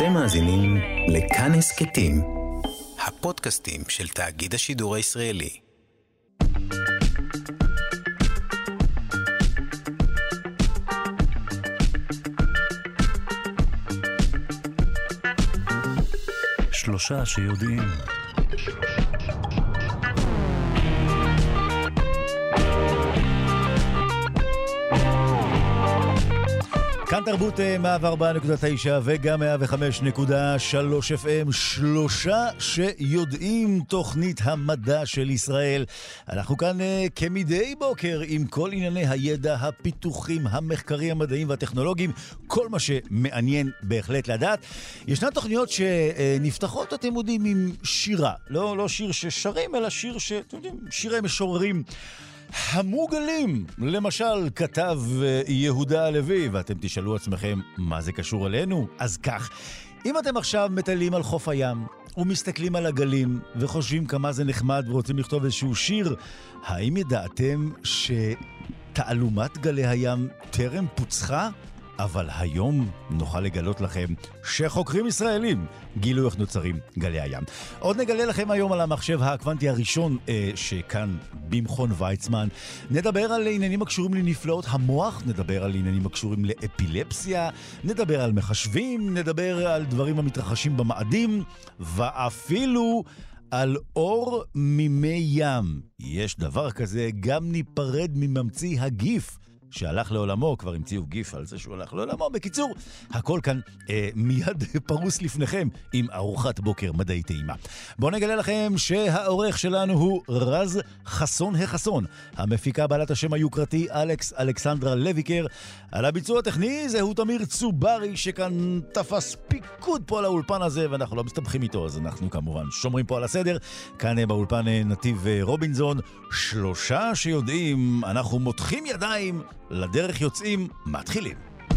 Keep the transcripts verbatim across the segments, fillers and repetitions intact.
אתם מאזינים לכאן הסכתים, הפודקאסטים של תאגיד השידור הישראלי. שלושה שיודעים. כאן תרבות מאה וארבע נקודה תשע וגם מאה וחמש נקודה שלוש אף אם, שלושה שיודעים, תוכנית המדע של ישראל. אנחנו כאן כמדי בוקר עם כל ענייני הידע, הפיתוחים, המחקרים, המדעיים והטכנולוגיים, כל מה שמעניין בהחלט לדעת. ישנן תוכניות שנפתחות, אתם יודעים, עם שירה. לא, לא שיר ששרים, אלא שיר ש... אתם יודעים, שירי משוררים. המוגלים, למשל, כתב יהודה הלוי, ואתם תשאלו עצמכם, מה זה קשור אלינו? אז כך, אם אתם עכשיו מטיילים על חוף הים, ומסתכלים על הגלים, וחושבים כמה זה נחמד, ורוצים לכתוב איזשהו שיר, האם ידעתם שתעלומת גלי הים טרם פוצחה? אבל היום נוכל לגלות לכם שחוקרים ישראלים גילו איך נוצרים גלי הים. עוד נגלה לכם היום על המחשב הקוונטי הראשון אה, שכאן במכון ויצמן. נדבר על עניינים הקשורים לנפלאות המוח, נדבר על עניינים הקשורים לאפילפסיה, נדבר על מחשבים, נדבר על דברים המתרחשים במאדים, ואפילו על אור מימי ים. יש דבר כזה, גם ניפרד מממציא הגיף שהלך לעולמו, כבר המציאו גיף על זה שהוא הלך לעולמו. בקיצור, הכל כאן אה, מיד פרוס לפניכם עם ארוחת בוקר מדעי טעימה. בואו נגלה לכם שהעורך שלנו הוא רז חסון החסון, המפיקה בעלת השם היוקרתי אלכס אלכסנדרה לויקר, על הביצוע הטכני זהו תמיר צוברי שכאן תפס פיקוד פה על האולפן הזה, ואנחנו לא מסתבכים איתו, אז אנחנו כמובן שומרים פה על הסדר. כאן באולפן נתיב רובינזון, שלושה שיודעים, אנחנו מותחים ידיים, לדרך יוצאים, מתחילים.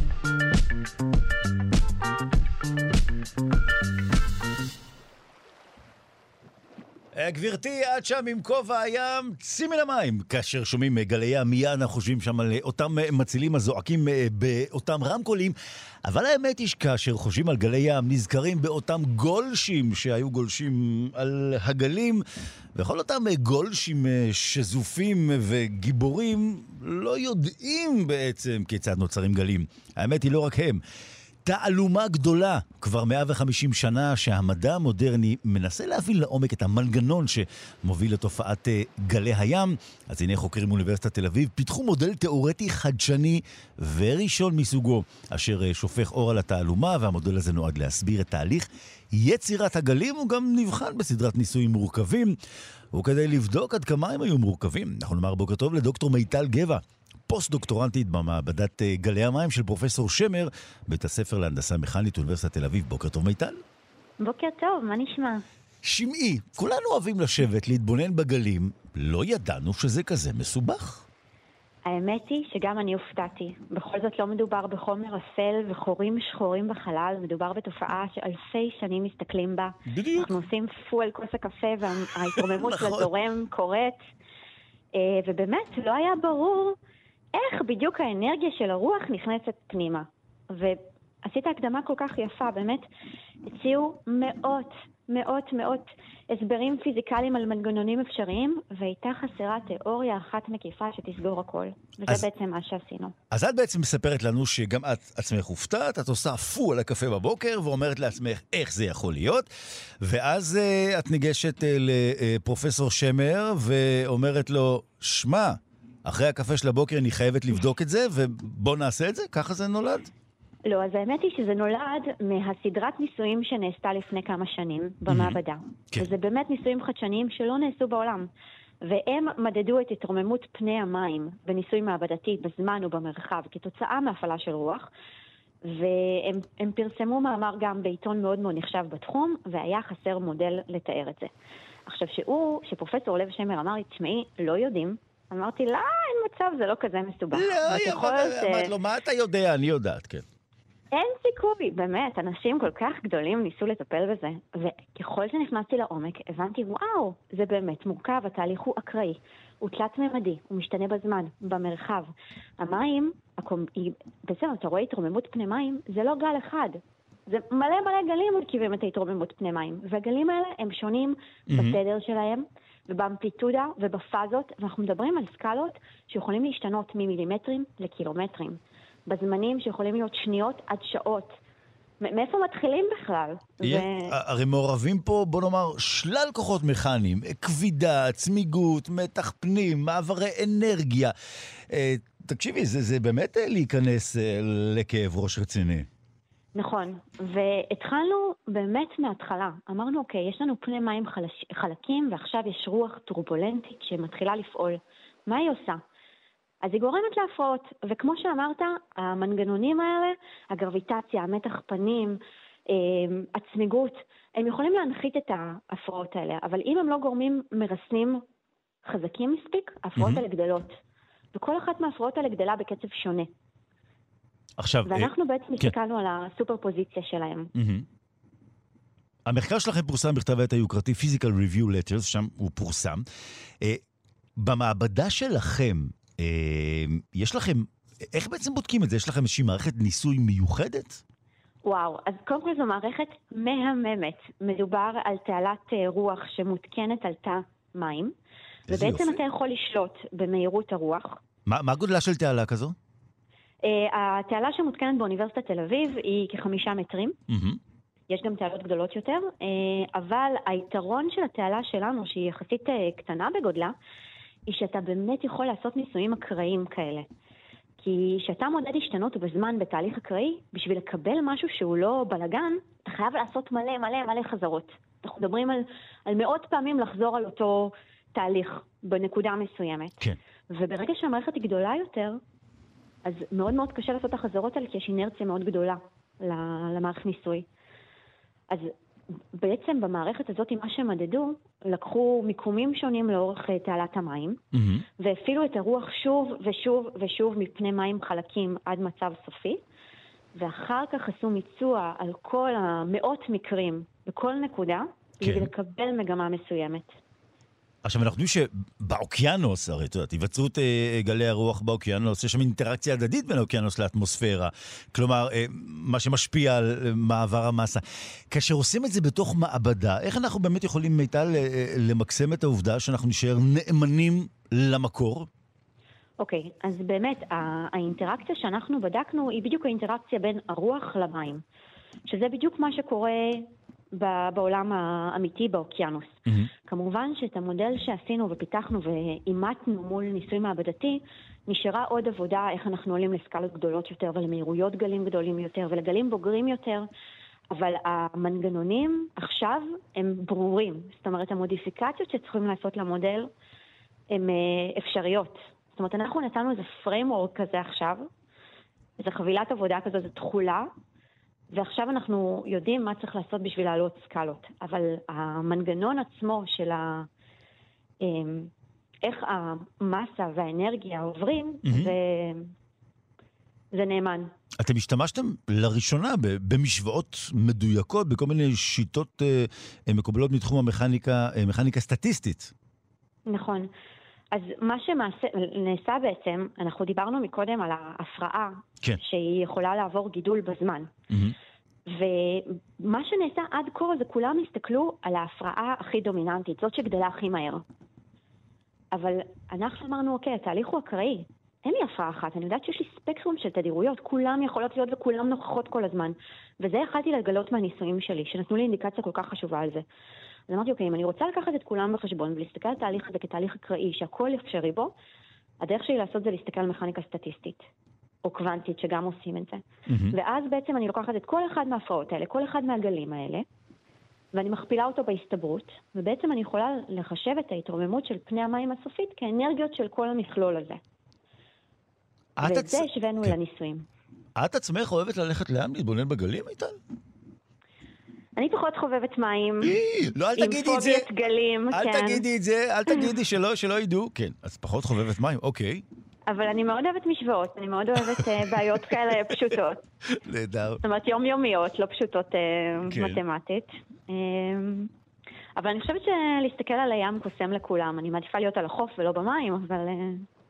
גברתי, עד שם עם כובע הים, צאי מן המים. כאשר שומעים גלי ים, מיד אנחנו חושבים שם על אותם מצילים הזועקים באותם רמקולים, אבל האמת היא שכאשר חושבים על גלי ים, נזכרים באותם גולשים שהיו גולשים על הגלים, וכל אותם גולשים שזופים וגיבורים לא יודעים בעצם כיצד נוצרים גלים. האמת היא לא רק הם. תעלומה גדולה, כבר מאה וחמישים שנה שהמדע המודרני מנסה להבין לעומק את המנגנון שמוביל לתופעת גלי הים. אז הנה חוקרים מאוניברסיטת תל אביב פיתחו מודל תיאורטי חדשני וראשון מסוגו, אשר שופך אור על התעלומה, והמודל הזה נועד להסביר את תהליך יצירת הגלים. הוא גם נבחן בסדרת ניסויים מורכבים, וכדי לבדוק עד כמה הם היו מורכבים, אנחנו נאמר בוקר טוב לדוקטור מיטל גבע, פוסט-דוקטורנטית במעבדת גלי המים של פרופסור שמר, בית הספר להנדסה מכנית אוניברסיטת תל אביב. בוקר טוב מיטל. בוקר טוב, מה נשמע? שמעי, כולנו אוהבים לשבת, להתבונן בגלים, לא ידענו שזה כזה מסובך. האמת היא שגם אני הופתעתי. בכל זאת לא מדובר בחומר אפל וחורים שחורים בחלל, מדובר בתופעה שאלפי שנים מסתכלים בה. בדיוק. אנחנו עושים פו על כוס הקפה וההתרוממות של הזורם קורית, ובאמת לא היה ברור איך בדיוק האנרגיה של הרוח נכנסת פנימה. ועשית הקדמה כל כך יפה, באמת הציעו מאות, מאות, מאות הסברים פיזיקליים על מנגנונים אפשריים, והייתה חסרה תיאוריה אחת מקיפה שתסגור הכל. וזה אז, בעצם מה שעשינו. אז את בעצם מספרת לנו שגם את עצמך הופתעת, את עושה פו על הקפה בבוקר, ואומרת לעצמך איך זה יכול להיות, ואז uh, את ניגשת uh, לפרופסור שמר, ואומרת לו, שמה, אחרי הקפה של הבוקר אני חייבת לבדוק את זה, ובוא נעשה את זה? ככה זה נולד? לא, אז האמת היא שזה נולד מהסדרת ניסויים שנעשתה לפני כמה שנים במעבדה. כן. וזה באמת ניסויים חדשניים שלא נעשו בעולם. והם מדדו את התרוממות פני המים בניסוי מעבדתי בזמן ובמרחב כתוצאה מהפעלה של רוח, והם הם פרסמו מאמר גם בעיתון מאוד מאוד נחשב בתחום, והיה חסר מודל לתאר את זה. עכשיו שהוא, שפרופסור לב שמר אמר לי, תשמעי, לא יודעים, אמרתי, לא, אין מצב, זה לא כזה מסובך. לא, אמרת לו, מה אתה יודע? אני יודעת, כן. אין סיכוי, באמת, אנשים כל כך גדולים ניסו לטפל בזה, וככל שנכנסתי לעומק, הבנתי, וואו, זה באמת מורכב, התהליך הוא אקראי, הוא תלת-ממדי, הוא משתנה בזמן, במרחב. המים, בעצם אתה רואה התרוממות פני מים, זה לא גל אחד, זה מלא מלא גלים מרכיבים את ההתרוממות פני מים, והגלים האלה הם שונים mm-hmm. בסדר שלהם, ובאמפליטודה ובפאזות, ואנחנו מדברים על סקלות שיכולים להשתנות ממילימטרים לקילומטרים, בזמנים שיכולים להיות שניות עד שעות. מאיפה מתחילים בכלל? הרי מעורבים פה, בוא נאמר, שלל כוחות מכניים, כבידה, צמיגות, מתח פנים, מעברי אנרגיה. תקשיבי, זה באמת להיכנס לכאב ראש רציני. נכון, והתחלנו באמת מההתחלה. אמרנו, אוקיי, יש לנו פני מים חלש, חלקים, ועכשיו יש רוח טורבולנטית שמתחילה לפעול. מה היא עושה? אז היא גורמת להפרעות, וכמו שאמרת, המנגנונים האלה, הגרביטציה, המתח פנים, הצמיגות, הם יכולים להנחית את ההפרעות האלה, אבל אם הם לא גורמים מרסנים חזקים מספיק, ההפרעות mm-hmm. האלה גדלות. וכל אחת מההפרעות האלה גדלה בקצב שונה. עכשיו, ואנחנו אה, בעצם כן. הסתכלנו על הסופר פוזיציה שלהם. Mm-hmm. המחקר שלכם פורסם בכתב העת היוקרתי Physical Review Letters, שם הוא פורסם. אה, במעבדה שלכם, אה, יש לכם, איך בעצם בודקים את זה? יש לכם איזושהי מערכת ניסוי מיוחדת? וואו, אז קודם כל זו מערכת מהממת. מדובר על תעלת רוח שמותקנת על תא מים, ובעצם יופי. אתה יכול לשלוט במהירות הרוח. מה, מה גודלה של תעלה כזו? Uh, התעלה שמותקנת באוניברסיטת תל אביב היא כחמישה מטרים. Mm-hmm. יש גם תעלות גדולות יותר, uh, אבל היתרון של התעלה שלנו, שהיא יחסית uh, קטנה בגודלה, היא שאתה באמת יכול לעשות ניסויים אקראיים כאלה. כי שאתה מודד השתנות בזמן בתהליך אקראי, בשביל לקבל משהו שהוא לא בלגן, אתה חייב לעשות מלא מלא מלא חזרות. אנחנו מדברים על, על מאות פעמים לחזור על אותו תהליך בנקודה מסוימת. כן. וברגע שהמערכת היא גדולה יותר, אז מאוד מאוד קשה לעשות את החזרות האלה, כי יש אינרציה מאוד גדולה למערכת ניסוי. אז בעצם במערכת הזאת, מה שמדדו, לקחו מיקומים שונים לאורך תעלת המים, mm-hmm. והפעילו את הרוח שוב ושוב ושוב מפני מים חלקים עד מצב סופי, ואחר כך עשו מיצוע על כל המאות מקרים בכל נקודה, כן. כדי לקבל מגמה מסוימת. עכשיו, אנחנו יודעים שבאוקיינוס, הרי, אתה יודעת, היווצרות אה, גלי הרוח באוקיינוס, יש שם אינטראקציה הדדית בין האוקיינוס לאטמוספירה. כלומר, אה, מה שמשפיע על אה, מעבר המסה. כאשר עושים את זה בתוך מעבדה, איך אנחנו באמת יכולים, מיטל, אה, למקסם את העובדה שאנחנו נשאר נאמנים למקור? אוקיי, okay, אז באמת, האינטראקציה שאנחנו בדקנו היא בדיוק האינטראקציה בין הרוח למים. שזה בדיוק מה שקורה בעולם האמיתי באוקיינוס. Mm-hmm. כמובן שאת המודל שעשינו ופיתחנו ואימתנו מול ניסוי מעבדתי, נשארה עוד עבודה איך אנחנו עולים לסקלות גדולות יותר ולמהירויות גלים גדולים יותר ולגלים בוגרים יותר, אבל המנגנונים עכשיו הם ברורים. זאת אומרת, המודיפיקציות שצריכים לעשות למודל הן אפשריות. זאת אומרת, אנחנו נתנו איזה framework כזה עכשיו, איזה חבילת עבודה כזו, איזו תחולה, ועכשיו אנחנו יודעים מה צריך לעשות בשביל לעלות סקלות. אבל המנגנון עצמו של ה... איך המסה והאנרגיה עוברים, mm-hmm. זה... זה נאמן. אתם השתמשתם לראשונה במשוואות מדויקות, בכל מיני שיטות מקובלות מתחום המכניקה, מכניקה סטטיסטית. נכון. אז מה שנעשה בעצם, אנחנו דיברנו מקודם על ההפרעה, כן. שהיא יכולה לעבור גידול בזמן. Mm-hmm. ומה שנעשה עד כה זה כולם הסתכלו על ההפרעה הכי דומיננטית, זאת שגדלה הכי מהר. אבל אנחנו אמרנו, אוקיי, התהליך הוא אקראי. אין לי הפרעה אחת, אני יודעת שיש לי ספקטרום של תדירויות, כולם יכולות להיות וכולם נוכחות כל הזמן. וזה יכלתי לגלות מהניסויים שלי, שנתנו לי אינדיקציה כל כך חשובה על זה. אז אמרתי, אוקיי, אם אני רוצה לקחת את כולם בחשבון ולהסתכל על התהליך הזה כתהליך אקראי, שהכל אפשרי בו, הדרך שלי לעשות זה להסתכל על מכניקה סטטיסטית, או קוונטית, שגם עושים את זה. Mm-hmm. ואז בעצם אני לוקחת את כל אחד מההפרעות האלה, כל אחד מהגלים האלה, ואני מכפילה אותו בהסתברות, ובעצם אני יכולה לחשב את ההתרוממות של פני המים הסופית כאנרגיות של כל המכלול הזה. ואת זה השווינו כן. לניסויים. את עצמך אוהבת ללכת לים, להתבונן בגלים, איתן? אני פחות חובבת מים. לא, אל תגידי את זה. עם פוביית גלים, אל כן. תגידי את זה, אל תגידי שלא, שלא ידעו. כן, אז פחות חובבת מים, אוקיי. אבל אני מאוד אוהבת משוואות, אני מאוד אוהבת בעיות כאלה פשוטות. נהדר. זאת אומרת, יומיומיות, לא פשוטות מתמטית. אבל אני חושבת שלהסתכל על הים קוסם לכולם. אני מעדיפה להיות על החוף ולא במים, אבל...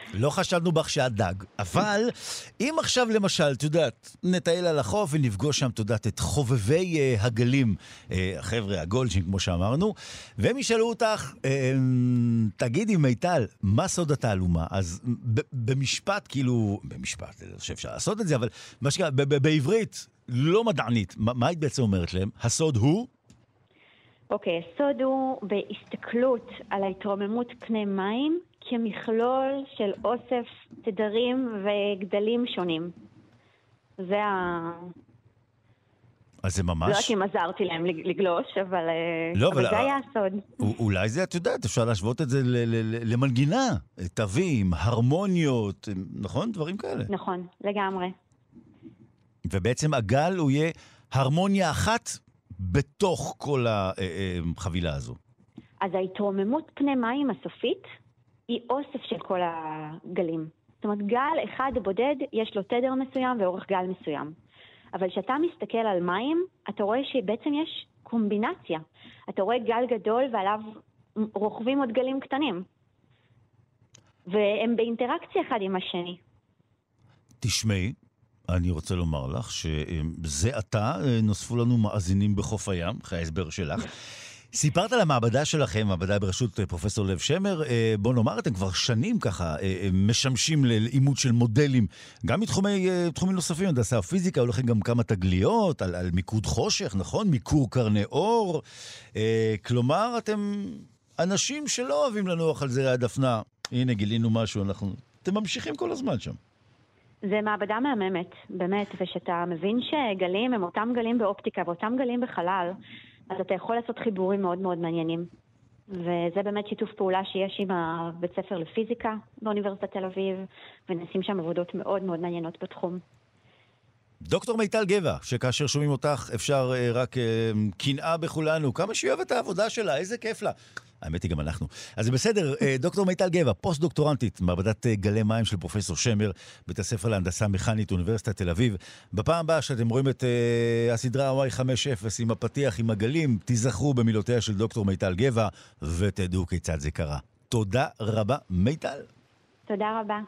לא חשדנו בך שאת דג, אבל אם עכשיו למשל, את יודעת, נטייל על החוף ונפגוש שם, את יודעת, את חובבי uh, הגלים, uh, החבר'ה, הגולדשים, כמו שאמרנו, והם ישאלו אותך, uh, תגידי מיטל, מה סוד התעלומה? אז ב- במשפט, כאילו, במשפט, אני חושב שאפשר לעשות את זה, אבל מה שקרה, ב- ב- בעברית, לא מדענית, מה, מה היית בעצם אומרת להם? הסוד הוא? אוקיי, okay, הסוד הוא בהסתכלות על ההתרוממות פני מים, כמכלול של אוסף תדרים וגדלים שונים. זה ה... אז זה ממש... לא רק אם עזרתי להם לגלוש, אבל, לא, אבל, אבל זה היה הסוד. אולי זה, את יודעת, אפשר להשוות את זה ל- ל- למנגינה, תווים, הרמוניות, נכון? דברים כאלה. נכון, לגמרי. ובעצם הגל הוא יהיה הרמוניה אחת בתוך כל החבילה הזו. אז ההתרוממות פני מים הסופית היא אוסף של כל הגלים. זאת אומרת, גל אחד בודד, יש לו תדר מסוים ואורך גל מסוים. אבל כשאתה מסתכל על מים, אתה רואה שבעצם יש קומבינציה. אתה רואה גל גדול ועליו רוכבים עוד גלים קטנים. והם באינטראקציה אחד עם השני. תשמעי, אני רוצה לומר לך שזה עתה נוספו לנו מאזינים בחוף הים, אחרי ההסבר שלך. סיפרת על המעבדה שלכם, מעבדה בראשות פרופסור לב שמר, בוא נאמר, אתם כבר שנים ככה משמשים לאימות של מודלים, גם מתחומים נוספים, הנדסה ופיזיקה, הולכים גם כמה תגליות, על, על מיקוד חושך, נכון? מיקור קרני אור, כלומר, אתם אנשים שלא אוהבים לנוח על זרי הדפנה. הנה, גילינו משהו, אנחנו... אתם ממשיכים כל הזמן שם. זה מעבדה מהממת, באמת, ושאתה מבין שגלים הם אותם גלים באופטיקה ואותם גלים בחלל, אז אתה יכול לעשות חיבורים מאוד מאוד מעניינים. וזה באמת שיתוף פעולה שיש עם הבית ספר לפיזיקה באוניברסיטת תל אביב, ונשים שם עבודות מאוד מאוד מעניינות בתחום. דוקטור מיטל גבע, שכאשר שומעים אותך אפשר uh, רק uh, קנאה בכולנו, כמה שהיא אוהבת את העבודה שלה, איזה כיף לה. האמת היא גם אנחנו. אז זה בסדר, דוקטור מיטל גבע, פוסט-דוקטורנטית, מעבדת גלי מים של פרופסור שמר, בית הספר להנדסה מכנית, אוניברסיטת תל אביב. בפעם הבאה שאתם רואים את uh, הסדרה וואי חמש אפס עם הפתיח, עם הגלים, תיזכרו במילותיה של דוקטור מיטל גבע, ותדעו כיצד זה קרה. תודה רבה, מיטל. תודה רבה.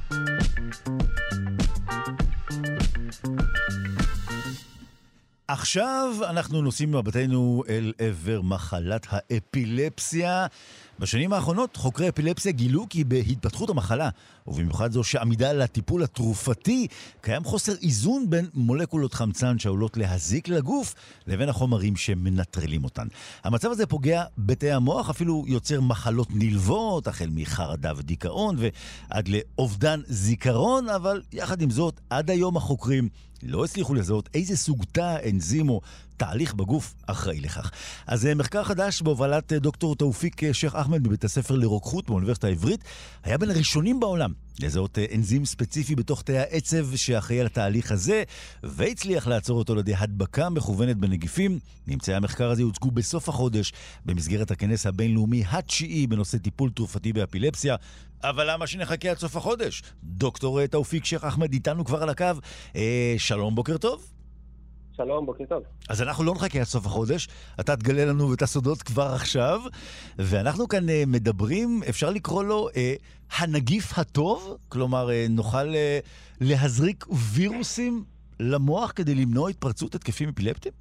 עכשיו אנחנו נוסעים מבטנו אל עבר מחלת האפילפסיה. בשנים האחרונות חוקרי אפילפסיה גילו כי בהתפתחות המחלה, ובמיוחד זו שעמידה לטיפול התרופתי, קיים חוסר איזון בין מולקולות חמצן שעולות להזיק לגוף לבין החומרים שמנטרלים אותן. המצב הזה פוגע בתאי המוח, אפילו יוצר מחלות נלוות, החל מחרדה ודיכאון ועד לאובדן זיכרון, אבל יחד עם זאת, עד היום החוקרים לא הצליחו לזהות איזה סוג תא, אנזים או תהליך בגוף אחראי לכך. אז מחקר חדש בהובלת דוקטור תאופיק שייח אחמד בבית הספר לרוקחות באוניברסיטה העברית, היה בין הראשונים בעולם לזהות אנזים ספציפי בתוך תאי העצב שאחראי על התהליך הזה, והצליח לעצור אותו לידי הדבקה מכוונת בנגיפים. ממצאי המחקר הזה הוצגו בסוף החודש במסגרת הכנס הבינלאומי התשיעי בנושא טיפול תרופתי באפילפסיה. אבל למה שנחכה עד סוף החודש? דוקטור תאופיק שייח אחמד איתנו כבר על הקו. אה, שלום, בוקר טוב. שלום, בוקר טוב. אז אנחנו לא נחכה עד סוף החודש, אתה תגלה לנו את הסודות כבר עכשיו, ואנחנו כאן uh, מדברים, אפשר לקרוא לו uh, הנגיף הטוב, כלומר uh, נוכל uh, להזריק וירוסים למוח כדי למנוע התפרצות התקפים אפילפטיים?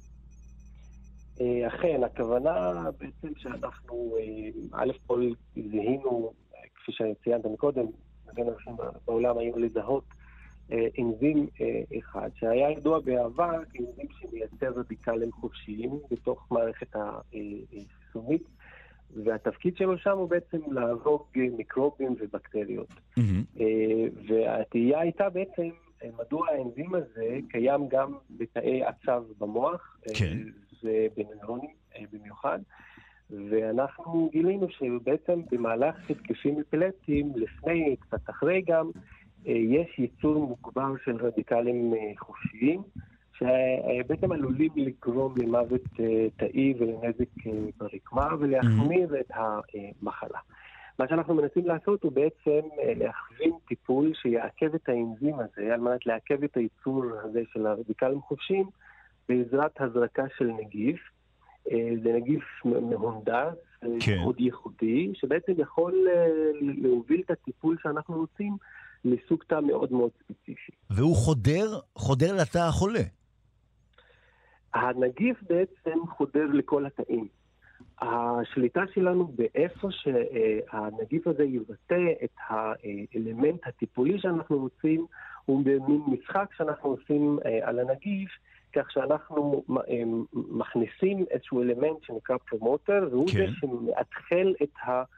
אכן, הכוונה בעצם שאנחנו, א' כל זיהינו, כפי שציינת מקודם, בין אנשים בעולם היו לזהות אנזים אחד, שהיה ידוע בעבר כאנזים שמייצר רדיקלים חופשיים בתוך מערכת החיסונית, והתפקיד שלו שם הוא בעצם להרוג מיקרובים ובקטריות. Mm-hmm. והתהייה הייתה בעצם מדוע האנזים הזה קיים גם בתאי עצב במוח, כן. ובנוירונים במיוחד, ואנחנו גילינו שבעצם במהלך התקפים אפילפטיים, לפני, קצת אחרי גם, יש ייצור מוגבר של רדיקלים חופשיים, שבעצם עלולים לגרום למוות תאי ולנזק ברקמה ולהחמיר את המחלה. מה שאנחנו מנסים לעשות הוא בעצם להכווין טיפול שיעכב את האנזים הזה, על מנת לעכב את הייצור הזה של הרדיקלים חופשיים, בעזרת הזרקה של נגיף, זה נגיף מהונדס, כן. מאוד ייחודי, שבעצם יכול להוביל את הטיפול שאנחנו רוצים לסוג תא מאוד מאוד ספציפי. והוא חודר, חודר לתא החולה. הנגיף בעצם חודר לכל התאים. השליטה שלנו באיפה שהנגיף הזה יבטא את האלמנט הטיפולי שאנחנו רוצים, הוא במין משחק שאנחנו עושים על הנגיף, כך שאנחנו מכניסים איזשהו אלמנט שנקרא פרומוטר, והוא כן. זה שמאתחל את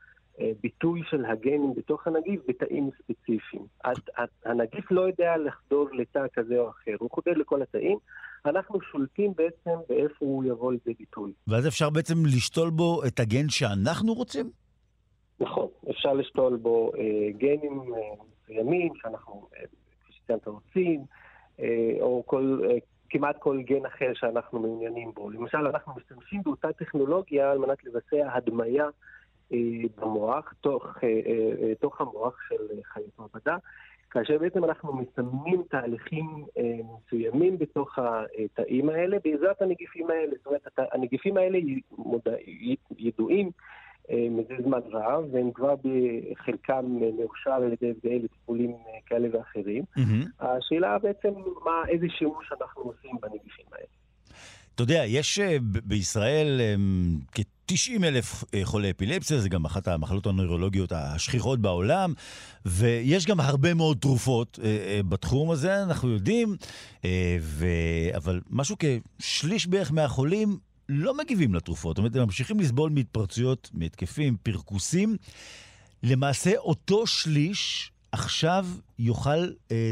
הביטוי של הגנים בתוך הנגיף בתאים ספציפיים. הנגיף לא יודע לחדור לתא כזה או אחר, הוא חודר לכל התאים, אנחנו שולטים בעצם באיפה הוא יבוא לזה ביטוי. ואז אפשר בעצם לשתול בו את הגן שאנחנו רוצים? נכון, אפשר לשתול בו אה, גנים אה, מסוימים שאנחנו, אה, כפי שציינת רוצים, אה, או כל... אה, כמעט כל גן אחר שאנחנו מעוניינים בו. למשל, אנחנו משתמשים באותה טכנולוגיה על מנת לבצע הדמיה אה, במוח, תוך, אה, אה, תוך המוח של חיות מעבדה, כאשר בעצם אנחנו מסמנים תהליכים אה, מסוימים בתוך התאים האלה, בעזרת הנגיפים האלה. זאת אומרת, הנגיפים האלה מודע, ידועים אה, מזה זמן רב, והם כבר בחלקם מאושר על ידי F D A לטיפולים כאלה ואחרים. Mm-hmm. השאלה בעצם מה, איזה שימוש אנחנו עושים בנגיפים האלה. אתה יודע, יש ב- בישראל כ-תשעים אלף חולי אפילפסיה, זה גם אחת המחלות הנוירולוגיות השכיחות בעולם, ויש גם הרבה מאוד תרופות בתחום הזה, אנחנו יודעים, ו... אבל משהו כשליש בערך מהחולים לא מגיבים לתרופות, זאת אומרת, הם ממשיכים לסבול מהתפרצויות, מהתקפים, פרקוסים. למעשה, אותו שליש עכשיו יוכל אה,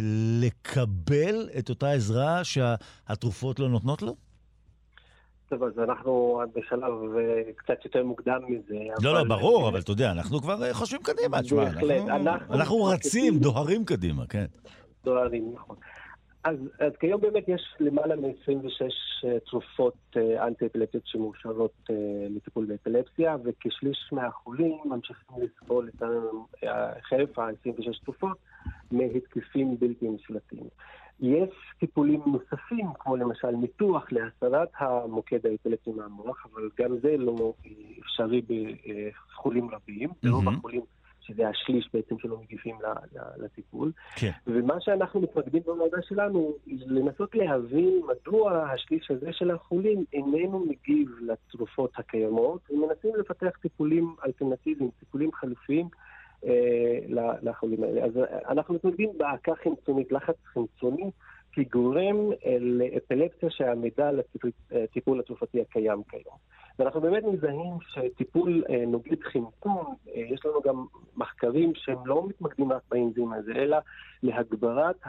לקבל את אותה עזרה שהתרופות לא נותנות לו? טוב, אז אנחנו בשלב קצת יותר מוקדם מזה. לא, לא, ברור, אבל אתה יודע, אנחנו כבר חושבים קדימה, תשמע, אנחנו רצים, דוהרים קדימה, כן. דוהרים, נכון. אז, אז כיום באמת יש למעלה מ-עשרים ושש תרופות אנטי-אפילפטיות שמאושרות לטיפול באפילפסיה, וכשליש מהחולים ממשיכים לסבול את חרף ה-עשרים ושש תרופות מהתקפים בלתי נשלטים. יש טיפולים נוספים, כמו למשל ניתוח להסרת המוקד האפילפטי מהמוח, אבל גם זה לא אפשרי בחולים רבים, ברוב החולים שזה השליש בעצם שלא מגיבים לטיפול. כן. ומה שאנחנו מתמקדים במעבדה שלנו, לנסות להבין מדוע השליש הזה של החולים איננו מגיב לתרופות הקיימות, ומנסים לפתח טיפולים אלטרנטיביים, טיפולים חלופיים אה, לחולים האלה. אז אנחנו מתמקדים בעקה חמצונית, לחץ חמצוני, כגורם לאפילפסיה שהעמידה לטיפול התרופתי הקיים כיום. ואנחנו באמת מזהים שטיפול נוגד חמצון, יש לנו גם מחקרים שהם לא מתמקדים רק באנזים הזה, אלא להגברת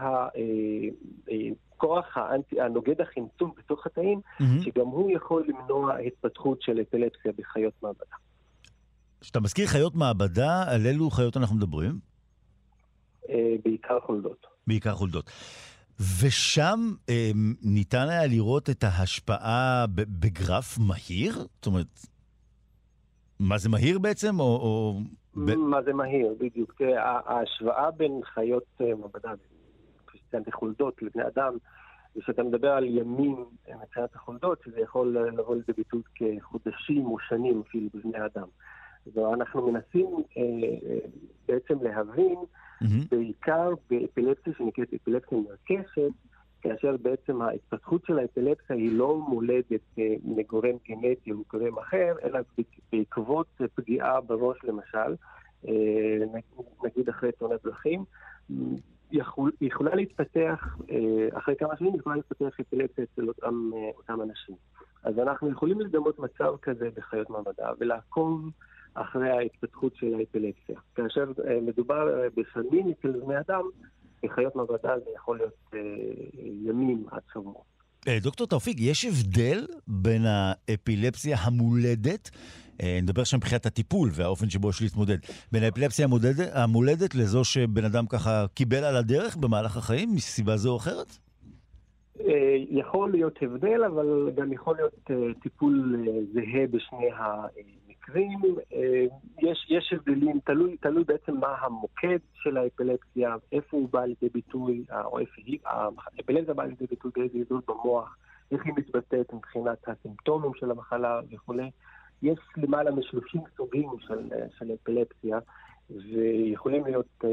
הכוח הנוגד החמצון בתוך התאים, שגם הוא יכול למנוע התפתחות של אפילפסיה בחיות מעבדה. כשאתה מזכיר חיות מעבדה, על אילו חיות אנחנו מדברים? בעיקר חולדות. בעיקר חולדות. ושם אה, ניתן היה לראות את ההשפעה בגרף מהיר? זאת אומרת, מה זה מהיר בעצם? או, או... מה זה מהיר, בדיוק. ההשוואה בין חיות מעבדה, ציינתי חולדות לבני אדם, ושאתה מדבר על ימים מבחינת החולדות, שזה יכול לבוא לידי ביטוי כחודשים או שנים אפילו בבני אדם. ואנחנו מנסים אה, בעצם להבין, mm-hmm. בעיקר באפילפסיה שנקראת אפילפסיה מרכשת, כאשר בעצם ההתפתחות של האפילפסיה היא לא מולדת מגורם גנטי או גורם אחר, אלא בעקבות פגיעה בראש למשל, אה, נגיד אחרי תאונת דרכים, יכול, יכולה להתפתח, אה, אחרי כמה שנים יכולה להתפתח אפילפסיה אצל אותם, אותם אנשים. אז אנחנו יכולים לדמות מצב כזה בחיות מעבדה ולעקוב אחרי ההתפתחות של האפילפסיה. כאשר מדובר בסמים אצל בני אדם, בחיות מעבדה זה יכול להיות ימים עד שבוע. דוקטור תאופיק, יש הבדל בין האפילפסיה המולדת, נדבר שם מבחינת הטיפול והאופן שבו יש להתמודד, בין האפילפסיה המולדת, המולדת לזו שבן אדם ככה קיבל על הדרך במהלך החיים, מסיבה זו או אחרת? יכול להיות הבדל, אבל גם יכול להיות טיפול זהה בשני המקרים. יש, יש הבדלים, תלוי, תלוי בעצם מה המוקד של האפילפסיה, איפה הוא בא לידי ביטוי, או איפה היא, האפילפסיה באה לידי ביטוי באיזה ידול במוח, איך היא מתבטאת מבחינת הסימפטומים של המחלה וכו'. יש למעלה מ-שלושים סוגים של, של אפילפסיה, ויכולים להיות,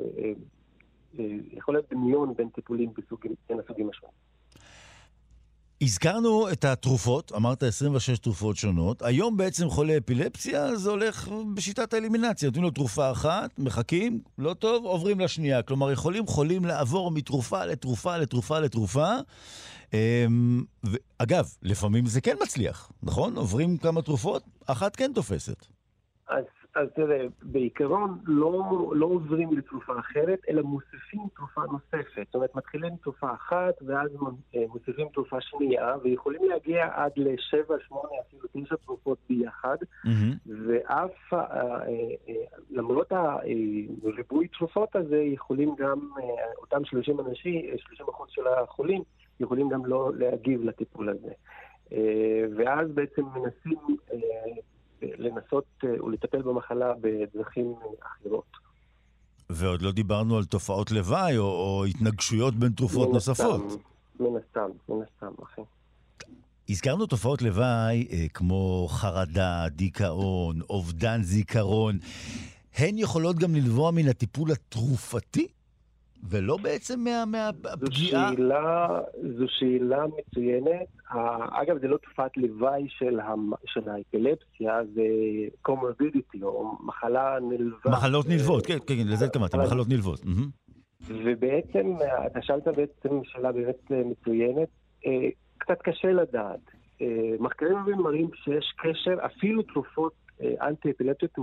יכול להיות דמיון בין טיפולים בסוגים, בין הסוגים השונים. הזכרנו את התרופות, אמרת עשרים ושש תרופות שונות. היום בעצם חולה אפילפסיה, זה הולך בשיטת האלימינציה. נותנים לו תרופה אחת, מחכים, לא טוב, עוברים לשנייה. כלומר, יכולים חולים לעבור מתרופה לתרופה לתרופה לתרופה. אגב, לפעמים זה כן מצליח, נכון? עוברים כמה תרופות, אחת כן תופסת. אז, אז תראה, בעיקרון לא, לא עוברים לתרופה אחרת, אלא מוסיפים תרופה נוספת. זאת אומרת, מתחילים תרופה אחת, ואז מוסיפים תרופה שנייה, ויכולים להגיע עד לשבע, שמונה, אפילו תשע תרופות ביחד, mm-hmm. ואף, למרות הריבוי תרופות הזה, יכולים גם, אותם שלושים אנשים, שלושים אחוז של החולים, יכולים גם לא להגיב לטיפול הזה. ואז בעצם מנסים לנסות ולטפל במחלה בדרכים אחרות. ועוד לא דיברנו על תופעות לוואי או, או התנגשויות בין תרופות מן נוספות. מן הסתם, מן הסתם, אחי. הזכרנו תופעות לוואי כמו חרדה, דיכאון, אובדן זיכרון. הן יכולות גם לנבוע מן הטיפול התרופתי? ולא בעצם מה, מהפגיעה? זו שאלה, זו שאלה מצוינת. אגב, זה לא תופעת לוואי של, המ, של האפילפסיה, זה קומורבידיטי, או מחלה נלווה. מחלות נלוות, כן, כן, לזה התכוונתי, מחלות נלוות. ובעצם, אתה שאלת בעצם שאלה באמת מצוינת, קצת קשה לדעת. מחקרים רבים מראים שיש קשר, אפילו תרופות אנטי-אפילפטיות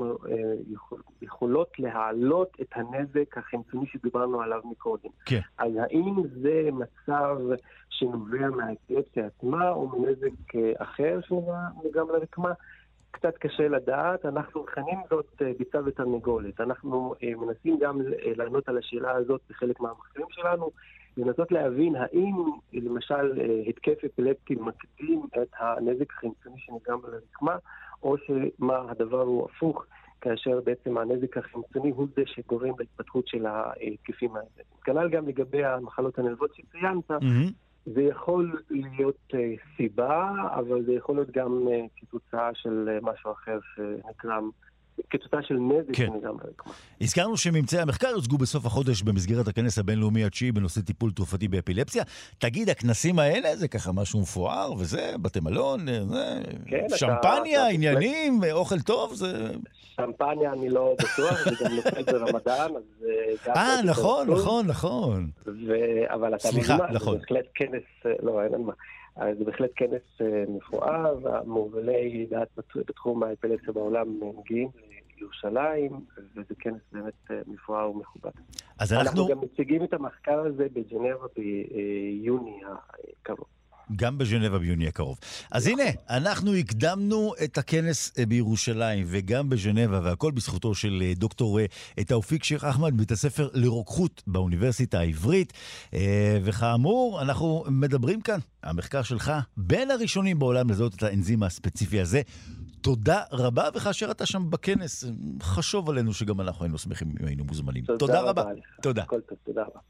יכולות להעלות את הנזק החמצוני שדיברנו עליו מקודם. כן. אז האם זה מצב שנובע מהאפילפסיה עצמה או מנזק אחר שנובע גם לרקמה? קצת קשה לדעת. אנחנו מכנים זאת ביצה ותרנגולת. אנחנו מנסים גם לענות על השאלה הזאת בחלק מהמחקרים שלנו, לנסות להבין האם למשל התקף אפילפטי מקדים את הנזק החמצוני שנגרם לרקמה, או שמה הדבר הוא הפוך, כאשר בעצם הנזק החמצוני הוא זה שגורם להתפתחות של ההתקפים האלה. כנ"ל גם לגבי המחלות הנלוות שציינת, mm-hmm. זה יכול להיות סיבה, אבל זה יכול להיות גם כתוצאה של משהו אחר שנגרם, כתוצאה של נזק כן. שנגרם לרקמה. הזכרנו שממצאי המחקר יוצגו בסוף החודש במסגרת הכנס הבינלאומי התשיעי בנושא טיפול תרופתי באפילפסיה. תגיד, הכנסים האלה זה ככה משהו מפואר, וזה בתי מלון, זה כן, שמפניה, אתה, עניינים, אתה... אוכל טוב, זה... שמפניה אני לא בטוח, זה גם נופל ברמדאן, אז... אה, נכון, נכון, נכון. ו... אבל אתה סליחה, מזמן, נכון. זה בהחלט כנס, לא, אין מה. זה בהחלט כנס מפואר, והמובילי דעת בתחום האפילפסיה בעולם מגיעים לירושלים, וזה כנס באמת מפואר ומכובד. אז אנחנו... אנחנו גם מציגים את המחקר הזה בג'נבה ביוני הקרוב. גם בז'נבה ביוני הקרוב. אז הנה, אנחנו הקדמנו את הכנס בירושלים וגם בז'נבה, והכל בזכותו של דוקטור תאופיק שייח אחמד, בית הספר לרוקחות באוניברסיטה העברית. וכאמור, אנחנו מדברים כאן, המחקר שלך, בין הראשונים בעולם לזהות את האנזים הספציפי הזה. תודה רבה, וכאשר אתה שם בכנס, חשוב עלינו שגם אנחנו היינו שמחים אם היינו מוזמנים. תודה, תודה רבה. רבה. תודה. כל טוב, תודה רבה.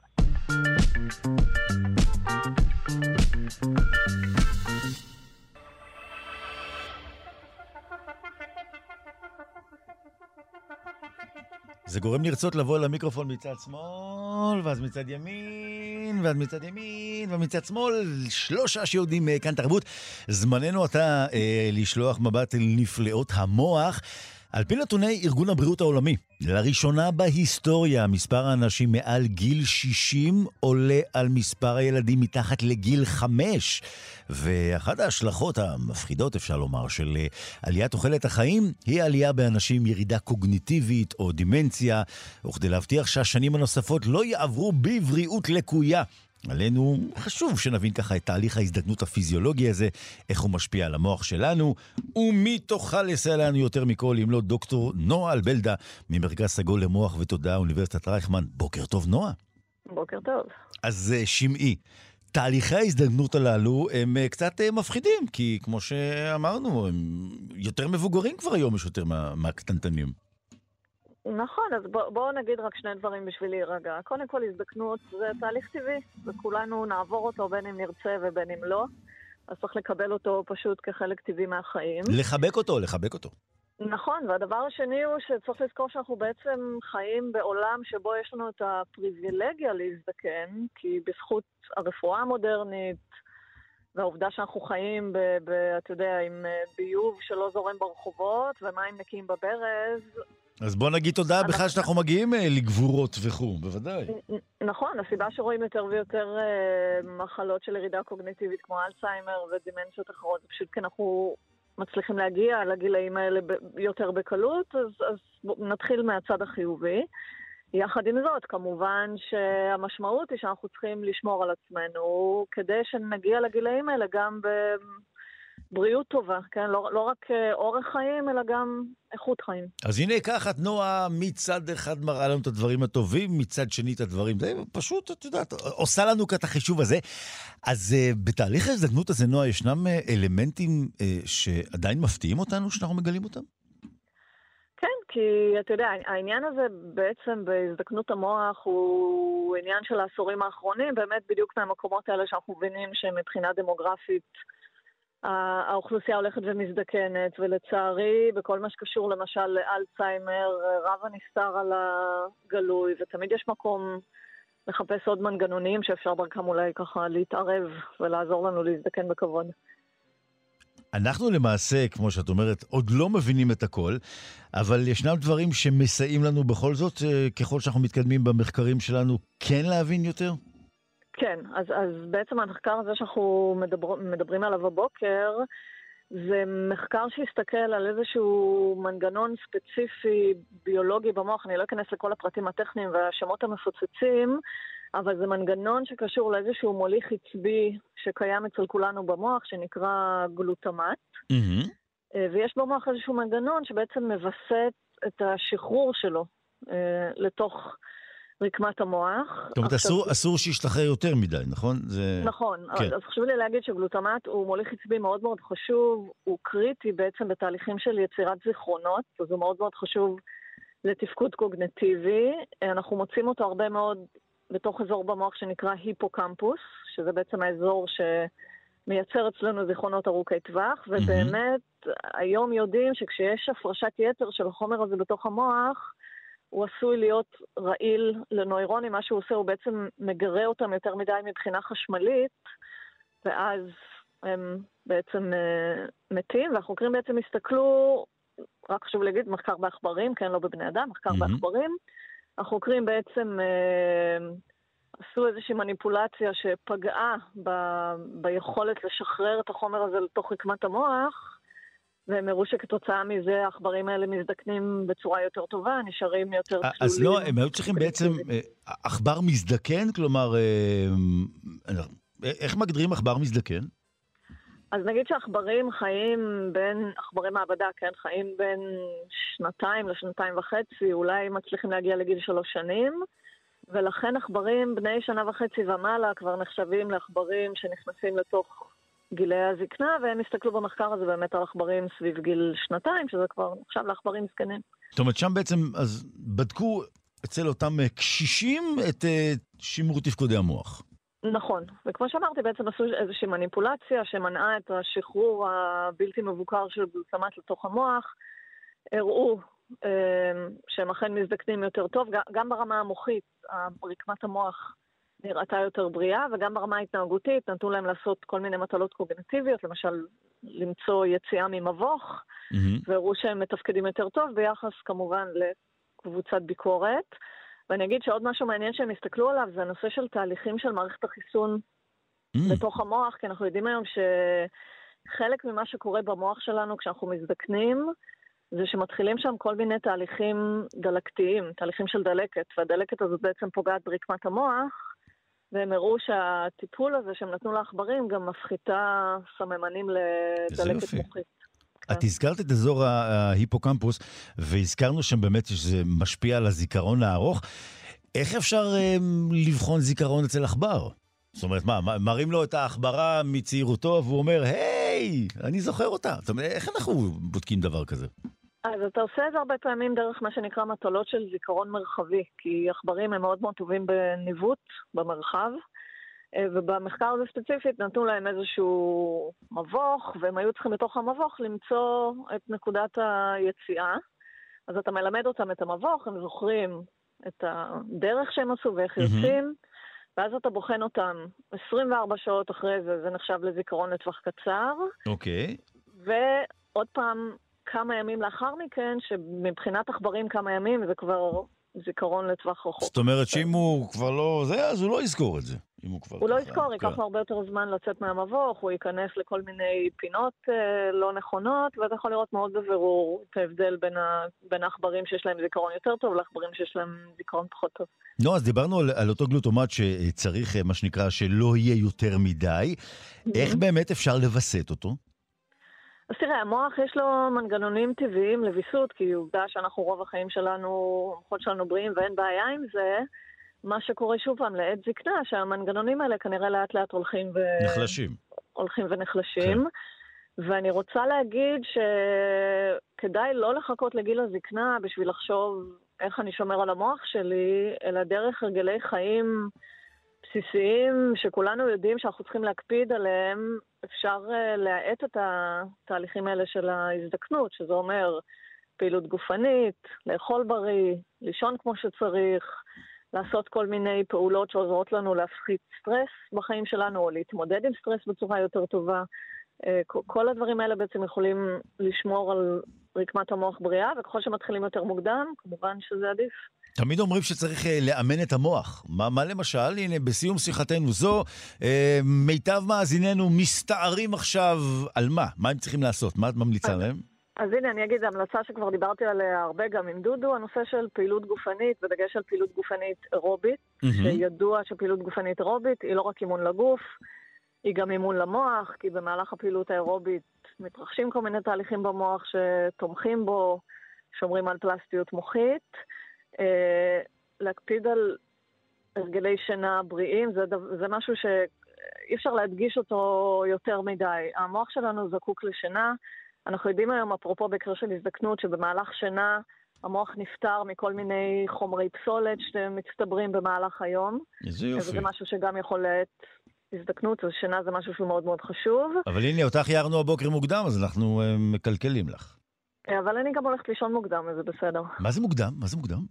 זה גורם לרצות לבוא למיקרופון מצד שמאל, ואז מצד ימין, ואז מצד ימין, ומצד שמאל, שלושה שיודעים כאן תרבות. זמננו אתה אה, לשלוח מבט אל נפלאות המוח. על פי נתוני ארגון הבריאות העולמי, לראשונה בהיסטוריה, מספר האנשים מעל גיל שישים עולה על מספר הילדים מתחת לגיל חמש. ואחת ההשלכות המפחידות, אפשר לומר, של עליית תוחלת החיים, היא עלייה באנשים ירידה קוגניטיבית או דימנציה, וכדי להבטיח שהשנים הנוספות לא יעברו בבריאות לקויה. עלינו חשוב שנבין ככה את תהליך ההזדקנות הפיזיולוגי הזה, איך הוא משפיע על המוח שלנו, ומי תוכל לסייע לנו יותר מכל, אם לא דוקטור נועה אלבלדה, ממרכז סגול למוח ותודעה, אוניברסיטת רייכמן. בוקר טוב, נועה. בוקר טוב. אז שמעי, תהליכי ההזדקנות הללו הם קצת מפחידים, כי כמו שאמרנו, הם יותר מבוגרים כבר היום, יש יותר מה, מהקטנטנים. נכון, אז בואו בוא נגיד רק שני דברים בשביל להירגע. קודם כל, הזדקנות זה תהליך טבעי, וכולנו נעבור אותו בין אם נרצה ובין אם לא. אז צריך לקבל אותו פשוט כחלק טבעי מהחיים. לחבק אותו, לחבק אותו. נכון, והדבר השני הוא שצריך לזכור שאנחנו בעצם חיים בעולם שבו יש לנו את הפריבילגיה להזדקן, כי בזכות הרפואה המודרנית, והעובדה שאנחנו חיים, ב, ב, אתה יודע, עם ביוב שלא זורם ברחובות, ומים נקיים בברז. אז בוא נגיד תודה אנחנו... בכלל שאנחנו מגיעים לגבורות וכו', בוודאי. נכון, הסיבה שרואים יותר ויותר uh, מחלות של ירידה קוגניטיבית, כמו אלצהיימר ודימנציות אחרות, זה פשוט כי אנחנו מצליחים להגיע לגילאים האלה ב- יותר בקלות, אז, אז נתחיל מהצד החיובי. יחד עם זאת, כמובן שהמשמעות היא שאנחנו צריכים לשמור על עצמנו, כדי שנגיע לגילאים האלה גם בבריאות טובה, כן? לא, לא רק אורך חיים, אלא גם איכות חיים. אז הנה ככה, נועה מצד אחד מראה לנו את הדברים הטובים, מצד שני את הדברים, זה פשוט, את יודעת, עושה לנו את החישוב הזה. אז uh, בתהליך ההזדקנות הזה, נועה, ישנם אלמנטים uh, שעדיין מפתיעים אותנו, שאנחנו מגלים אותם? כן, כי אתה יודע, העניין הזה בעצם בהזדקנות המוח הוא עניין של העשורים האחרונים, באמת בדיוק מהמקומות האלה שאנחנו מבינים שמבחינה דמוגרפית האוכלוסייה הולכת ומזדקנת, ולצערי בכל מה שקשור למשל לאלצהיימר, רב הנסתר על הגלוי, ותמיד יש מקום לחפש עוד מנגנונים שאפשר דרכם אולי ככה להתערב ולעזור לנו להזדקן בכבוד. אנחנו למעשה, כמו שאת אומרת, עוד לא מבינים את הכל, אבל ישנם דברים שמסייעים לנו בכל זאת, ככל שאנחנו מתקדמים במחקרים שלנו, כן להבין יותר? כן, אז, אז בעצם המחקר הזה שאנחנו מדבר, מדברים עליו הבוקר, זה מחקר שיסתכל על איזשהו מנגנון ספציפי ביולוגי במוח, אני לא אכנס לכל הפרטים הטכניים והשמות המפוצצים, אבל זה מנגנון שקשור לאיזשהו מוליך עצבי שקיים אצל כולנו במוח, שנקרא גלוטמט. Mm-hmm. ויש במוח איזשהו מנגנון שבעצם מבסט את השחרור שלו לתוך רקמת המוח. זאת אומרת, אסור, זה... אסור שישתחרר יותר מדי, נכון? זה... נכון. כן. אז חשוב לי להגיד שגלוטמט הוא מוליך עצבי מאוד מאוד חשוב, הוא קריטי בעצם בתהליכים של יצירת זיכרונות, אז הוא מאוד מאוד חשוב לתפקוד קוגניטיבי. אנחנו מוצאים אותו הרבה מאוד בתוך אזור במוח שנקרא היפוקמפוס, שזה בעצם האזור שמייצר אצלנו זיכרונות ארוכי טווח, ובאמת mm-hmm. היום יודעים שכשיש הפרשת יתר של החומר הזה בתוך המוח, הוא עשוי להיות רעיל לנוירונים, מה שהוא עושה הוא בעצם מגרה אותם יותר מדי מבחינה חשמלית, ואז הם בעצם uh, מתים, והחוקרים בעצם הסתכלו, רק חשוב להגיד, מחקר בעכברים, כן, לא בבני אדם, מחקר mm-hmm. בעכברים, החוקרים בעצם אה, עשו איזושהי מניפולציה שפגעה ב, ביכולת לשחרר את החומר הזה לתוך רקמת המוח, והם הראו שכתוצאה מזה העכברים האלה מזדקנים בצורה יותר טובה, נשארים יותר צלולים. אז לא, הם היו צריכים בעצם עכבר מזדקן? כלומר, איך מגדירים עכבר מזדקן? אז נגיד שעכברים חיים בין, עכברי מעבדה, כן, חיים בין שנתיים לשנתיים וחצי, אולי מצליחים להגיע לגיל שלוש שנים, ולכן עכברים בני שנה וחצי ומעלה כבר נחשבים לעכברים שנכנסים לתוך גילי הזקנה, והם הסתכלו במחקר הזה באמת על עכברים סביב גיל שנתיים, שזה כבר נחשב לעכברים זקנים. זאת אומרת, שם בעצם אז בדקו אצל אותם קשישים את שימור תפקודי המוח. נכון, וכמו שאמרתי, בעצם עשו איזושהי מניפולציה שמנעה את השחרור הבלתי מבוקר של גלוטמט לתוך המוח, הראו אה, שהם אכן מזדקנים יותר טוב, גם ברמה המוחית, רקמת המוח נראתה יותר בריאה, וגם ברמה ההתנהגותית נתנו להם לעשות כל מיני מטלות קוגניטיביות, למשל למצוא יציאה ממבוך, mm-hmm. והראו שהם מתפקדים יותר טוב ביחס כמובן לקבוצת ביקורת. ואני אגיד שעוד משהו מעניין שהם הסתכלו עליו, זה הנושא של תהליכים של מערכת החיסון mm. בתוך המוח, כי אנחנו יודעים היום שחלק ממה שקורה במוח שלנו כשאנחנו מזדקנים, זה שמתחילים שם כל מיני תהליכים דלקתיים, תהליכים של דלקת, והדלקת הזאת בעצם פוגעת ברקמת המוח, והם הראו שהטיפול הזה שהם נתנו לעכברים גם מפחיתה סממנים לדלקת מוחית. את הזכרת את אזור ההיפוקמפוס, והזכרנו שם באמת שזה משפיע על הזיכרון הארוך. איך אפשר לבחון זיכרון אצל עכבר? זאת אומרת, מה, מראים לו את העכברה מצעירותו, והוא אומר, היי, אני זוכר אותה. זאת אומרת, איך אנחנו בודקים דבר כזה? אז אתה עושה את זה הרבה פעמים דרך מה שנקרא מטלות של זיכרון מרחבי, כי עכברים הם מאוד מאוד טובים בניווט במרחב, ובמחקר הזה ספציפית נתנו להם איזשהו מבוך, והם היו צריכים בתוך המבוך למצוא את נקודת היציאה. אז אתה מלמד אותם את המבוך, הם זוכרים את הדרך שהם עשו ואיך יוצאים, ואז אתה בוחן אותם עשרים וארבע שעות אחרי זה, זה נחשב לזיכרון לטווח קצר. אוקיי. ועוד פעם, כמה ימים לאחר מכן, שמבחינת עכברים כמה ימים, זה כבר זיכרון לטווח רחוק. זאת אומרת שאם הוא כבר לא זה, אז הוא לא יזכור את זה. הוא לא יזכור, ייקח לו הרבה יותר זמן לצאת מהמבוך, הוא ייכנס לכל מיני פינות אה, לא נכונות, ואתה יכול לראות מאוד בבירור את ההבדל בין, ה... בין העכברים שיש להם זיכרון יותר טוב, לעכברים שיש להם זיכרון פחות טוב. לא, אז דיברנו על, על אותו גלוטומט שצריך, מה שנקרא, שלא יהיה יותר מדי. איך באמת אפשר לבסט אותו? אז תראה, המוח יש לו מנגנונים טבעיים לביסות, כי עובדה שאנחנו רוב החיים שלנו, המוחות שלנו בריאים ואין בעיה עם זה, מה שקורה שוב פעם לעת זקנה, שהמנגנונים האלה כנראה לאט לאט הולכים ו... נחלשים. הולכים ונחלשים. כן. ואני רוצה להגיד שכדאי לא לחכות לגיל הזקנה בשביל לחשוב איך אני שומר על המוח שלי, אלא דרך הרגלי חיים בסיסיים שכולנו יודעים שאנחנו צריכים להקפיד עליהם, אפשר להאט את התהליכים האלה של ההזדקנות, שזה אומר פעילות גופנית, לאכול בריא, לישון כמו שצריך, לעשות כל מיני פעולות שעוזרות לנו להפחית סטרס בחיים שלנו, או להתמודד עם סטרס בצורה יותר טובה. כל הדברים האלה בעצם יכולים לשמור על רקמת המוח בריאה, וככל שמתחילים יותר מוקדם, כמובן שזה עדיף. תמיד אומרים שצריך לאמן את המוח. מה, מה למשל? הנה, בסיום שיחתנו זו, אה, מיטב מאזיננו מסתערים עכשיו על מה? מה הם צריכים לעשות? מה את ממליצה להם? אז הנה, אני אגיד, המלצה שכבר דיברתי עליה הרבה גם עם דודו, הנושא של פעילות גופנית, בדגש על פעילות גופנית אירובית, mm-hmm. שידוע שפעילות גופנית אירובית היא לא רק אימון לגוף, היא גם אימון למוח, כי במהלך הפעילות האירובית מתרחשים כל מיני תהליכים במוח שתומכים בו, שומרים על פלסטיות מוחית. אה, להקפיד על הרגלי שינה בריאים, זה, זה משהו שאי אפשר להדגיש אותו יותר מדי. המוח שלנו זקוק לשינה, אנחנו יודעים היום, אפרופו בקרה של הזדקנות, שבמהלך שינה המוח נפטר מכל מיני חומרי פסולת שמצטברים במהלך היום. איזה יופי. וזה משהו שגם יכול לעת הזדקנות, אז שינה זה משהו שהוא מאוד מאוד חשוב. אבל הנה, אותך יערנו הבוקר מוקדם, אז אנחנו uh, מקלקלים לך. אבל אני גם הולכת לישון מוקדם, אז זה בסדר. מה זה מוקדם? מה זה מוקדם?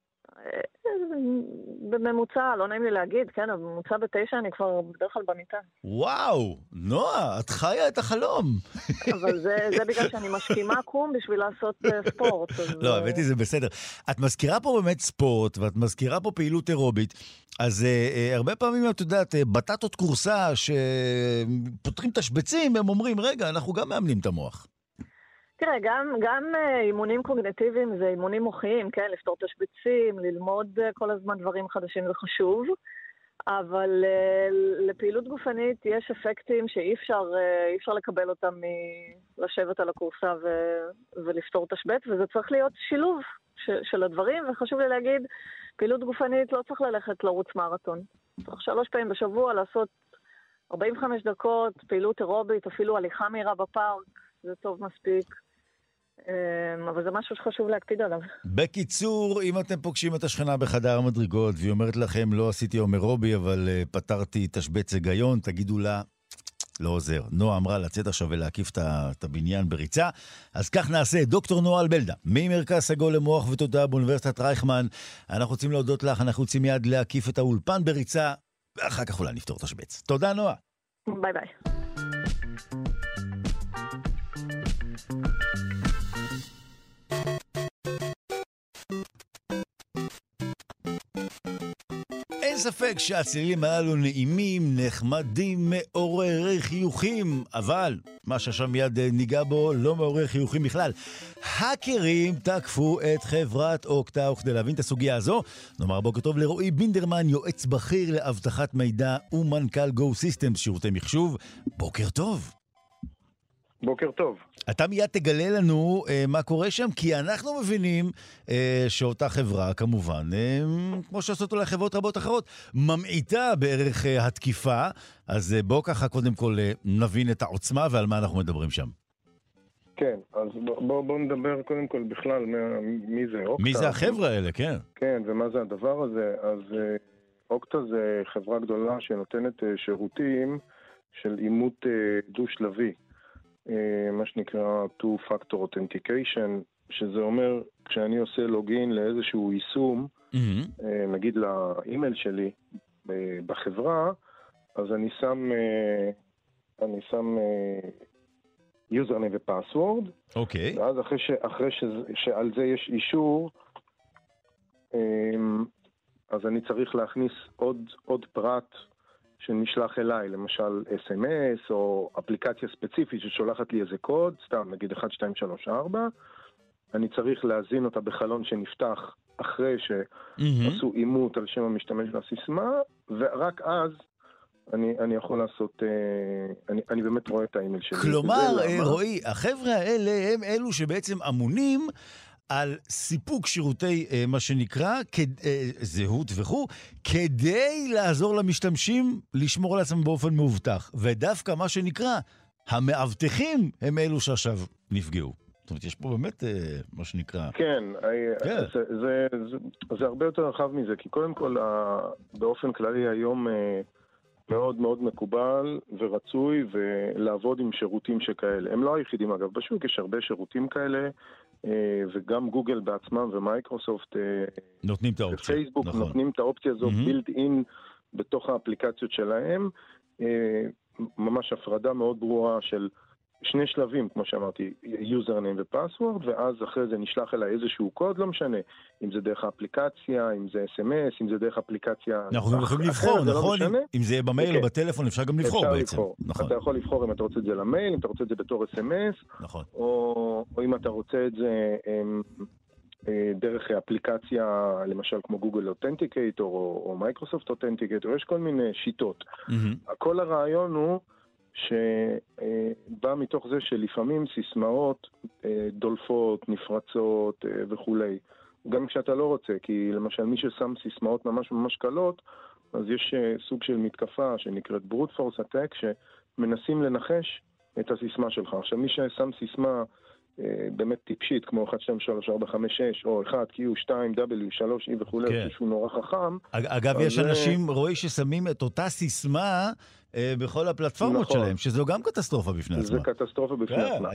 בממוצע, לא נעים לי להגיד, כן, אבל בממוצע בתשע אני כבר בדרך כלל במיטה. וואו, נועה, את חיה את החלום. אבל זה, זה בגלל שאני משכימה קום בשביל לעשות uh, ספורט. לא, האמת היא זה בסדר. את מזכירה פה באמת ספורט, ואת מזכירה פה פעילות אירובית, אז uh, uh, הרבה פעמים, את יודעת, uh, בטטות קורסה שפותרים תשבצים, הם אומרים, רגע, אנחנו גם מאמנים את המוח. תראה, גם, גם אימונים קוגניטיביים זה אימונים מוחיים, כן? לפתור תשבצים, ללמוד כל הזמן דברים חדשים זה חשוב, אבל לפעילות גופנית יש אפקטים שאי אפשר, אי אפשר לקבל אותם מלשבת על הקורסה ו, ולפתור תשבץ, וזה צריך להיות שילוב ש, של הדברים, וחשוב לי להגיד, פעילות גופנית לא צריך ללכת לרוץ מרתון. צריך שלוש פעמים בשבוע לעשות ארבעים וחמש דקות, פעילות אירובית, אפילו הליכה מהירה בפארק, זה טוב מספיק. אבל זה משהו שחשוב להקפיד עליו. בקיצור, אם אתם פוגשים את השכנה בחדר המדרגות, והיא אומרת לכם, לא עשיתי יום אירובי, אבל פתרתי תשבץ היגיון, תגידו לה, לא עוזר. נועה אמרה לצאת עכשיו ולהקיף את הבניין בריצה. אז כך נעשה. דוקטור נועה אלבלדה, ממרכז סגול למוח ותודעה באוניברסיטת רייכמן. אנחנו רוצים להודות לך, אנחנו רוצים מיד להקיף את האולפן בריצה, ואחר כך אולי נפתור תשבץ. תודה, נועה. ביי ביי. אין ספק שהצלילים הללו נעימים, נחמדים, מעוררי חיוכים, אבל מה ששם מיד ניגע בו לא מעורר חיוכים בכלל. האקרים תקפו את חברת אוקטה, וכדי להבין את הסוגיה הזו, נאמר בוקר טוב לרועי בינדרמן, יועץ בכיר לאבטחת מידע ומנכ"ל גו סיסטמס, שירותי מחשוב. בוקר טוב. בוקר טוב. אתה מיד תגלה לנו אה, מה קורה שם, כי אנחנו מבינים אה, שאותה חברה, כמובן, אה, כמו שעושות אולי חברות רבות אחרות, ממעיטה בערך אה, התקיפה, אז אה, בוא ככה קודם כל אה, נבין את העוצמה ועל מה אנחנו מדברים שם. כן, אז בוא, בוא נדבר קודם כל בכלל מי, מי זה אוקטה. מי זה החבר'ה האלה, כן. כן, ומה זה הדבר הזה. אז אוקטה זה חברה גדולה שנותנת שירותים של אימות דו-שלבי, מה שנקרא two-factor authentication, שזה אומר, כשאני עושה לוגין לאיזשהו יישום, mm-hmm. נגיד לאימייל שלי בחברה, אז אני שם, אני שם username ופסוורד, אוקיי. ואז אחרי, ש, אחרי ש, שעל זה יש אישור, אז אני צריך להכניס עוד, עוד פרט שנשלח אליי, למשל אס אם אס או אפליקציה ספציפית ששולחת לי איזה קוד, סתם נגיד אחת, שתיים, שלוש, ארבע, אני צריך להזין אותה בחלון שנפתח אחרי שעשו אימות על שם המשתמש והסיסמה, ורק אז אני, אני יכול לעשות, אני, אני באמת רואה את האימייל שלי. כלומר, רועי, החבר'ה האלה הם אלו שבעצם אמונים על סיפוק שירותי מה שנקרא זהות וכו', כדי לעזור למשתמשים לשמור על עצמם באופן מאובטח. ודווקא מה שנקרא, המאבטחים הם אלו שעכשיו נפגעו. זאת אומרת, יש פה באמת מה שנקרא... כן, כן. זה, זה, זה, זה הרבה יותר רחב מזה, כי קודם כל, באופן כללי היום מאוד מאוד מקובל ורצוי ולעבוד עם שירותים שכאלה. הם לא היחידים אגב בשוק, יש הרבה שירותים כאלה, וגם גוגל בעצמם ומייקרוסופט נותנים את האופציה. ופייסבוק נכון. נותנים את האופציה הזאת בילד אין בתוך האפליקציות שלהם. ממש הפרדה מאוד ברורה של שני שלבים, כמו שאמרתי, username ופסוורד, ואז אחרי זה נשלח אליי איזשהו קוד, לא משנה, אם זה דרך האפליקציה, אם זה אס אם אס, אם זה דרך אפליקציה... אנחנו גם יכולים לבחור, נכון? אם זה במייל או בטלפון, אפשר גם לבחור בעצם. אתה יכול לבחור אם אתה רוצה את זה למייל, אם אתה רוצה את זה בתור אס אם אס, או אם אתה רוצה את זה דרך אפליקציה, למשל כמו גוגל אותנטיקייטור, או מייקרוסופט אותנטיקייטור, יש כל מיני שיטות. כל הרעיון הוא שבא מתוך זה שלפעמים סיסמאות דולפות, נפרצות וכולי. גם כשאתה לא רוצה, כי למשל מי ששם סיסמאות ממש ממש קלות, אז יש סוג של מתקפה שנקראת brute force attack, שמנסים לנחש את הסיסמה שלך. עכשיו מי ששם סיסמה באמת טיפשית, כמו אחת, שתיים, שלוש, ארבע, חמש, שש, או אחת, Q, שתיים, W, שלוש, E וכולי, שהוא נורא חכם. אגב, יש אנשים, רואי, ששמים את אותה סיסמה בכל הפלטפורמות שלהם, שזו גם קטסטרופה בפני עצמה. זה קטסטרופה בפני עצמה.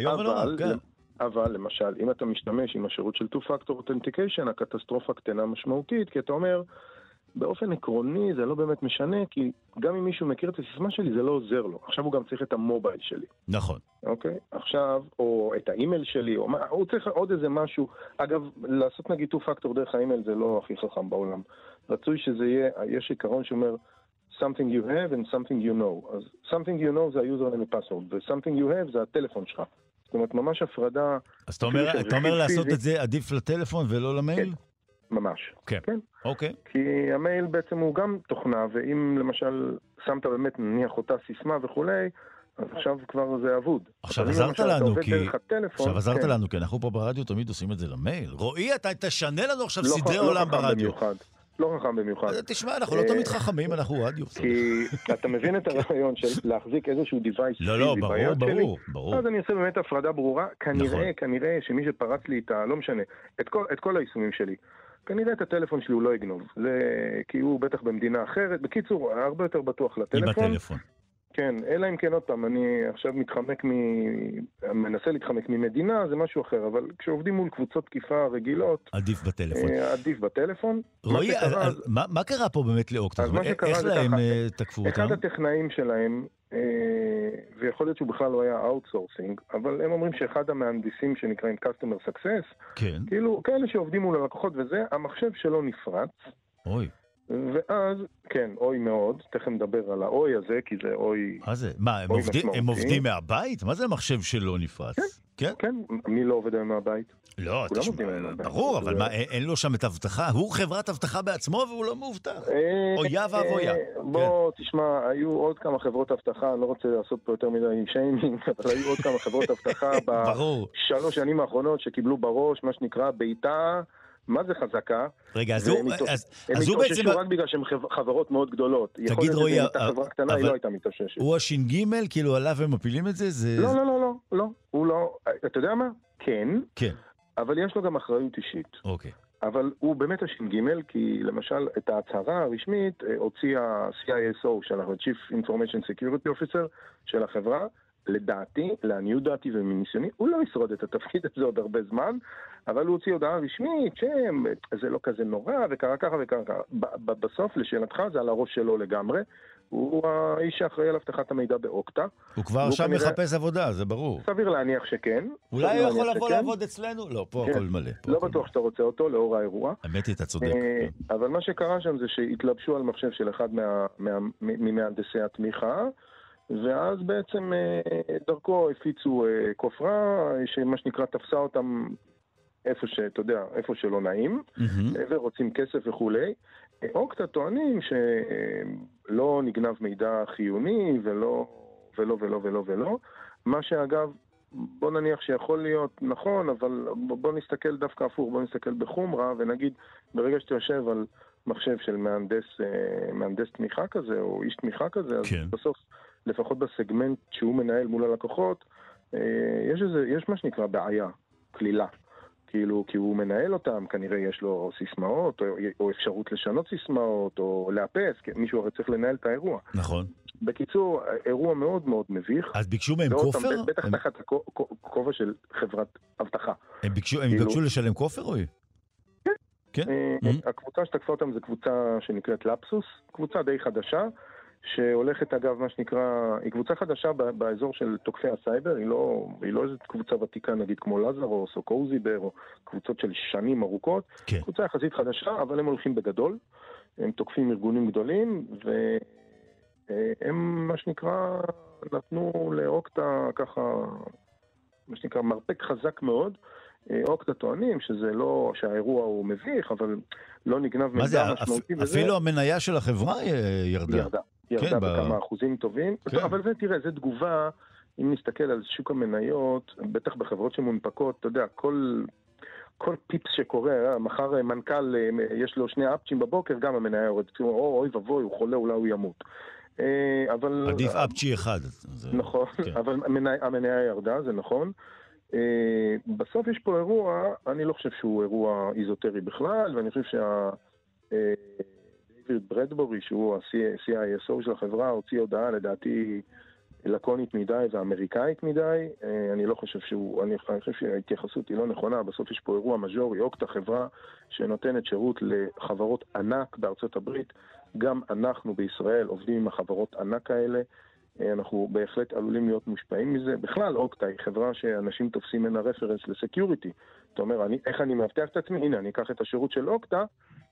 אבל, למשל, אם אתה משתמש עם השירות של two-factor authentication, הקטסטרופה קטנה משמעותית, כי אתה אומר, באופן עקרוני זה לא באמת משנה, כי גם אם מישהו מכיר את הסיסמה שלי, זה לא עוזר לו. עכשיו הוא גם צריך את המובייל שלי. נכון. אוקיי? עכשיו, או את האימייל שלי, או מה, הוא צריך עוד איזה משהו. אגב, לעשות נגיד two-factor דרך האימייל זה לא הכי חכם בעולם. רצוי שזה יהיה, יש עיקרון שאומר, something you have and something you know. אז something you know זה ה-username ו-password, ו-something you have זה הטלפון שלך. זאת אומרת, ממש הפרדה... אז אתה אומר, אתה אומר לעשות את זה עדיף לטלפון ולא למייל? כן. ממש. כן. כן. אוקיי. כי המייל בעצם הוא גם תוכנה, ואם למשל שמת באמת נניח אותה סיסמה וכולי, אז עכשיו כבר זה אבוד. עכשיו עזרת לנו, כי... עכשיו עזרת לנו, כי אנחנו פה ברדיו תמיד עושים את זה למייל. רועי, אתה תשנה לנו עכשיו סדרי עולם ברדיו. לא חכם במיוחד. תשמע, אנחנו לא תמיד חכמים, אנחנו רדיו. כי אתה מבין את הרעיון של להחזיק איזשהו דיווייס פיזי ביד שלי. לא, לא, ברור, ברור. אז אני עושה באמת הפרדה ברורה. כנראה, כנראה שמי שפרץ לי את ה... לא משנה, את כל היישומים שלי. כנראה את הטלפון שלי הוא לא יגנוב, כי הוא בטח במדינה אחרת. בקיצור, הרבה יותר בטוח לטלפון. עם הטלפון. כן, אלא אם כן עוד פעם, אני עכשיו מתחמק מ... מנסה להתחמק ממדינה, זה משהו אחר, אבל כשעובדים מול קבוצות תקיפה רגילות... עדיף בטלפון. עדיף בטלפון. רועי, מה קרה פה באמת לאוקטה? איך להם תקפו אותם? אחד הטכנאים שלהם, ויכול להיות שהוא בכלל לא היה אאוטסורסינג, אבל הם אומרים שאחד המהנדסים שנקראים Customer Success, כאילו, כאלה שעובדים מול הלקוחות וזה, המחשב שלו נפרץ. אוי. ואז, כן, אוי מאוד, תכף נדבר על האוי הזה, כי זה אוי... מה זה? מה, הם, עובדים, הם עובדים מהבית? מה זה המחשב שלו נפרץ? כן, כן, כן. מי לא עובד מהבית? לא, תשמע, ברור, אבל מה, אין לו שם את הבטחה? הוא חברת הבטחה בעצמו והוא לא מאובטח. אויה ואבויה. בוא, תשמע, היו עוד כמה חברות הבטחה, אני לא רוצה לעשות פה יותר מדי שיימינג, אבל היו עוד כמה חברות הבטחה בשלוש שנים האחרונות שקיבלו בראש, מה שנקרא, ביתה... מה זה חזקה? רגע, אז הוא... הם מתאוששו רק בגלל שהן חברות מאוד גדולות. תגיד רועי, אם הייתה חברה קטנה, היא לא הייתה מתאוששת. הוא הש"ג, כאילו עליו הם מפילים את זה? לא, לא, לא, לא. הוא לא... אתה יודע מה? כן. כן. אבל יש לו גם אחריות אישית. אוקיי. אבל הוא באמת הש"ג, כי למשל את ההצהרה הרשמית הוציא ה-C I S O של ה-Chief Information Security Officer של החברה, לדעתי, לעניות דעתי ומניסיוני, הוא לא ישרוד את התפקיד הזה עוד הרבה זמן, אבל הוא הוציא הודעה רשמית שזה לא כזה נורא, וככה ככה וככה. בסוף, לשאלתך, זה על הראש שלו לגמרי. הוא האיש שאחראי על הבטחת המידע באוקטה. הוא כבר שם מחפש עבודה, זה ברור. סביר להניח שכן. אולי הוא יכול לבוא לעבוד אצלנו? לא, פה הכל מלא. לא בטוח שאתה רוצה אותו לאור האירוע. האמת היא, אתה צודק. אבל מה שקרה שם זה שהתלבשו על מחשב של אחד ממהנדסי התמיכה, ואז בעצם דרכו הפיצו כופרה, שמה שנקרא תפסה אותם איפה שאתה יודע, איפה שלא נעים, ורוצים כסף וכולי. אוקטה טוענים שלא נגנב מידע חיוני ולא ולא ולא ולא ולא, מה שאגב בוא נניח שיכול להיות נכון, אבל בוא נסתכל דווקא הפוך, בוא נסתכל בחומרה ונגיד ברגע שאתה יושב על מחשב של מהנדס, מהנדס תמיכה כזה או איש תמיכה כזה, אז כן. בסוף לפחות בסגמנט שהוא מנהל מול הלקוחות, יש איזה, יש מה שנקרא בעיה, כלילה. כאילו, כי הוא מנהל אותם, כנראה יש לו סיסמאות, או, או אפשרות לשנות סיסמאות, או לאפס, כי מישהו הרי צריך לנהל את האירוע. נכון. בקיצור, אירוע מאוד מאוד מביך. אז ביקשו מהם כופר? בטח הם... תחת הכובע של חברת אבטחה. הם ביקשו, הם כאילו... ביקשו לשלם כופר, או? כן. כן? הקבוצה שתקפה אותם זה קבוצה שנקראת לפסוס, קבוצה די חדשה, שהולכת אגב מה שנקרא, היא קבוצה חדשה באזור של תוקפי הסייבר, היא לא, היא לא איזו קבוצה ותיקה נגיד כמו לזרוס או קוזיבר או קבוצות של שנים ארוכות, כן. קבוצה יחסית חדשה, אבל הם הולכים בגדול, הם תוקפים ארגונים גדולים, והם מה שנקרא נתנו לאוקטה ככה, מה שנקרא מרפק חזק מאוד, אוקטה טוענים שזה לא, שהאירוע הוא מביך, אבל לא נגנב מידע משמעותי. אפילו המניה של החברה ירדה. ירדה. ירדה כן, בכמה ב... אחוזים טובים, כן. אבל זה, תראה, זה תגובה, אם נסתכל על שוק המניות, בטח בחברות שמונפקות, אתה יודע, כל, כל פיפס שקורה, מחר מנכ"ל, יש לו שני אפצ'ים בבוקר, גם המניה יורד, או אוי ובוי, הוא חולה, אולי הוא ימות. אבל... עדיף אפצ'י אחד. נכון, כן. אבל המניה, המניה ירדה, זה נכון. בסוף יש פה אירוע, אני לא חושב שהוא אירוע איזוטרי בכלל, ואני חושב שה... ברדבורי, שהוא ה-C I S O של החברה, הוציא הודעה לדעתי לקונית מדי ואמריקאית מדי. אני לא חושב שהוא, אני חושב שההתייחסות היא לא נכונה. בסוף יש פה אירוע מז'ורי, אוקטה חברה שנותנת שירות לחברות ענק בארצות הברית. גם אנחנו בישראל עובדים עם החברות ענק האלה. אנחנו בהחלט עלולים להיות מושפעים מזה. בכלל, אוקטה היא חברה שאנשים תופסים ממנה רפרנס לסקיוריטי. זאת אומרת, אני, איך אני מבטיח את עצמי? הנה, אני אקח את השירות של אוקטה,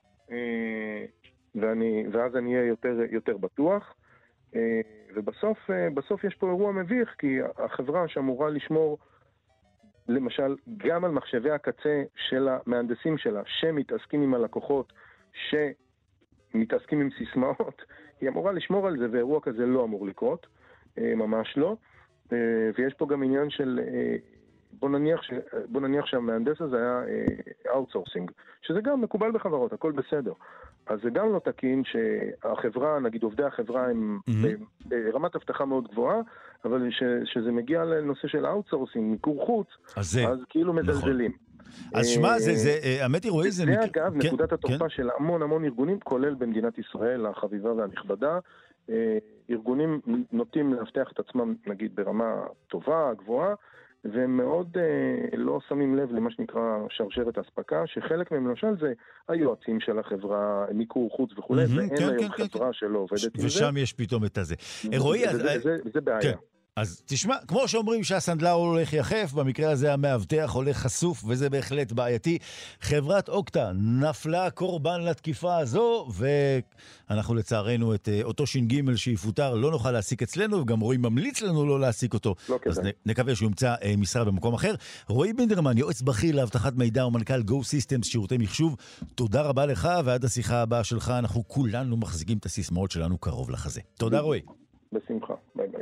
ואני, ואז אני אהיה יותר, יותר בטוח. ובסוף, בסוף יש פה אירוע מביך, כי החברה שאמורה לשמור, למשל, גם על מחשבי הקצה של המהנדסים שלה, שמתעסקים עם הלקוחות, שמתעסקים עם סיסמאות, היא אמורה לשמור על זה, ואירוע כזה לא אמור לקרות, ממש לא. ויש פה גם עניין של... בוא נניח, ש... בוא נניח שהמהנדס הזה היה אאוטסורסינג, שזה גם מקובל בחברות, הכל בסדר. אז זה גם לא תקין שהחברה, נגיד עובדי החברה הם mm-hmm. ברמת הבטחה מאוד גבוהה, אבל ש... שזה מגיע לנושא של אאוטסורסינג, מיקור חוץ, אז, זה... אז כאילו מזלזלים. אז שמה, זה, זה, האמת היא רואי, זה... זה אגב, נקודת התורפה של המון המון ארגונים, כולל במדינת ישראל, החביבה והנכבדה, ארגונים נוטים להבטח את עצמם, נגיד, ברמה טובה, גבוהה, והם מאוד אה, לא שמים לב למה שנקרא שרשרת הספקה, שחלק מהם למשל זה היועצים של החברה, מיקור חוץ וכו', mm-hmm, ואין כן, היום כן, חברה כן. שלא עובדת עם זה. ושם יש פתאום את הזה. רועי, זה, זה, זה, זה בעיה. כן. אז תשמע, כמו שאומרים שהסנדלר הולך יחף, במקרה הזה המאבטח הולך חשוף, וזה בהחלט בעייתי. חברת אוקטה נפלה קורבן לתקיפה הזו, ואנחנו לצערנו את אותו ש"ג שיפוטר לא נוכל להסיק אצלנו, וגם רועי ממליץ לנו לא להסיק אותו. לא אז נ, נקווה שהוא ימצא אה, משרה במקום אחר. רועי בינדרמן, יועץ בכיר להבטחת מידע ומנכ"ל Go Systems שירותי מחשוב, תודה רבה לך, ועד השיחה הבאה שלך אנחנו כולנו מחזיקים את הסיסמאות שלנו קרוב לחזה. תודה רועי. בשמחה, ביי ביי.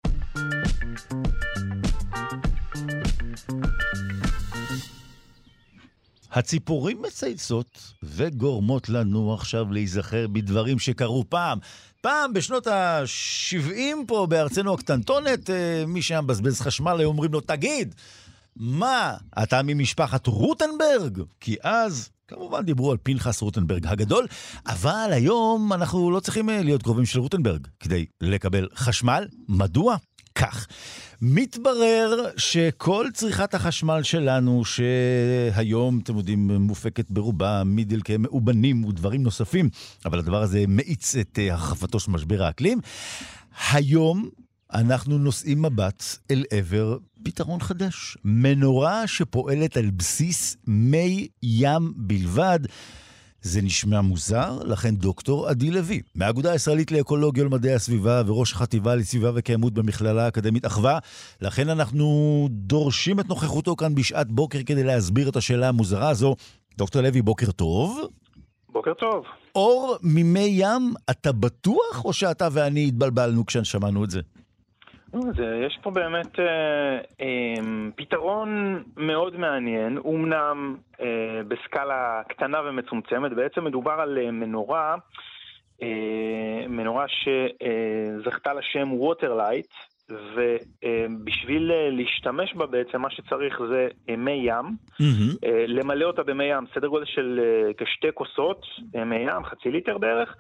הציפורים מצייצות וגורמות לנו עכשיו להיזכר בדברים שקרו פעם. פעם בשנות ה-שבעים פה בארצנו הקטנטונת, מי שהיה מבזבז חשמל היו אומרים לו, תגיד, מה, אתה ממשפחת רוטנברג? כי אז... כמובן דיברו על פנחס רוטנברג הגדול, אבל היום אנחנו לא צריכים להיות קרובים של רוטנברג כדי לקבל חשמל. מדוע? כך. מתברר שכל צריכת החשמל שלנו, שהיום, אתם יודעים, מופקת ברובה מדלקי מאובנים ודברים נוספים, אבל הדבר הזה מאיץ את החפתו של משבר האקלים. היום אנחנו נושאים מבט אל עבר פתרון חדש. מנורה שפועלת על בסיס מי ים בלבד. זה נשמע מוזר, לכן דוקטור עדי לוי, מהאגודה הישראלית לאקולוגיה ולמדעי הסביבה וראש החטיבה לסביבה וקיימות במכללה האקדמית אחווה, לכן אנחנו דורשים את נוכחותו כאן בשעת בוקר כדי להסביר את השאלה המוזרה הזו. דוקטור לוי, בוקר טוב. בוקר טוב. אור ממי ים, אתה בטוח או שאתה ואני התבלבלנו כששמענו את זה? זה, יש פה באמת אה, אה, פתרון מאוד מעניין, אומנם אה, בסקאלה קטנה ומצומצמת. בעצם מדובר על אה, מנורה, אה, מנורה שזכתה לשם ווטרלייט, ובשביל אה, להשתמש בה בעצם מה שצריך זה אה, מי ים, mm-hmm. אה, למלא אותה במי ים, סדר גודל של אה, כשתי כוסות, אה, מי ים, חצי ליטר בערך,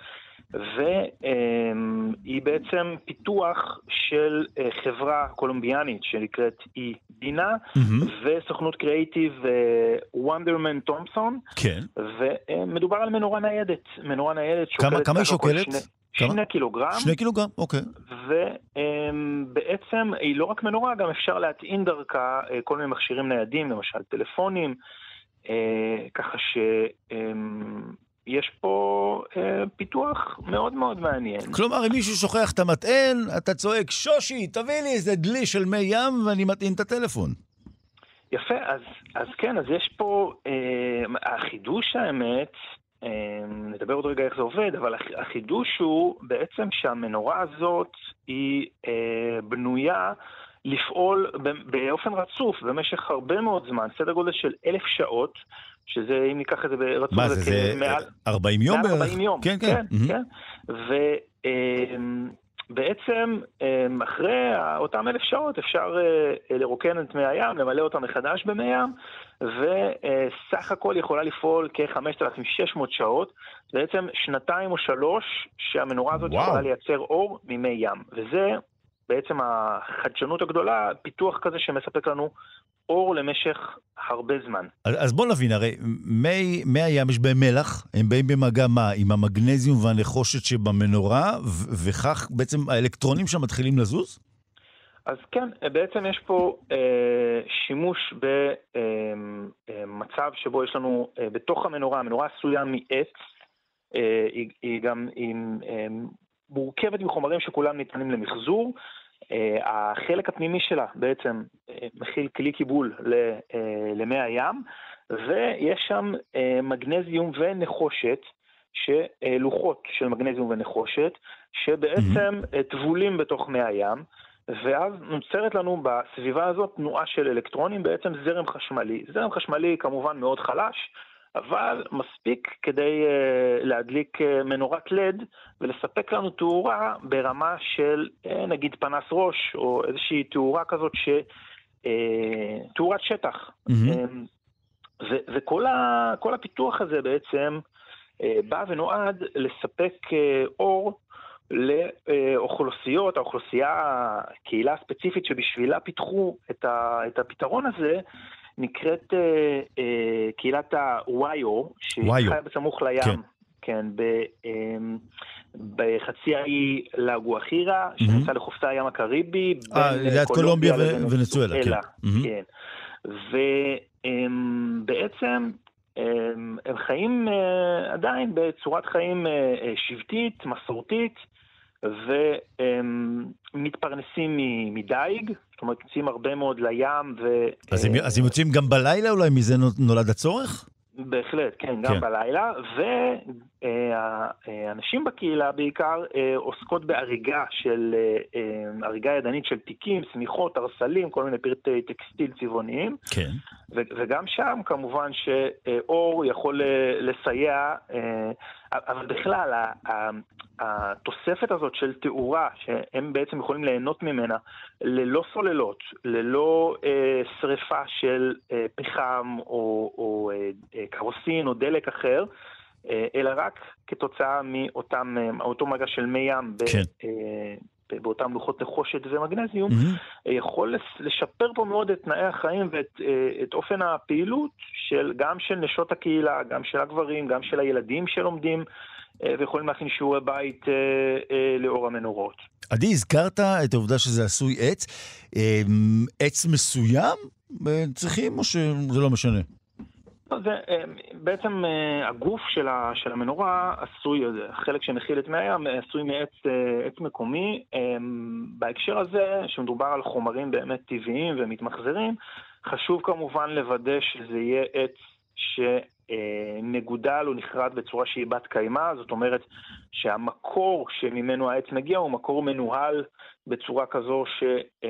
והיא בעצם פיתוח של חברה קולומביאנית שנקראת אי בינה, וסוכנות קריאיטיב וונדרמן תומפסון. כן. ומדובר על מנורה ניידת. מנורה ניידת שוקלת... כמה היא שוקלת? שני קילוגרם. שני קילוגרם, אוקיי. ובעצם היא לא רק מנורה, גם אפשר להטעין דרכה כל מיני מכשירים ניידים, למשל טלפונים, ככה ש... יש פה אה, פיתוח מאוד מאוד מעניין. כלומר, אם מישהו שוכח את המטען, אתה צועק, שושי, תביא לי איזה דלי של מי ים ואני מטעין את הטלפון. יפה, אז, אז כן, אז יש פה, אה, החידוש האמת, אה, נדבר עוד רגע איך זה עובד, אבל החידוש הוא בעצם שהמנורה הזאת היא אה, בנויה לפעול באופן רצוף במשך הרבה מאוד זמן, סדר גודל של אלף שעות, שזה, אם ניקח את זה ברצוף, מה זה, זה מעל ארבעים יום בערך? ארבעים יום, כן, כן. כן, כן. ובעצם אחרי אותם אלף שעות אפשר לרוקן את מי הים, למלא אותם מחדש במי ים, וסך הכל יכולה לפעול כ-חמשת אלפים ושש מאות שעות, בעצם שנתיים או שלוש שהמנורה הזאת וואו. יכולה לייצר אור ממי ים, וזה בעצם החדשנות הגדולה, פיתוח כזה שמספק לנו אור למשך הרבה זמן. אז בוא נבין, הרי מי, מי הים יש בהם מלח, הם באים במגע מה? עם המגנזיום והנחושת שבמנורה, ו- וכך בעצם האלקטרונים שם מתחילים לזוז? אז כן, בעצם יש פה אה, שימוש במצב אה, שבו יש לנו אה, בתוך המנורה, המנורה עשויה מעץ, אה, היא, היא גם עם, אה, מורכבת מחומרים שכולם ניתנים למחזור, Uh, החלק הפנימי שלה בעצם uh, מכיל כלי קיבול uh, למי הים, ויש שם uh, מגנזיום ונחושת, שלוחות של מגנזיום ונחושת, שבעצם mm-hmm. טבולים בתוך מי הים, ואז נוצרת לנו בסביבה הזאת תנועה של אלקטרונים, בעצם זרם חשמלי. זרם חשמלי כמובן מאוד חלש, אבל מספיק כדי uh, להדליק uh, מנורת לד ולספק לנו תאורה ברמה של uh, נגיד פנס ראש או איזושהי תאורה כזאת ש... uh, תאורת שטח. Mm-hmm. Um, ו- וכל ה- כל הפיתוח הזה בעצם uh, בא ונועד לספק uh, אור לאוכלוסיות, האוכלוסייה, הקהילה הספציפית שבשבילה פיתחו את, ה- את הפתרון הזה, נקראת אה, אה, קהילת הוויו, שהיא חיה בסמוך לים, כן, כן ב, אה, בחצי האי לגואחירה, mm-hmm. שנמצא לחופי הים הקריבי, אה, ליד קולומביה וונצואלה, כן. Mm-hmm. כן. ובעצם הם, הם חיים אה, עדיין בצורת חיים אה, שבטית, מסורתית, והם מתפרנסים מדייג, זאת אומרת, יוצאים הרבה מאוד לים. ו... אז הם, אז הם יוצאים גם בלילה אולי? מזה נולד הצורך? בהחלט, כן, גם כן. בלילה, והאנשים בקהילה בעיקר עוסקות באריגה של, אריגה ידנית של תיקים, סמיכות, ארסלים, כל מיני פרטי טקסטיל צבעוניים. כן. ו- וגם שם כמובן שאור יכול לסייע אבל בכלל, התוספת הזאת של תאורה, שהם בעצם יכולים ליהנות ממנה, ללא סוללות, ללא אה, שריפה של אה, פחם או, או אה, קרוסין או דלק אחר, אה, אלא רק כתוצאה מאותם, מאותו מגע של מי ים ב, כן. אה, באותם לוחות נחושת ומגנזיום, mm-hmm. יכול לשפר פה מאוד את תנאי החיים ואת את אופן הפעילות של, גם של נשות הקהילה, גם של הגברים, גם של הילדים שלומדים, ויכולים להכין שיעורי בית לאור המנורות. עדי, הזכרת את העובדה שזה עשוי עץ. עץ מסוים צריכים או שזה לא משנה? זה, בעצם הגוף של, ה, של המנורה עשוי, החלק שמכיל את מי הים, עשוי מעץ עץ מקומי. בהקשר הזה, שמדובר על חומרים באמת טבעיים ומתמחזרים, חשוב כמובן לוודא שזה יהיה עץ שמגודל או נחרד בצורה שהיא בת קיימה, זאת אומרת שהמקור שממנו העץ מגיע הוא מקור מנוהל בצורה כזו ש...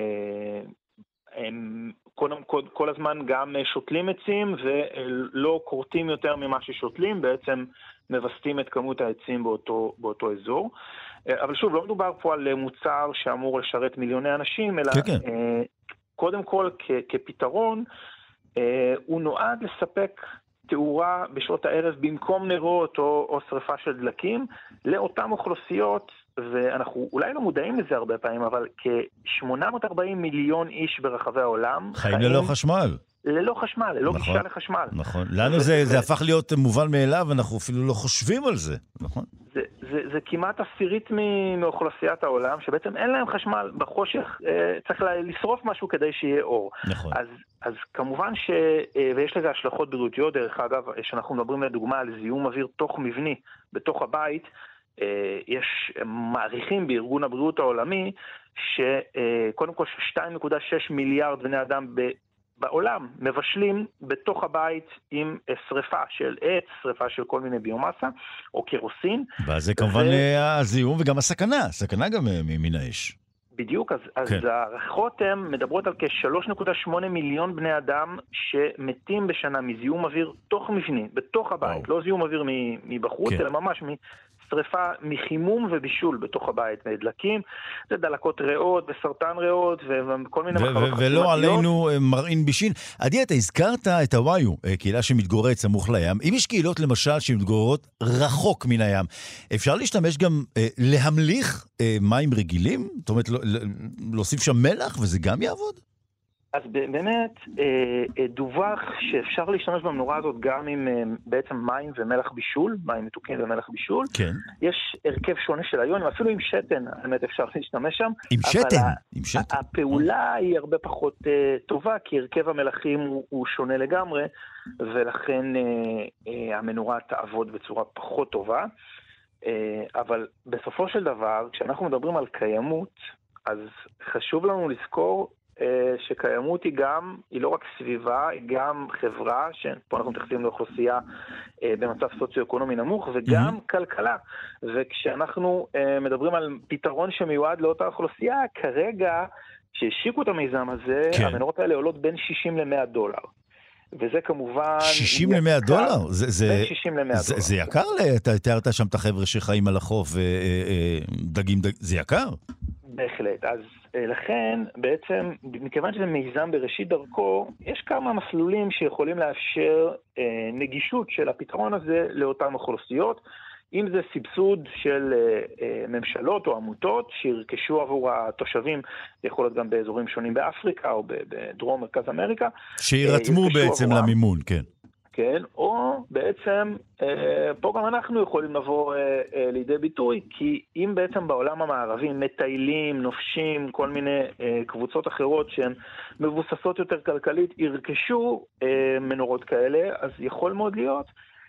הם קודם כל, כל הזמן גם שותלים עצים ולא קורטים יותר ממה ששותלים, בעצם מבסטים את כמות העצים באותו, באותו אזור. אבל שוב, לא מדובר פה על מוצר שאמור לשרת מיליוני אנשים, אלא כן, כן. קודם כל כ, כפתרון, הוא נועד לספק תאורה בשעות הערב במקום נרות או, או שריפה של דלקים לאותן אוכלוסיות, ואנחנו אולי לא מודעים לזה הרבה פעמים, אבל כ-שמונה מאות וארבעים מיליון איש ברחבי העולם חיים ללא חשמל. ללא חשמל, ללא נכון, גישה לחשמל. נכון. לנו זה, זה הפך להיות מובן מאליו, אנחנו אפילו לא חושבים על זה, נכון? זה, זה, זה כמעט עשירית מאוכלוסיית העולם, שבעצם אין להם חשמל בחושך, צריך לשרוף משהו כדי שיהיה אור. נכון. אז, אז כמובן ש... ויש לזה השלכות בריאותיות, דרך אגב, שאנחנו מדברים לדוגמה על זיהום אוויר תוך מבני, בתוך הבית, יש מעריכים בארגון הבריאות העולמי, שקודם כל שתיים נקודה שש מיליארד בני אדם ב... בעולם מבשלים בתוך הבית עם שריפה של עץ, שריפה של כל מיני ביומסה, או קרוסין. ואז זה כמובן ו... הזיהום וגם הסכנה, הסכנה גם מן האש. בדיוק, אז, כן. אז הערכות הן מדברות על כ-שלוש נקודה שמונה מיליון בני אדם שמתים בשנה מזיהום אוויר תוך מבני, בתוך הבית, וואו. לא זיהום אוויר מבחוץ, כן. אלא ממש משריפה, מחימום ובישול בתוך הבית, מדלקים, זה דלקות ריאות וסרטן ריאות וכל מיני מחלות חסימתיות. ולא עלינו מרעין בישין. עדי, אתה הזכרת את הוויו, קהילה שמתגוררת סמוך לים. אם יש קהילות למשל שמתגוררות רחוק מן הים, אפשר להשתמש גם אה, להמליך אה, מים רגילים? זאת אומרת, לא, להוסיף שם מלח וזה גם יעבוד? אז באמת דווח שאפשר להשתמש במנורה הזאת גם עם בעצם מים ומלח בישול, מים מתוקים ומלח בישול. כן. יש הרכב שונה של איונים, אפילו עם שתן, האמת אפשר להשתמש שם. עם שתן? עם שתן. הפעולה היא הרבה פחות טובה, כי הרכב המלחים הוא שונה לגמרי, ולכן המנורה תעבוד בצורה פחות טובה. אבל בסופו של דבר, כשאנחנו מדברים על קיימות, אז חשוב לנו לזכור שקיימות היא גם, היא לא רק סביבה, היא גם חברה, שפה אנחנו מתייחסים לאוכלוסייה במצב סוציו-אקונומי נמוך, וגם mm-hmm. כלכלה. וכשאנחנו מדברים על פתרון שמיועד לאותה אוכלוסייה, כרגע, כשהשיקו את המיזם הזה, כן. המנורות האלה עולות בין שישים למאה דולר. וזה כמובן... שישים למאה דולר? זה, זה, בין שישים למאה זה, דולר. זה יקר? אתה תיארת שם את החבר'ה שחיים על החוף ודגים, דג... זה יקר? בהחלט. אז לכן, בעצם, מכיוון שזה מיזם בראשית דרכו, יש כמה מסלולים שיכולים לאפשר אה, נגישות של הפתרון הזה לאותן אוכלוסיות, אם זה סבסוד של אה, אה, ממשלות או עמותות שירכשו עבור התושבים, יכול להיות גם באזורים שונים באפריקה או בדרום מרכז אמריקה. שירתמו אה, בעצם עבורם. למימון, כן. כן, או בעצם, אה, פה גם אנחנו יכולים לבוא אה, אה, לידי ביטוי, כי אם בעצם בעולם המערבי מטיילים, נופשים, כל מיני אה, קבוצות אחרות שהן מבוססות יותר כלכלית, ירכשו אה, מנורות כאלה, אז יכול מאוד להיות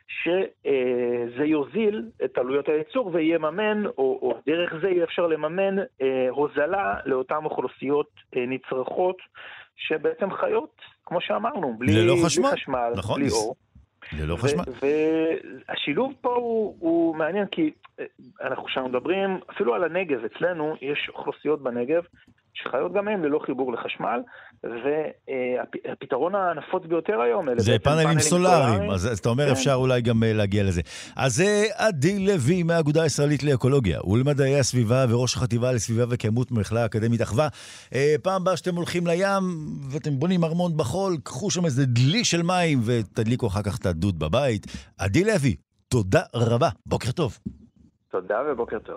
שזה יוזיל את עלויות הייצור ויממן, או, או דרך זה יהיה אפשר לממן אה, הוזלה לאותן אוכלוסיות אה, נצרכות, שבעצם חיות, כמו שאמרנו, בלי, ללא חשמל, בלי חשמל, נכון, בלי אור. ללא חשמל. והשילוב פה הוא, הוא מעניין, כי אנחנו כשאנחנו מדברים, אפילו על הנגב, אצלנו יש אוכלוסיות בנגב, שחיות גם הם ללא חיבור לחשמל, והפתרון הנפוץ ביותר היום... זה פאנלים סולאריים, אז אתה אומר אפשר אולי גם להגיע לזה. אז זה עדי לוי מהאגודה הישראלית לאקולוגיה, ולמדעי הסביבה וראש החטיבה לסביבה וכמות במכללה האקדמית אחווה. פעם הבאה שאתם הולכים לים ואתם בונים ארמון בחול, קחו שם איזה דלי של מים ותדליקו אחר כך את הדוד בבית. עדי לוי, תודה רבה, בוקר טוב. תודה ובוקר טוב.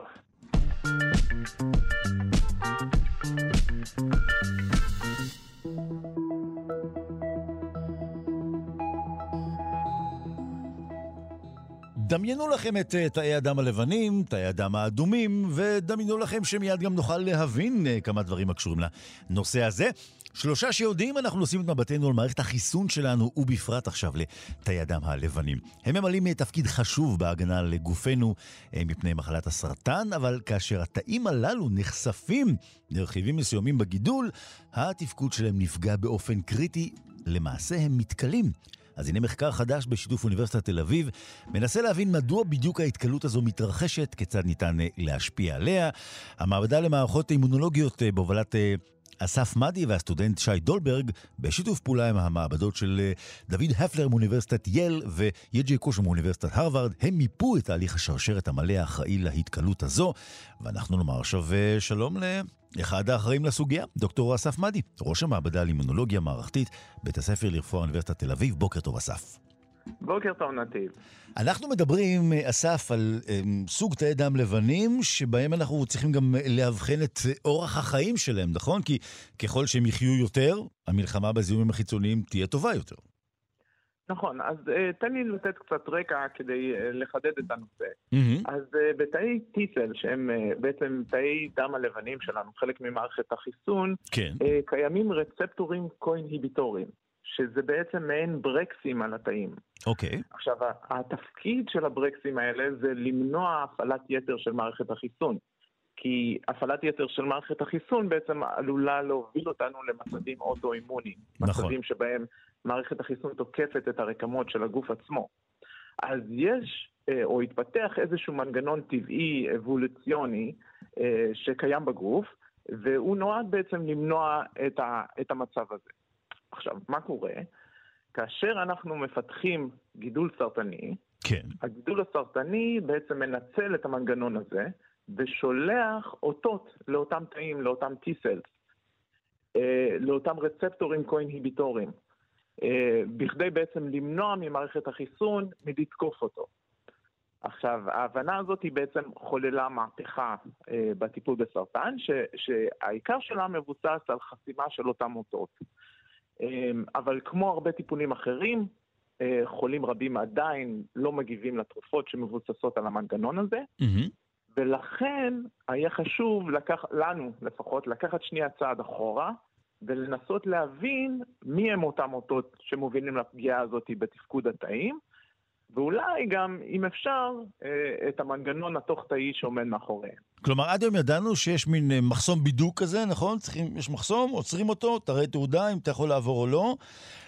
דמיינו לכם את תאי הדם הלבנים, תאי הדם האדומים, ודמיינו לכם שמיד גם נוכל להבין כמה דברים הקשורים לנושא הזה. שלושה שיודעים אנחנו נושאים את מבטנו על מערכת החיסון שלנו, ובפרט עכשיו לתאי הדם הלבנים. הם ממלאים תפקיד חשוב בהגנה על גופנו מפני מחלת הסרטן, אבל כאשר התאים הללו נחשפים לרכיבים מסוימים בגידול, התפקוד שלהם נפגע באופן קריטי, למעשה הם מתקלים. אז הנה מחקר חדש בשיתוף אוניברסיטת תל אביב, מנסה להבין מדוע בדיוק ההתקלות הזו מתרחשת, כיצד ניתן להשפיע עליה. המעבדה למערכות אימונולוגיות בהובלת אסף מדי והסטודנט שי דולברג, בשיתוף פעולה עם המעבדות של דוד הפלר מאוניברסיטת יל ויג'י קוש מאוניברסיטת הרווארד, הם מיפו את תהליך השרשרת המלא האחראי להתקלות הזו. ואנחנו נאמר עכשיו שלום לאחד האחראים לסוגיה, דוקטור אסף מדי, ראש המעבדה לאימונולוגיה מערכתית, בית הספר לרפואה אוניברסיטת תל אביב. בוקר טוב אסף. בוקר טוב נתיב. אנחנו מדברים, אסף, על um, סוג תאי דם לבנים, שבהם אנחנו צריכים גם להבחן את אורח החיים שלהם, נכון? כי ככל שהם יחיו יותר, המלחמה בזיהומים החיצוניים תהיה טובה יותר. נכון, אז uh, תן לי לתת קצת רקע כדי uh, לחדד את הנושא. Mm-hmm. אז uh, בתאי T-cell, שהם uh, בעצם תאי דם הלבנים שלנו, חלק ממערכת החיסון, כן. uh, קיימים רצפטורים קו-אינהיביטוריים. שזה בעצם מעין ברקסים על התאים. אוקיי. עכשיו, התפקיד של הברקסים האלה זה למנוע הפעלת יתר של מערכת החיסון. כי הפעלת יתר של מערכת החיסון בעצם עלולה להוביל אותנו למצבים אוטואימוניים. נכון. מצבים שבהם מערכת החיסון תוקפת את הרקמות של הגוף עצמו. אז יש, או התפתח איזשהו מנגנון טבעי אבולוציוני שקיים בגוף, והוא נועד בעצם למנוע את, ה, את המצב הזה. עכשיו, מה קורה? כאשר אנחנו מפתחים גידול סרטני, כן. הגידול הסרטני בעצם מנצל את המנגנון הזה, ושולח אותות לאותם תאים, לאותם T-cells, אה, לאותם רצפטורים קו-אינהיביטוריים, אה, בכדי בעצם למנוע ממערכת החיסון מלתקוף אותו. עכשיו, ההבנה הזאת היא בעצם חוללה מהפכה אה, בטיפול בסרטן, ש, שהעיקר שלה מבוסס על חסימה של אותם אותות. אבל כמו הרבה טיפולים אחרים, חולים רבים עדיין לא מגיבים לתרופות שמבוססות על המנגנון הזה, Mm-hmm. ולכן היה חשוב לקח, לנו לפחות לקחת שנייה צעד אחורה, ולנסות להבין מי הם אותם אותות שמובילים לפגיעה הזאת בתפקוד התאים, ואולי גם, אם אפשר, את המנגנון התוך-תאי שעומד מאחוריהם. כלומר, עד היום ידענו שיש מין מחסום בידוק כזה, נכון? צריכים, יש מחסום, עוצרים אותו, תראה תעודה, אם אתה יכול לעבור או לא.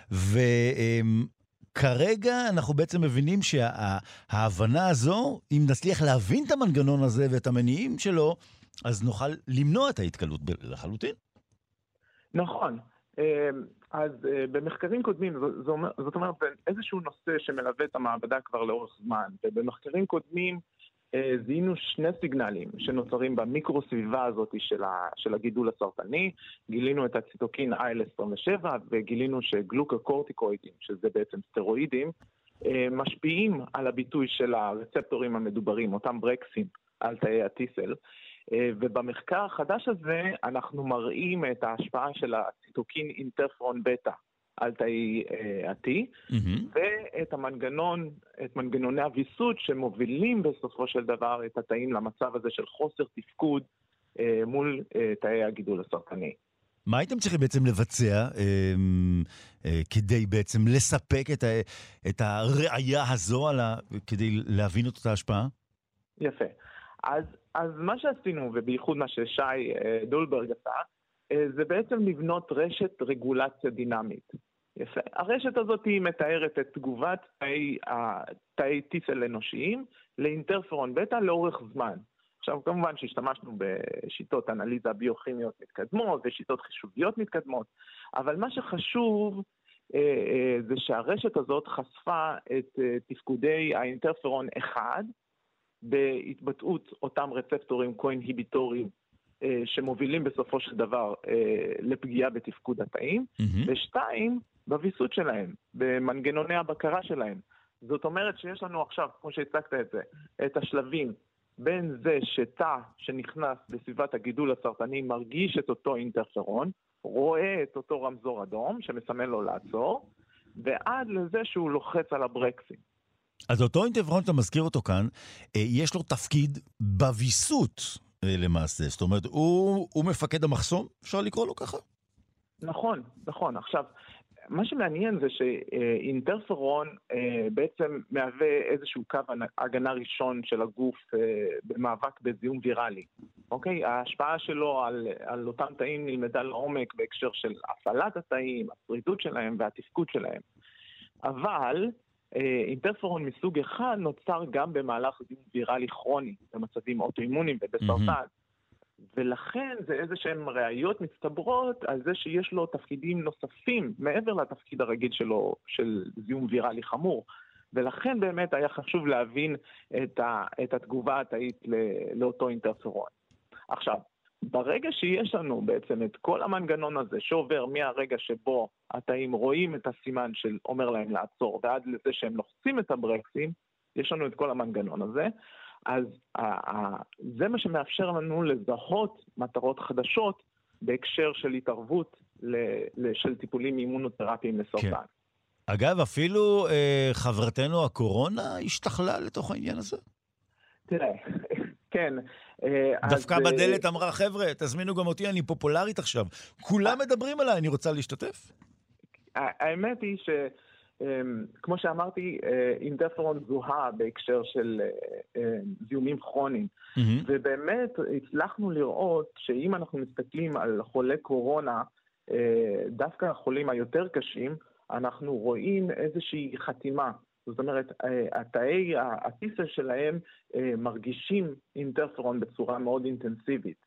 וכרגע אנחנו בעצם מבינים שההבנה הזו, אם נצליח להבין את המנגנון הזה ואת המניעים שלו, אז נוכל למנוע את ההתקלות לחלוטין. נכון. אז במחקרים קודמים, זאת אומרת, איזשהו נושא שמלווה את המעבדה כבר לאורך זמן, ובמחקרים קודמים זיהינו שני סיגנלים שנוצרים במיקרו-סביבה הזאת של, ה, של הגידול הסרטני, גילינו את הציטוקין איי אל עשרים ושבע, וגילינו שגלוקוקורטיקואידים, שזה בעצם סטרואידים, משפיעים על הביטוי של הרצפטורים המדוברים, אותם ברקסים על תאי הטיסל, ובמחקר החדש הזה אנחנו מראים את ההשפעה של הציטוקין אינטרפרון בטא על תאי ה-T, Mm-hmm. ואת המנגנון, את מנגנוני הוויסות שמובילים בסופו של דבר את התאים למצב הזה של חוסר תפקוד אה, מול אה, תאי הגידול הסרטני. מה הייתם צריכים בעצם לבצע אה, אה, כדי בעצם לספק את, ה, את הראייה הזו על ה, כדי להבין את אותה השפעה? יפה. אז, אז מה שעשינו, ובייחוד מה ששי אה, דולברג עשה, אה, זה בעצם לבנות רשת רגולציה דינמית. יפה. הרשת הזאת היא מתארת את תגובת תאי, תאי T-cell אנושיים לאינטרפרון בטא לאורך זמן. עכשיו, כמובן שהשתמשנו בשיטות אנליזה ביוכימיות מתקדמות ושיטות חישוביות מתקדמות, אבל מה שחשוב זה שהרשת הזאת חשפה את תפקודי האינטרפרון אחד בהתבטאות אותם רצפטורים קו-אינהיביטוריים שמובילים בסופו של דבר לפגיעה בתפקוד התאים, mm-hmm. ושתיים, בוויסות שלהם, במנגנוני הבקרה שלהם. זאת אומרת שיש לנו עכשיו, כמו שהצגת את זה, את השלבים בין זה שתא שנכנס בסביבת הגידול הסרטני מרגיש את אותו אינטרפרון, רואה את אותו רמזור אדום שמסמן לו לעצור, ועד לזה שהוא לוחץ על הברקסים. אז אותו אינטרפרון, אתה מזכיר אותו כאן, יש לו תפקיד בוויסות למעשה. זאת אומרת, הוא, הוא מפקד המחסום, אפשר לקרוא לו ככה? נכון, נכון. עכשיו, מה שמעניין זה שאינטרפרון בעצם מהווה איזשהו קו הגנה ראשון של הגוף במאבק בזיהום ויראלי. אוקיי? ההשפעה שלו על, על אותם תאים נלמדה לעומק בהקשר של הפעלת התאים, השרידות שלהם והתפקוד שלהם. אבל אינטרפרון מסוג אחד נוצר גם במהלך זיהום ויראלי כרוני, במצבים אוטואימוניים ובסרטן. ולכן זה איזה שהן ראיות מצטברות על זה שיש לו תפקידים נוספים מעבר לתפקיד הרגיל שלו של זיהום ויראלי חמור. ולכן באמת היה חשוב להבין את, ה, את התגובה התאית לאותו אינטרפרון. עכשיו, ברגע שיש לנו בעצם את כל המנגנון הזה שעובר מהרגע שבו התאים רואים את הסימן של אומר להם לעצור ועד לזה שהם לוחצים את הברקסים, יש לנו את כל המנגנון הזה. אז זה מה שמאפשר לנו לזהות מטרות חדשות בהקשר של התערבות של טיפולים אימונותרפיים לסרטן. כן. אגב, אפילו אה, חברתנו הקורונה השתכלה לתוך העניין הזה? תראה, כן. דווקא אז, בדלת אמרה, חבר'ה, תזמינו גם אותי, אני פופולרית עכשיו. כולם מדברים עליי, אני רוצה להשתתף. האמת היא ש... כמו שאמרתי, אינטרפרון זוהה בהקשר של זיהומים כרוניים, ובאמת הצלחנו לראות שאם אנחנו מסתכלים על חולי קורונה, דווקא החולים היותר קשים, אנחנו רואים איזושהי חתימה. זאת אומרת, התאי הטיסה שלהם מרגישים אינטרפרון בצורה מאוד אינטנסיבית.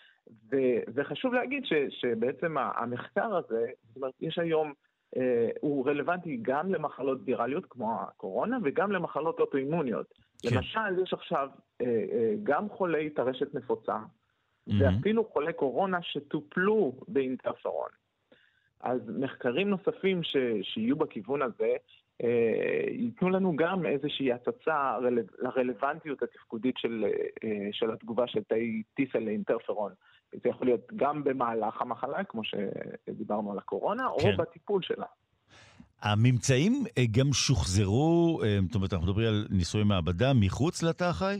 וחשוב להגיד שבעצם המחקר הזה, זאת אומרת, יש היום הוא רלוונטי גם למחלות ויראליות כמו הקורונה וגם למחלות אוטואימוניות. כן. למשל, יש עכשיו גם חולי טרשת נפוצה, mm-hmm. ואפילו חולי קורונה שטופלו באינטרפרון. אז מחקרים נוספים ש... שיהיו בכיוון הזה, ייתנו לנו גם איזושהי הצצה לרלוונטיות התפקודית של, של התגובה של תאי טיסה לאינטרפרון. זה יכול להיות גם במהלך המחלה, כמו שדיברנו על הקורונה, כן. או בטיפול שלה. הממצאים גם שוחזרו, זאת אומרת, אנחנו מדברים על ניסויי מעבדה, מחוץ לתא החי?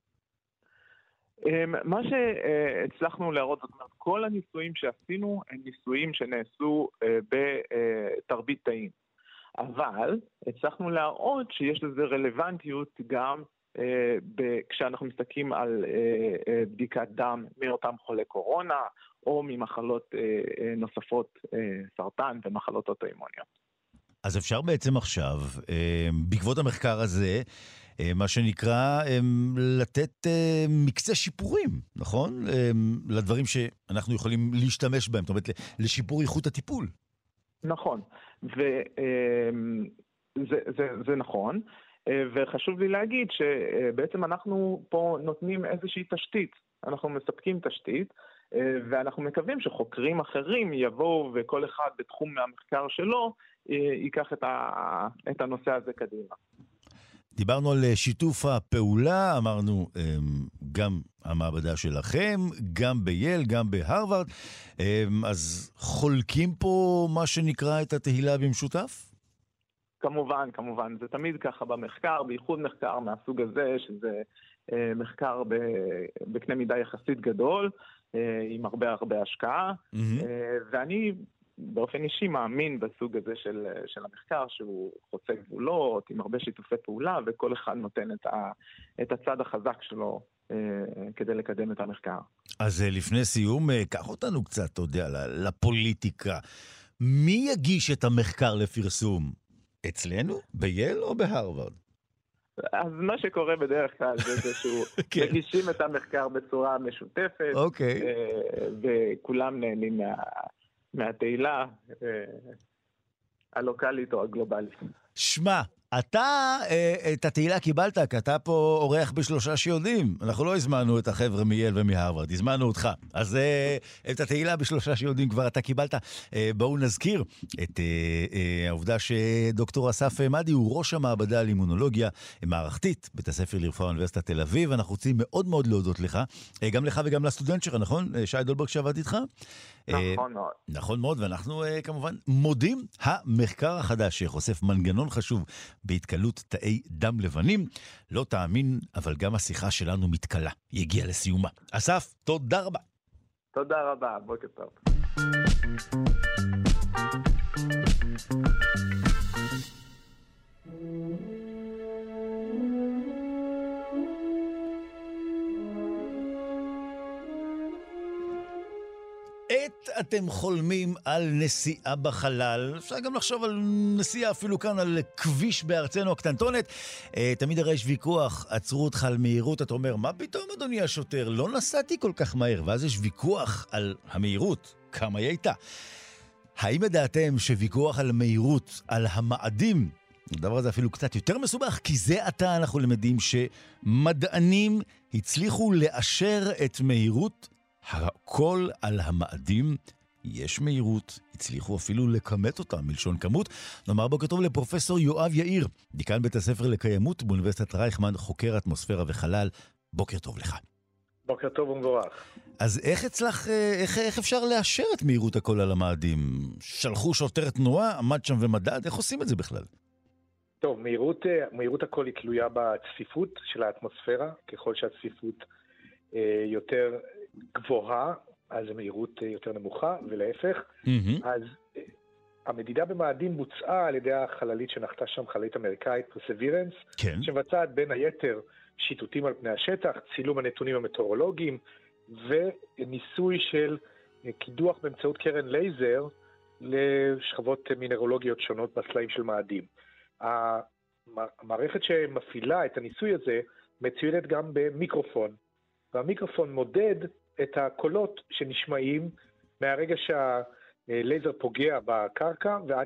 מה שהצלחנו להראות, זאת אומרת, כל הניסויים שעשינו הם ניסויים שנעשו בתרבית תאים. אבל הצלחנו להראות שיש לזה רלוונטיות גם כשאנחנו מסתכלים על בדיקת דם מאותם חולי קורונה, או ממחלות נוספות, סרטן ומחלות אוטואימוניות. אז אפשר בעצם עכשיו, בעקבות המחקר הזה, מה שנקרא, לתת מקצה שיפורים, נכון? לדברים שאנחנו יכולים להשתמש בהם, זאת אומרת, לשיפור איכות הטיפול. נכון, וזה זה, זה נכון. וחשוב לי להגיד שבעצם אנחנו פה נותנים איזושהי תשתית, אנחנו מספקים תשתית, ואנחנו מקווים שחוקרים אחרים יבואו וכל אחד בתחום מהמחקר שלו ייקח את, ה, את הנושא הזה קדימה. דיברנו על שיתוף הפעולה, אמרנו גם המעבדה שלכם, גם בייל, גם בהרווארד, אז חולקים פה מה שנקרא את התהילה במשותף? כמובן, כמובן. זה תמיד ככה במחקר, בייחוד מחקר מהסוג הזה, שזה אה, מחקר בקנה מידה יחסית גדול, אה, עם הרבה הרבה השקעה, mm-hmm. אה, ואני באופן אישי מאמין בסוג הזה של, של המחקר, שהוא חוצה גבולות, עם הרבה שיתופי פעולה, וכל אחד נותן את, ה, את הצד החזק שלו אה, כדי לקדם את המחקר. אז לפני סיום, קח אותנו קצת, אתה יודע, לפוליטיקה. מי יגיש את המחקר לפרסום? אצלנו? בייל או בהרווארד? אז מה שקורה בדרך כלל זה שהוא מגישים את המחקר בצורה משותפת, אוקיי. וכולם נהנים מהתהילה הלוקלית או הגלובלית. שמע, אתה את התהילה קיבלת, כי אתה פה אורח בשלושה שיודעים. אנחנו לא הזמנו את החבר'ה מייל ומהרווארד, הזמנו אותך. אז את התהילה בשלושה שיודעים כבר אתה קיבלת. בואו נזכיר את העובדה שדוקטור אסף מדי הוא ראש המעבדה לאימונולוגיה מערכתית, בית הספר לרפואה אוניברסיטת תל אביב. אנחנו רוצים מאוד מאוד להודות לך, גם לך וגם לסטודנט שלך, נכון? שי דולברג שעבד איתך? נכון מאוד. נכון מאוד, ואנחנו כמובן מודים. המחקר החדש שחושף מנגנון חשוב בהתקלות תאי דם לבנים. לא תאמין, אבל גם השיחה שלנו מתקלה. היא הגיעה לסיומה. אסף, תודה רבה. תודה רבה, בוקר טוב. עת אתם חולמים על נסיעה בחלל, אפשר גם לחשוב על נסיעה אפילו כאן על כביש בארצנו הקטנטונת. תמיד הרי יש ויכוח, עצרו אותך על מהירות, אתה אומר, מה פתאום אדוני השוטר, לא נסעתי כל כך מהר, ואז יש ויכוח על המהירות, כמה היא הייתה. האם ידעתם שוויכוח על מהירות, על המאדים, הדבר הזה אפילו קצת יותר מסובך, כי זה עתה אנחנו למדים שמדענים הצליחו לאשר את מהירות הכל על המאדים. יש מהירות, הצליחו אפילו לכמת אותה מלשון כמות. נאמר בוקר טוב לפרופסור יואב יאיר, דיקן בית הספר לקיימות באוניברסיטת רייכמן, חוקר אטמוספירה וחלל. בוקר טוב לך. בוקר טוב ומבורך. אז איך הצלח, איך, איך אפשר לאשר את מהירות הכל על המאדים? שלחו שוטר תנועה, עמד שם ומדד? איך עושים את זה בכלל? טוב, מהירות, מהירות הכל היא תלויה בצפיפות של האטמוספירה. ככל שהצפיפות אה, יותר גבוהה, אז המהירות יותר נמוכה, ולהפך. Mm-hmm. אז uh, המדידה במאדים בוצעה על ידי החללית שנחתה שם, חללית אמריקאית, פרסווירנס, כן. שמבצעת בין היתר שיטוטים על פני השטח, צילום הנתונים המטאורולוגיים, וניסוי של קידוח באמצעות קרן לייזר לשכבות מינרולוגיות שונות בסלעים של מאדים. המערכת שמפעילה את הניסוי הזה מצוינת גם במיקרופון, והמיקרופון מודד את הקולות שנשמעים מהרגע שהלייזר פוגע בקרקע ועד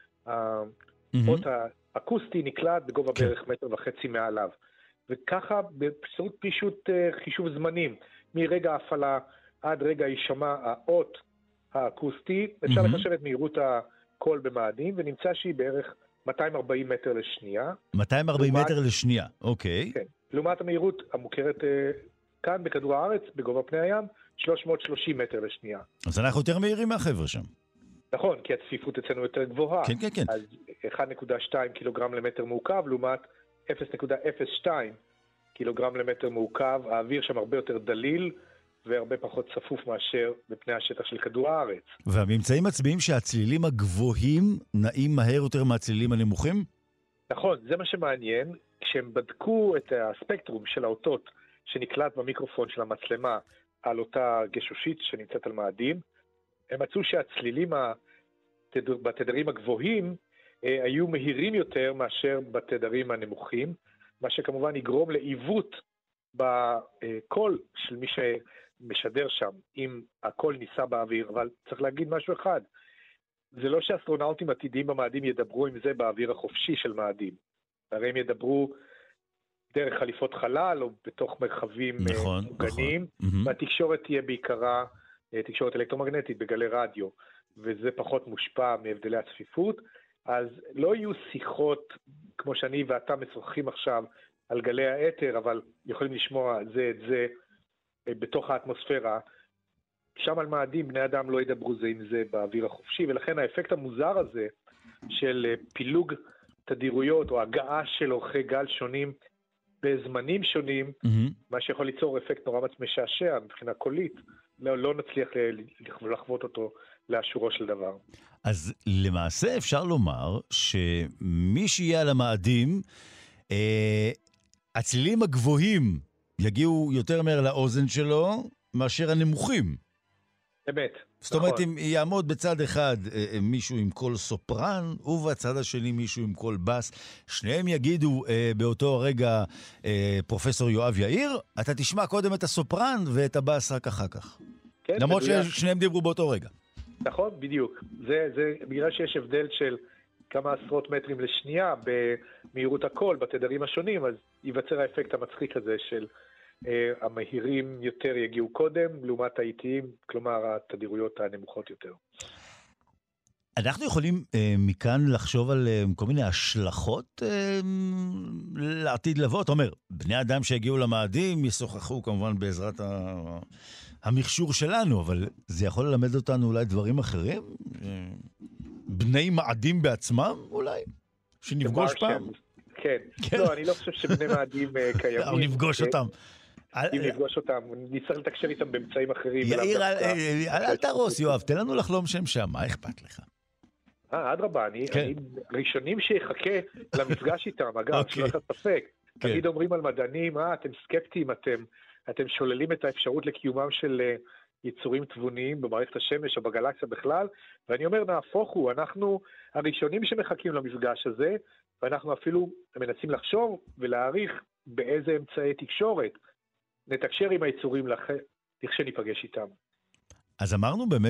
שהאות האקוסטי נקלט בגובה בערך מטר וחצי מעליו. וככה בפשוט פשוט חישוב זמנים, מרגע ההפעלה עד רגע יישמע האות האקוסטי, אפשר לחשב את מהירות הקול במאדים, ונמצא שהיא בערך מאתיים וארבעים מטר לשנייה. מאתיים וארבעים מטר לשנייה, אוקיי. כן. לעומת המהירות המוכרת כאן בכדור הארץ, בגובה פני הים, שלוש מאות ושלושים מטר לשנייה. אז אנחנו יותר מהירים מהחבר'ה שם. נכון, כי הצפיפות אצלנו יותר גבוהה. כן, כן, כן. אז אחת נקודה שתיים קילוגרם למטר מעוקב, לעומת אפס נקודה אפס שתיים קילוגרם למטר מעוקב. האוויר שם הרבה יותר דליל, והרבה פחות צפוף מאשר בפני השטח של כדור הארץ. והממצאים מצביעים שהצלילים הגבוהים נעים מהר יותר מהצלילים הנמוכים? נכון, זה מה שמעניין. כשהם בדקו את הספקטרום של האותות שנקלט במיקרופון של המצלמה על אותה גשושית שנמצאת על מאדים, הם מצאו שהצלילים בתדרים הגבוהים אה, היו מהירים יותר מאשר בתדרים הנמוכים, מה שכמובן יגרום לעיוות בקול של מי שמשדר שם, אם הקול ניסה באוויר. אבל צריך להגיד משהו אחד, זה לא שאסטרונאוטים עתידיים במאדים ידברו עם זה באוויר החופשי של מאדים, הרי הם ידברו דרך חליפות חלל או בתוך מרחבים נכון, מוגנים, נכון. והתקשורת תהיה בעיקרה תקשורת אלקטרומגנטית בגלי רדיו, וזה פחות מושפע מהבדלי הצפיפות. אז לא יהיו שיחות כמו שאני ואתה משוחחים עכשיו על גלי האתר, אבל יכולים לשמוע זה את זה בתוך האטמוספירה. שם על מאדים בני אדם לא ידברו זה עם זה באוויר החופשי, ולכן האפקט המוזר הזה של פילוג תדירויות או הגעה של אורכי גל שונים בזמנים שונים, mm-hmm. מה שיכול ליצור אפקט נורא משעשע מבחינה קולית, לא, לא נצליח לחוות אותו לאשורו של דבר. אז למעשה אפשר לומר שמי שיהיה על המאדים, אה, הצלילים הגבוהים יגיעו יותר מהר לאוזן שלו מאשר הנמוכים. אמת. זאת אומרת, אם יעמוד בצד אחד מישהו עם קול סופרן, ובצד השני מישהו עם קול בס, שניהם יגידו באותו הרגע פרופסור יואב יאיר, אתה תשמע קודם את הסופרן ואת הבס רק אחר כך. כן, למרות ששניהם דיברו באותו רגע. נכון, בדיוק. זה, זה בגלל שיש הבדל של כמה עשרות מטרים לשנייה במהירות הקול, בתדרים השונים, אז ייווצר האפקט המצחיק הזה של uh, המהירים יותר יגיעו קודם, לעומת האיטיים, כלומר התדירויות הנמוכות יותר. אנחנו יכולים uh, מכאן לחשוב על uh, כל מיני השלכות uh, לעתיד לבוא. אתה אומר, בני אדם שהגיעו למאדים ישוחחו כמובן בעזרת ה... המכשור שלנו, אבל זה יכול ללמד אותנו אולי דברים אחרים? בני מאדים בעצמם אולי? שנפגוש פעם? כן. לא, אני לא חושב שבני מאדים קיימים. או נפגוש אותם. אם נפגוש אותם, נצטרך לתקשר איתם באמצעים אחרים. יאיר, אל תרוס, יואב, תן לנו לחלום שם שם, מה אכפת לך? אה, אדרבה, אני ראשונים שיחכה למפגש איתם, אגב, שלא לך ספק. תמיד אומרים על מדענים, אה, אתם סקפטיים, אתם... אתם שוללים את האפשרות לקיומם של יצורים תבוניים במערכת השמש או בגלקסיה בכלל, ואני אומר, נהפוך הוא, אנחנו הראשונים שמחכים למפגש הזה, ואנחנו אפילו מנסים לחשוב ולהעריך באיזה אמצעי תקשורת נתקשר עם היצורים לכשניפגש איתם. אז אמרנו באמת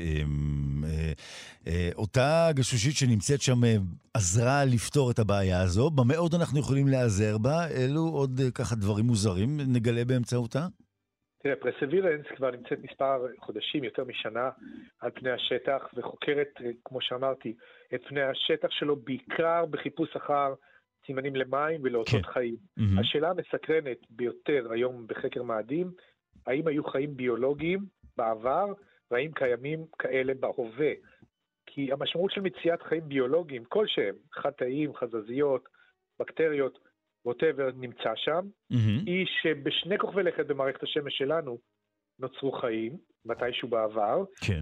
שאותה גשושית שנמצאת שם עזרה לפתור את הבעיה הזו. במה עוד אנחנו יכולים לעזר בה? אלו עוד ככה דברים מוזרים נגלה באמצעותה? תראה, פרסבירנס כבר נמצאת מספר חודשים, יותר משנה, על פני השטח, וחוקרת, כמו שאמרתי, את פני השטח שלו בעיקר בחיפוש אחר סימנים למים ולאותות חיים. השאלה המסקרנת ביותר היום בחקר מאדים, האם היו חיים ביולוגיים בעבר, והאם קיימים כאלה בהווה. כי המשמעות של מציאת חיים ביולוגיים, כלשהם, חטאים, חזזיות, בקטריות, whatever, נמצא שם, mm-hmm. היא שבשני כוכבי לכת במערכת השמש שלנו נוצרו חיים, מתישהו בעבר, כן.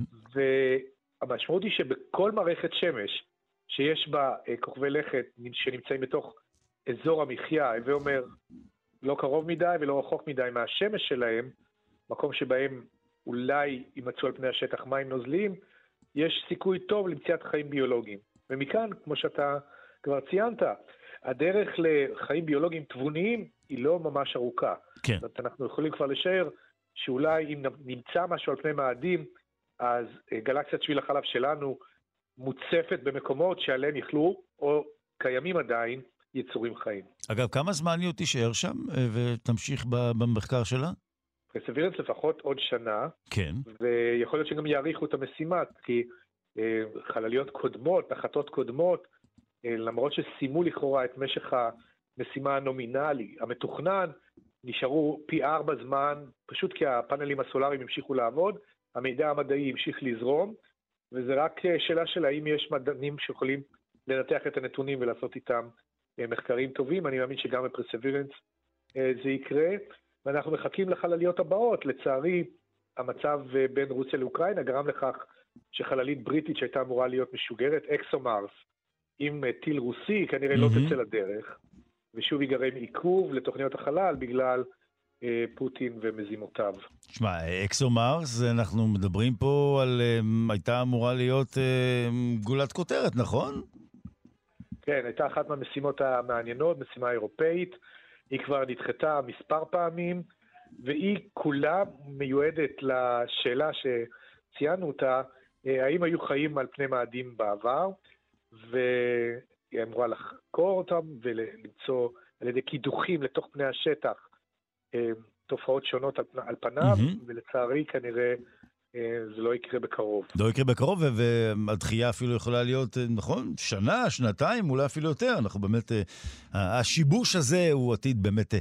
והמשמעות היא שבכל מערכת שמש, שיש בה כוכבי לכת שנמצאים בתוך אזור המחיה, הווה אומר, לא קרוב מדי ולא רחוק מדי מהשמש שלהם, מקום שבהם אולי יימצאו על פני השטח מים נוזליים, יש סיכוי טוב למציאת חיים ביולוגיים. ומכאן, כמו שאתה כבר ציינת, הדרך לחיים ביולוגיים תבוניים היא לא ממש ארוכה. כן. אנחנו יכולים כבר לשער שאולי אם נמצא משהו על פני מאדים, אז גלקסיית שביל החלב שלנו מוצפת במקומות שעליהם יכלו, או קיימים עדיין, יצורים חיים. אגב, כמה זמן היא תישאר שם ותמשיך במחקר שלה? פרסבירנס לפחות עוד שנה, כן. ויכול להיות שגם יעריכו את המשימה, כי אה, חלליות קודמות, נחתות קודמות, אה, למרות שסיימו לכאורה את משך המשימה הנומינלי, המתוכנן, נשארו פי ארבע זמן, פשוט כי הפאנלים הסולריים המשיכו לעבוד, המידע המדעי המשיך לזרום, וזה רק שאלה של האם יש מדענים שיכולים לנתח את הנתונים ולעשות איתם אה, מחקרים טובים. אני מאמין שגם בפרסבירנס אה, זה יקרה, ואנחנו מחכים לחלליות הבאות. לצערי, המצב בין רוסיה לאוקראינה גרם לכך שחללית בריטית שהייתה אמורה להיות משוגרת, אקסומארס, עם טיל רוסי, כנראה לא תצא לדרך, ושוב ייגרם עיכוב לתוכניות החלל בגלל אה, פוטין ומזימותיו. תשמע, אקסומארס, אנחנו מדברים פה על, הייתה אמורה להיות אה, גולת כותרת, נכון? כן, הייתה אחת מהמשימות המעניינות, משימה אירופאית, היא כבר נדחתה מספר פעמים, והיא כולה מיועדת לשאלה שציינו אותה, האם היו חיים על פני מאדים בעבר, והיא אמורה לחקור אותם ולמצוא על ידי קידוחים לתוך פני השטח תופעות שונות על פניו, mm-hmm. ולצערי כנראה זה לא יקרה בקרוב. לא יקרה בקרוב, והדחייה אפילו יכולה להיות, נכון, שנה, שנתיים, אולי אפילו יותר. אנחנו באמת, השיבוש הזה הוא עתיד באמת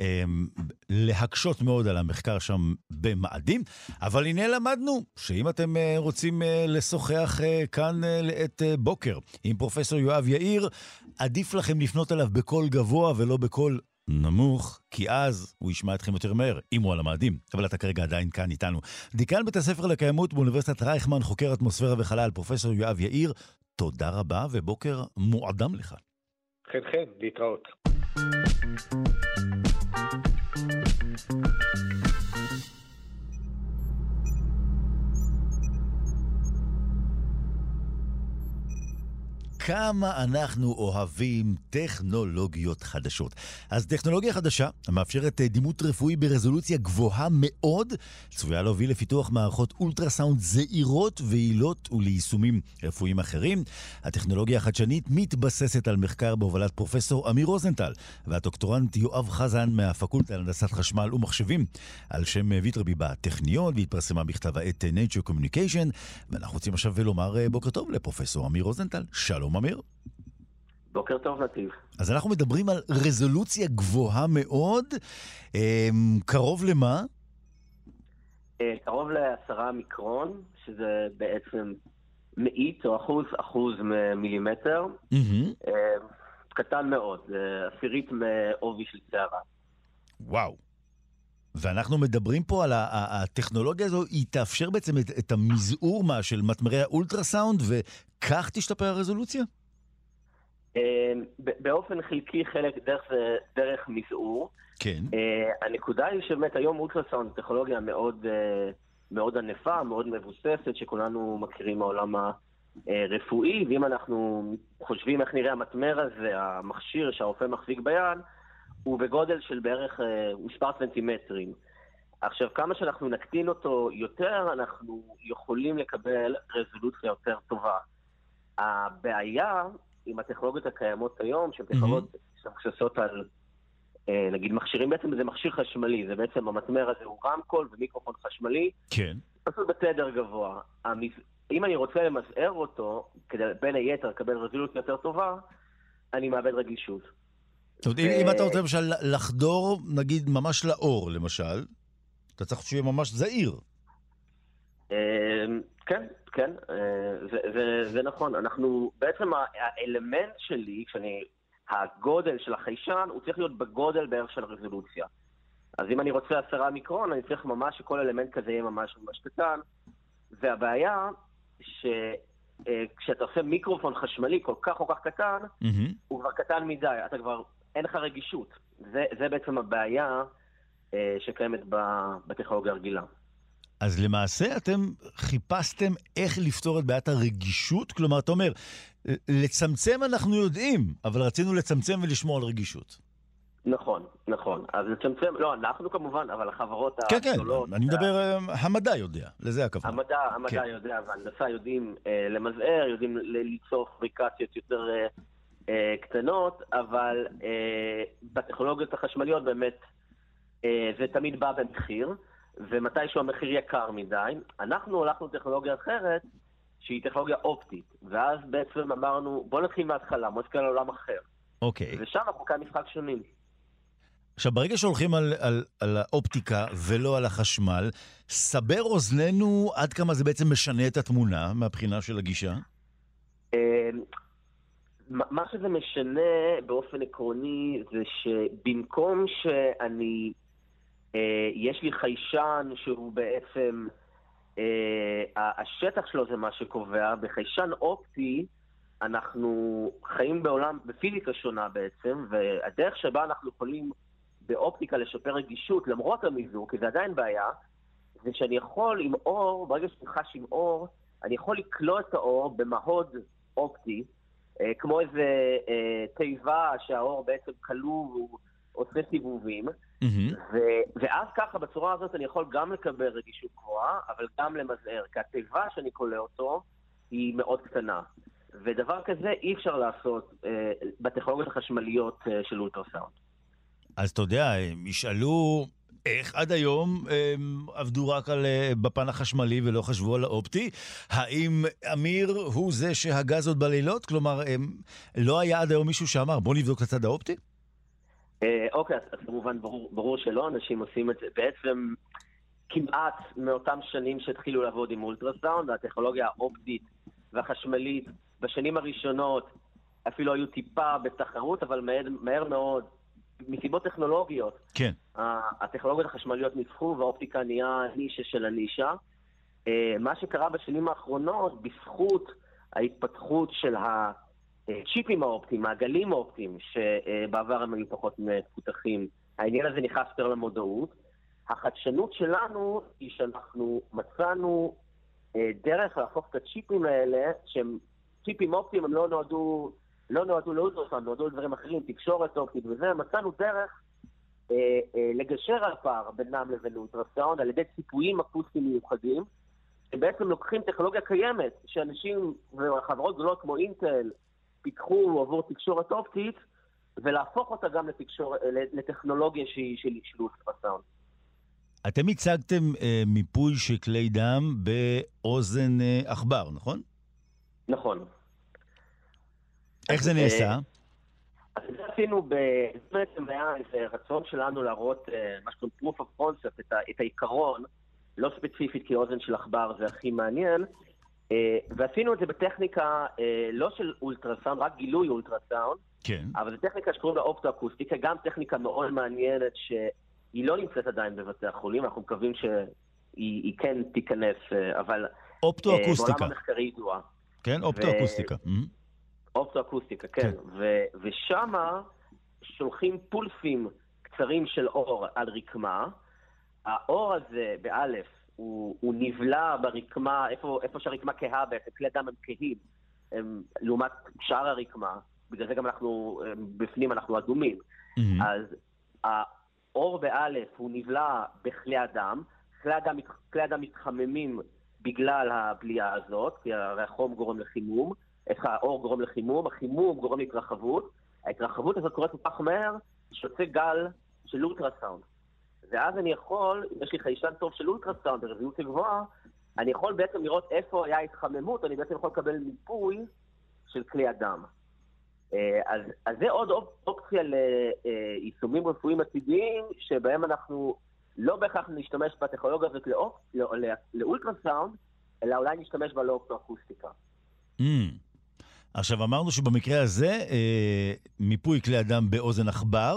להקשות מאוד על המחקר שם במאדים, אבל הנה למדנו שאם אתם רוצים לשוחח כאן לעת בוקר עם פרופסור יואב יאיר, עדיף לכם לפנות אליו בקול גבוה ולא בקול נמוך, כי אז הוא ישמע אתכם יותר מהר, אם הוא על המאדים. אבל אתה כרגע עדיין כאן איתנו. דיקן בית הספר לקיימות באוניברסיטת רייכמן, חוקר אטמוספירה וחלל, פרופסור יואב יאיר, תודה רבה ובוקר מועדם לך. כן, כן, להתראות. כמה אנחנו אוהבים טכנולוגיות חדשות. אז טכנולוגיה חדשה המאפשרת דימות רפואי ברזולוציה גבוהה מאוד, צפויה להוביל לפיתוח מערכות אולטרסאונד זעירות ויעילות וליישומים רפואיים אחרים. הטכנולוגיה החדשנית מתבססת על מחקר בהובלת פרופסור אמיר רוזנטל והדוקטורנט יואב חזן מהפקולטה להנדסת חשמל ומחשבים על שם ויטרבי בטכניון, והתפרסמה בכתב העת Nature Communication. ואנחנו רוצים עכשיו ולומר בוקר טוב לפרופסור אמיר רוזנטל. שלום אמיר. בוקר טוב נתיב. אז אנחנו מדברים על רזולוציה גבוהה מאוד, קרוב למה? קרוב לעשרה מיקרון, שזה בעצם מאית או אחוז אחוז מילימטר. קטן מאוד, עשירית מעובי של שערה. וואו. ואנחנו מדברים פה על הטכנולוגיה הזו, היא תאפשר בעצם את, את המזעור מה של מטמרי האולטרסאונד, וכך תשתפר הרזולוציה? באופן חלקי חלק דרך, דרך מזעור. כן. הנקודה היא שבאמת היום אולטרסאונד טכנולוגיה מאוד, מאוד ענפה, מאוד מבוססת, שכולנו מכירים מהעולם הרפואי, ואם אנחנו חושבים איך נראה המטמר הזה, המכשיר שהרופא מחזיק ביד, הוא בגודל של בערך אה, מספר סנטימטרים. עכשיו, כמה שאנחנו נקטין אותו יותר, אנחנו יכולים לקבל רזולוציה יותר טובה. הבעיה עם הטכנולוגיות הקיימות היום, שהן טכנולוגיות שמבוססות על, אה, נגיד, מכשירים, בעצם זה מכשיר חשמלי, זה בעצם המטמר הזה הוא רמקול ומיקרופון חשמלי. כן. פשוט בתדר גבוה. המז... אם אני רוצה למזער אותו, כדי בין היתר לקבל רזולוציה יותר טובה, אני מאבד רגישות. זאת אומרת, אם אתה רוצה למשל לחדור, נגיד, ממש לאור, למשל, אתה צריך שיהיה ממש זעיר. כן, כן, זה נכון. אנחנו, בעצם האלמנט שלי, הגודל של החיישן, הוא צריך להיות בגודל בערך של רזולוציה. אז אם אני רוצה עשרה מיקרון, אני צריך ממש שכל אלמנט כזה יהיה ממש ממש קטן. והבעיה, שכשאתה עושה מיקרופון חשמלי כל כך כל כך קטן, הוא כבר קטן מדי, אתה כבר... אין לך רגישות. זה, זה בעצם הבעיה אה, שקיימת בטכנולוגיה הרגילה. אז למעשה אתם חיפשתם איך לפתור את בעיית הרגישות? כלומר, אתה אומר, לצמצם אנחנו יודעים, אבל רצינו לצמצם ולשמור על רגישות. נכון, נכון. אז לצמצם, לא, אנחנו כמובן, אבל החברות כן, הגדולות... כן, כן, אני מדבר, המדע יודע, לזה הכוונה. המדע, המדע כן. יודע, והנדסה יודעים אה, למזער, יודעים ליצור פריקציות יותר... אה, קטנות, אבל אה, בטכנולוגיות החשמליות באמת אה, זה תמיד בא במחיר, ומתישהו המחיר יקר מדי. אנחנו הלכנו טכנולוגיה אחרת, שהיא טכנולוגיה אופטית, ואז בעצם אמרנו, בוא נתחיל מההתחלה, בוא נתחיל על עולם אחר. אוקיי. ושם אנחנו כאן משחק שונים. עכשיו, ברגע שהולכים על, על, על האופטיקה ולא על החשמל, סבר אוזננו עד כמה זה בעצם משנה את התמונה מהבחינה של הגישה? אה, מה שזה משנה באופן עקרוני זה שבמקום שאני, אה, יש לי חיישן שהוא בעצם, אה, השטח שלו זה מה שקובע, בחיישן אופטי אנחנו חיים בעולם, בפיזיקה שונה בעצם, והדרך שבה אנחנו יכולים באופטיקה לשפר רגישות למרות המזעור, כי זה עדיין בעיה, זה שאני יכול עם אור, ברגע שאני חש עם אור, אני יכול לקלוא את האור במהוד אופטי, כמו איזה אה, תיבה שהאור בעצם כלוא והוא עושה סיבובים, mm-hmm. ו- ואז ככה בצורה הזאת אני יכול גם לקבל רגישות גבוהה, אבל גם למזער, כי התיבה שאני קולע אותו היא מאוד קטנה. ודבר כזה אי אפשר לעשות אה, בטכנולוגיות החשמליות אה, של אולטרסאונד. אז אתה יודע, הם ישאלו... איך עד היום הם עבדו רק על, בפן החשמלי ולא חשבו על האופטי? האם אמיר הוא זה שהגז עוד בלילות? כלומר, הם, לא היה עד היום מישהו שאמר, בוא נבדוק את הצד האופטי? אה, אוקיי, אז, אז כמובן ברור, ברור שלא, אנשים עושים את זה בעצם כמעט מאותם שנים שהתחילו לעבוד עם אולטרסאונד, הטכנולוגיה האופטית והחשמלית בשנים הראשונות אפילו היו טיפה בתחרות, אבל מהר, מהר מאוד, מסיבות טכנולוגיות, כן. הטכנולוגיות החשמליות ניצחו והאופטיקה נהיה נישה של הנישה. מה שקרה בשנים האחרונות, בזכות ההתפתחות של הצ'יפים האופטיים, העגלים האופטיים, שבעבר הם היו פחות מפותחים, העניין הזה נכנס יותר למודעות. החדשנות שלנו היא שאנחנו מצאנו דרך להפוך את הצ'יפים האלה, שהם צ'יפים אופטיים הם לא נועדו, לא נועדו לאולטרסאונד, נועדו לדברים אחרים, תקשורת אופטית וזה, מצאנו דרך אה, אה, לגשר על פער בינם לבין אולטרסאונד על ידי ציפויים אקוסטיים מיוחדים, שבעצם לוקחים טכנולוגיה קיימת, שאנשים וחברות גדולות כמו אינטל פיתחו עבור תקשורת אופטית, ולהפוך אותה גם לתקשור, לטכנולוגיה שהיא של אולטרסאונד. אתם הצגתם אה, מיפוי של כלי דם באוזן אה, עכבר, נכון? נכון. איך זה נעשה? אז זה עשינו, בעצם היה איזה רצון שלנו להראות מה שקוראים proof of concept, את, ה, את העיקרון, לא ספציפית כי אוזן של עכבר זה הכי מעניין, ועשינו את זה בטכניקה לא של אולטרסאונד, רק גילוי אולטרסאונד, כן. אבל זו טכניקה שקוראים לה אופטואקוסטיקה, גם טכניקה מאוד מעניינת שהיא לא נמצאת עדיין בבתי החולים, אנחנו מקווים שהיא כן תיכנס, אבל אופטואקוסטיקה. בעולם המחקרי ידועה. כן, אופטואקוסטיקה. ו... אופטואקוסטיקה, כן. כן. ו- ושמה שולחים פולסים קצרים של אור על רקמה. האור הזה, באלף, הוא, הוא נבלע ברקמה, איפה, איפה שהרקמה כהה בעצם, כלי דם הם כהים, הם, לעומת שאר הרקמה, בגלל זה גם אנחנו, בפנים אנחנו אדומים. Mm-hmm. אז האור באלף הוא נבלע בכלי הדם, כלי הדם, כלי הדם מתחממים בגלל הבליעה הזאת, כי הרי החום גורם לחימום, איך האור גורם לחימום, החימום גורם להתרחבות, ההתרחבות הזאת קורית כל כך מהר, שיוצא גל של אולטרסאונד. ואז אני יכול, אם יש לי חיישן טוב של אולטרסאונד ברזולוציה גבוהה, אני יכול בעצם לראות איפה היה התחממות, אני בעצם יכול לקבל מיפוי של כלי הדם. אז, אז זה עוד אופציה ליישומים רפואיים עתידיים, שבהם אנחנו לא בהכרח נשתמש בטכנולוגיה הזאת לאולטרסאונד, אלא אולי נשתמש בה לאופטואקוסטיקה. Mm. עכשיו אמרנו שבמקרה הזה אה, מיפוי כלי אדם באוזן עכבר,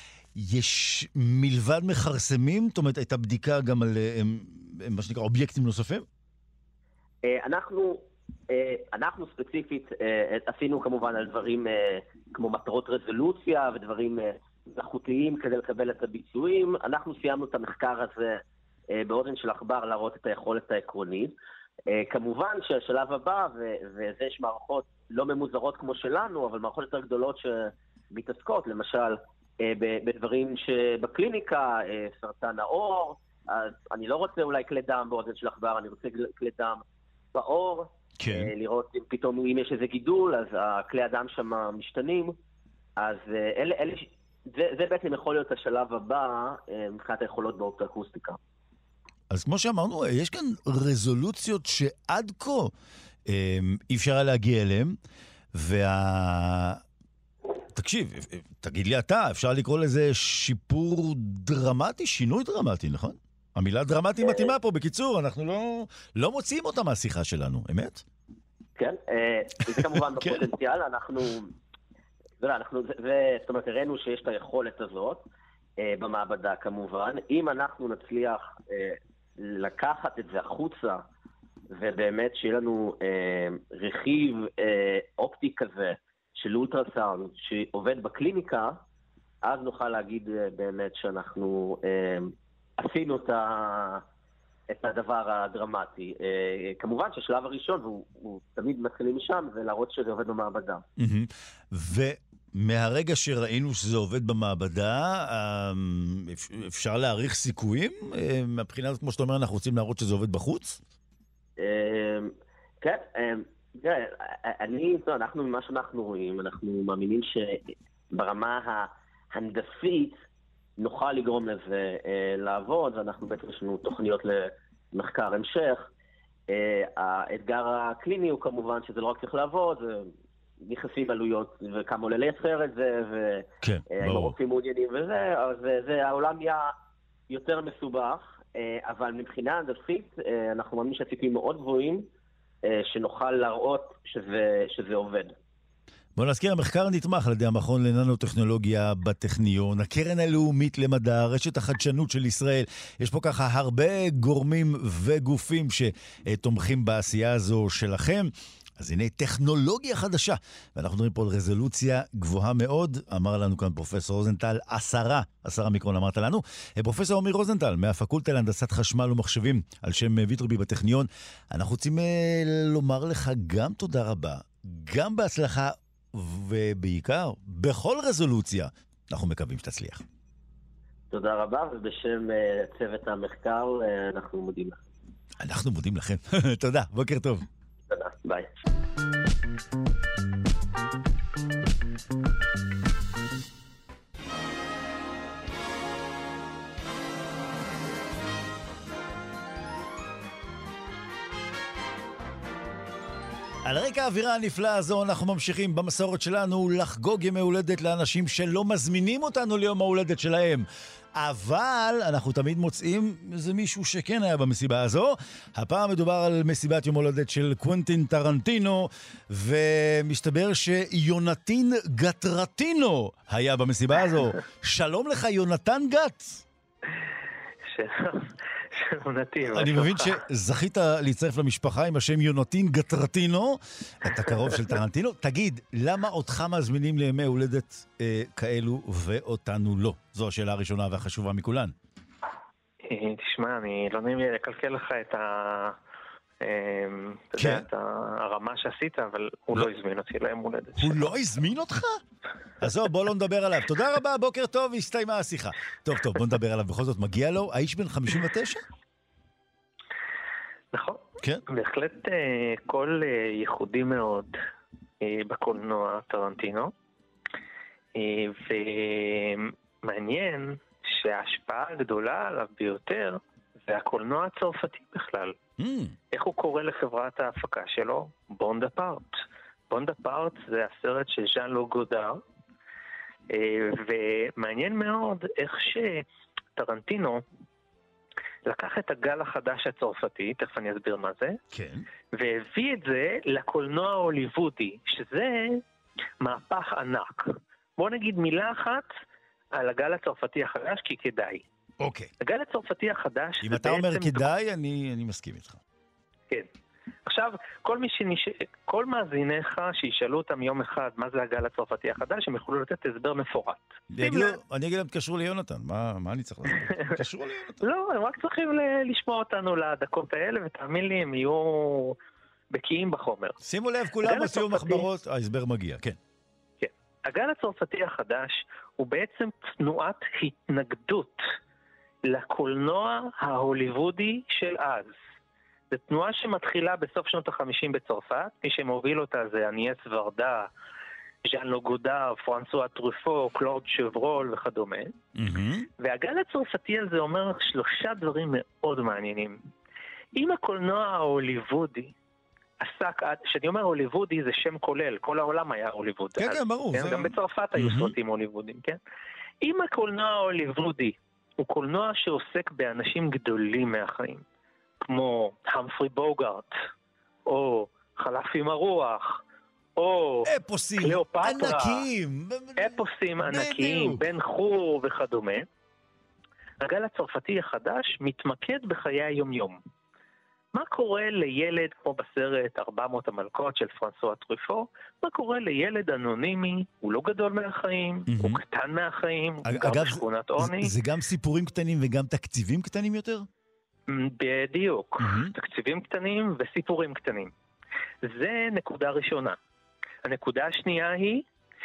יש מלבד מחרסמים, זאת אומרת הייתה בדיקה גם על אה, מה שנקרא אובייקטים נוספים? אה, אנחנו, אה, אנחנו ספציפית אה, עשינו כמובן על דברים אה, כמו מטרות רזולוציה ודברים אה, איכותיים כדי לקבל את הביצועים. אנחנו סיימנו את המחקר הזה אה, באוזן של עכבר להראות את היכולת העקרונית. Uh, כמובן שהשלב הבא, ו- וזה יש מערכות לא ממוזרות כמו שלנו, אבל מערכות יותר גדולות שמתעסקות, למשל, uh, ב- בדברים שבקליניקה, uh, סרטן העור, אז אני לא רוצה אולי כלי דם באוזן של עכבר, אני רוצה כלי דם בעור, כן. uh, לראות אם פתאום אם יש איזה גידול, אז הכלי הדם שם משתנים, אז uh, אלה, אלה, זה, זה בעצם יכול להיות השלב הבא, uh, מבחינת היכולות באופטואקוסטיקה. אז כמו שאמרנו, יש כאן רזולוציות שעד כה אי אפשר להגיע אליהם, וה... תקשיב, תגיד לי אתה, אפשר לקרוא לזה שיפור דרמטי, שינוי דרמטי, נכון? המילה דרמטי מתאימה פה, בקיצור, אנחנו לא, לא מוציאים אותה מהשיחה שלנו, אמת? כן, זה כמובן בפוטנציאל, אנחנו... אנחנו, זאת אומרת, הראינו שיש את היכולת הזאת במעבדה כמובן, אם אנחנו נצליח לקחת את זה החוצה, ובאמת שיהיה לנו אה, רכיב אה, אופטי כזה של אולטרסאונד שעובד בקליניקה, אז נוכל להגיד אה, באמת שאנחנו אה, עשינו את, ה, את הדבר הדרמטי. אה, כמובן שהשלב הראשון, והוא, הוא תמיד מתחילים משם, זה להראות שזה עובד במעבדה. Mm-hmm. ו... מהרגע שראינו שזה עובד במעבדה, אפשר להעריך סיכויים? מהבחינה הזאת, כמו שאתה אומר, אנחנו רוצים להראות שזה עובד בחוץ? כן, אני, אנחנו ממה שאנחנו רואים, אנחנו מאמינים שברמה ההנדסית נוכל לגרום לזה לעבוד, ואנחנו בעצם יש לנו תוכניות למחקר המשך. האתגר הקליני הוא כמובן שזה לא רק צריך לעבוד, זה נכנסים עלויות וכמה עולה לייצר את זה, והאם הרופאים מעוניינים וזה, אז זה, העולם יהיה יותר מסובך, אבל מבחינה הנדסית אנחנו מאמינים שהציפים מאוד גבוהים, שנוכל להראות שזה, שזה עובד. בוא נזכיר, המחקר נתמך על ידי המכון לננוטכנולוגיה בטכניון, הקרן הלאומית למדע, רשת החדשנות של ישראל. יש פה ככה הרבה גורמים וגופים שתומכים בעשייה הזו שלכם. אז הנה טכנולוגיה חדשה, ואנחנו מדברים פה על רזולוציה גבוהה מאוד, אמר לנו כאן פרופסור רוזנטל, עשרה, עשרה מיקרון אמרת לנו. פרופסור אמיר רוזנטל, מהפקולטה להנדסת חשמל ומחשבים, על שם ויטרבי בטכניון, אנחנו רוצים לומר לך גם תודה רבה, גם בהצלחה ובעיקר בכל רזולוציה. אנחנו מקווים שתצליח. תודה רבה, ובשם uh, צוות המחקר uh, אנחנו מודים לכם. אנחנו מודים לכם. תודה, בוקר טוב. תודה, ביי. על רקע האווירה הנפלאה הזו אנחנו ממשיכים במסורת שלנו לחגוג ימי הולדת לאנשים שלא מזמינים אותנו ליום ההולדת שלהם. אבל אנחנו תמיד מוצאים איזה מישהו שכן היה במסיבה הזו. הפעם מדובר על מסיבת יום הולדת של קוונטין טרנטינו, ומסתבר שיונתין גטרטינו היה במסיבה הזו. שלום לך יונתן גט. שלום. אני מבין שזכית להצטרף למשפחה עם השם יונתין גטרטינו, אתה קרוב של טרנטינו. תגיד, למה אותך מזמינים לימי הולדת אה, כאלו ואותנו לא? זו השאלה הראשונה והחשובה מכולן. תשמע, אני לא נעים לי לקלקל לך את ה... אתה יודע, את הרמה שעשית, אבל הוא לא הזמין אותי ליום הולדת. הוא לא הזמין אותך? אז זהו, בוא לא נדבר עליו. תודה רבה, בוקר טוב, הסתיימה השיחה. טוב, טוב, בוא נדבר עליו. בכל זאת, מגיע לו, האיש בן חמישים ותשע? נכון. כן. בהחלט קול ייחודי מאוד בקולנוע טרנטינו, ומעניין שההשפעה הגדולה עליו ביותר זה הקולנוע הצרפתי בכלל. Mm. איך הוא קורא לחברת ההפקה שלו? בונדפארט. בונדפארט זה הסרט של ז'אן לוק גודר, ומעניין מאוד איך שטרנטינו לקח את הגל החדש הצרפתי, תכף אני אסביר מה זה, כן. והביא את זה לקולנוע ההוליוודי, שזה מהפך ענק. בוא נגיד מילה אחת על הגל הצרפתי החדש, כי כדאי. אוקיי. הגל הצרפתי החדש... אם אתה אומר כדאי, אני, אני מסכים איתך. כן. עכשיו, כל מי שנש... כל מאזיניך שישאלו אותם יום אחד מה זה הגל הצרפתי החדש, הם יוכלו לתת הסבר מפורט. אני אגיד להם, תקשרו ליונתן. מה, מה אני צריך לעשות? תקשרו ליונתן. לא, הם רק צריכים לשמוע אותנו לדקות האלה, ותאמין לי, הם יהיו בקיאים בחומר. שימו לב, כולם עושים מחברות, ההסבר מגיע, כן. כן. הגל הצרפתי החדש הוא בעצם תנועת התנגדות לקולנוע ההוליוודי של אז. זו תנועה שמתחילה בסוף שנות החמישים בצרפת, מי שמוביל אותה זה אניאס ורדה, ז'אן לוק גודר, פרנסואה טרופו, קלוד שברול וכדומה. Mm-hmm. והגל הצרפתי הזה אומר שלושה דברים מאוד מעניינים. אם הקולנוע ההוליוודי עסק, כשאני אומר הוליוודי זה שם כולל, כל העולם היה הוליוודי. כן, כן, ברור. כן, זה... גם בצרפת היו mm-hmm. סרטים הוליוודים, כן? אם הקולנוע ההוליוודי הוא קולנוע שעוסק באנשים גדולים מהחיים, כמו המפרי בוגארט, או חלף עם הרוח, או אפוסים קליאופטרה, ענקיים, אפוסים ענקיים, בן חור וכדומה. הגל הצרפתי החדש מתמקד בחיי היום-יום. מה קורה לילד, כמו בסרט ארבע מאות המלכות של פרנסואה טרופו, מה קורה לילד אנונימי, הוא לא גדול מהחיים, mm-hmm. הוא קטן מהחיים, הוא גר בשכונת עוני. זה, זה גם סיפורים קטנים וגם תקציבים קטנים יותר? בדיוק, mm-hmm. תקציבים קטנים וסיפורים קטנים. זה נקודה ראשונה. הנקודה השנייה היא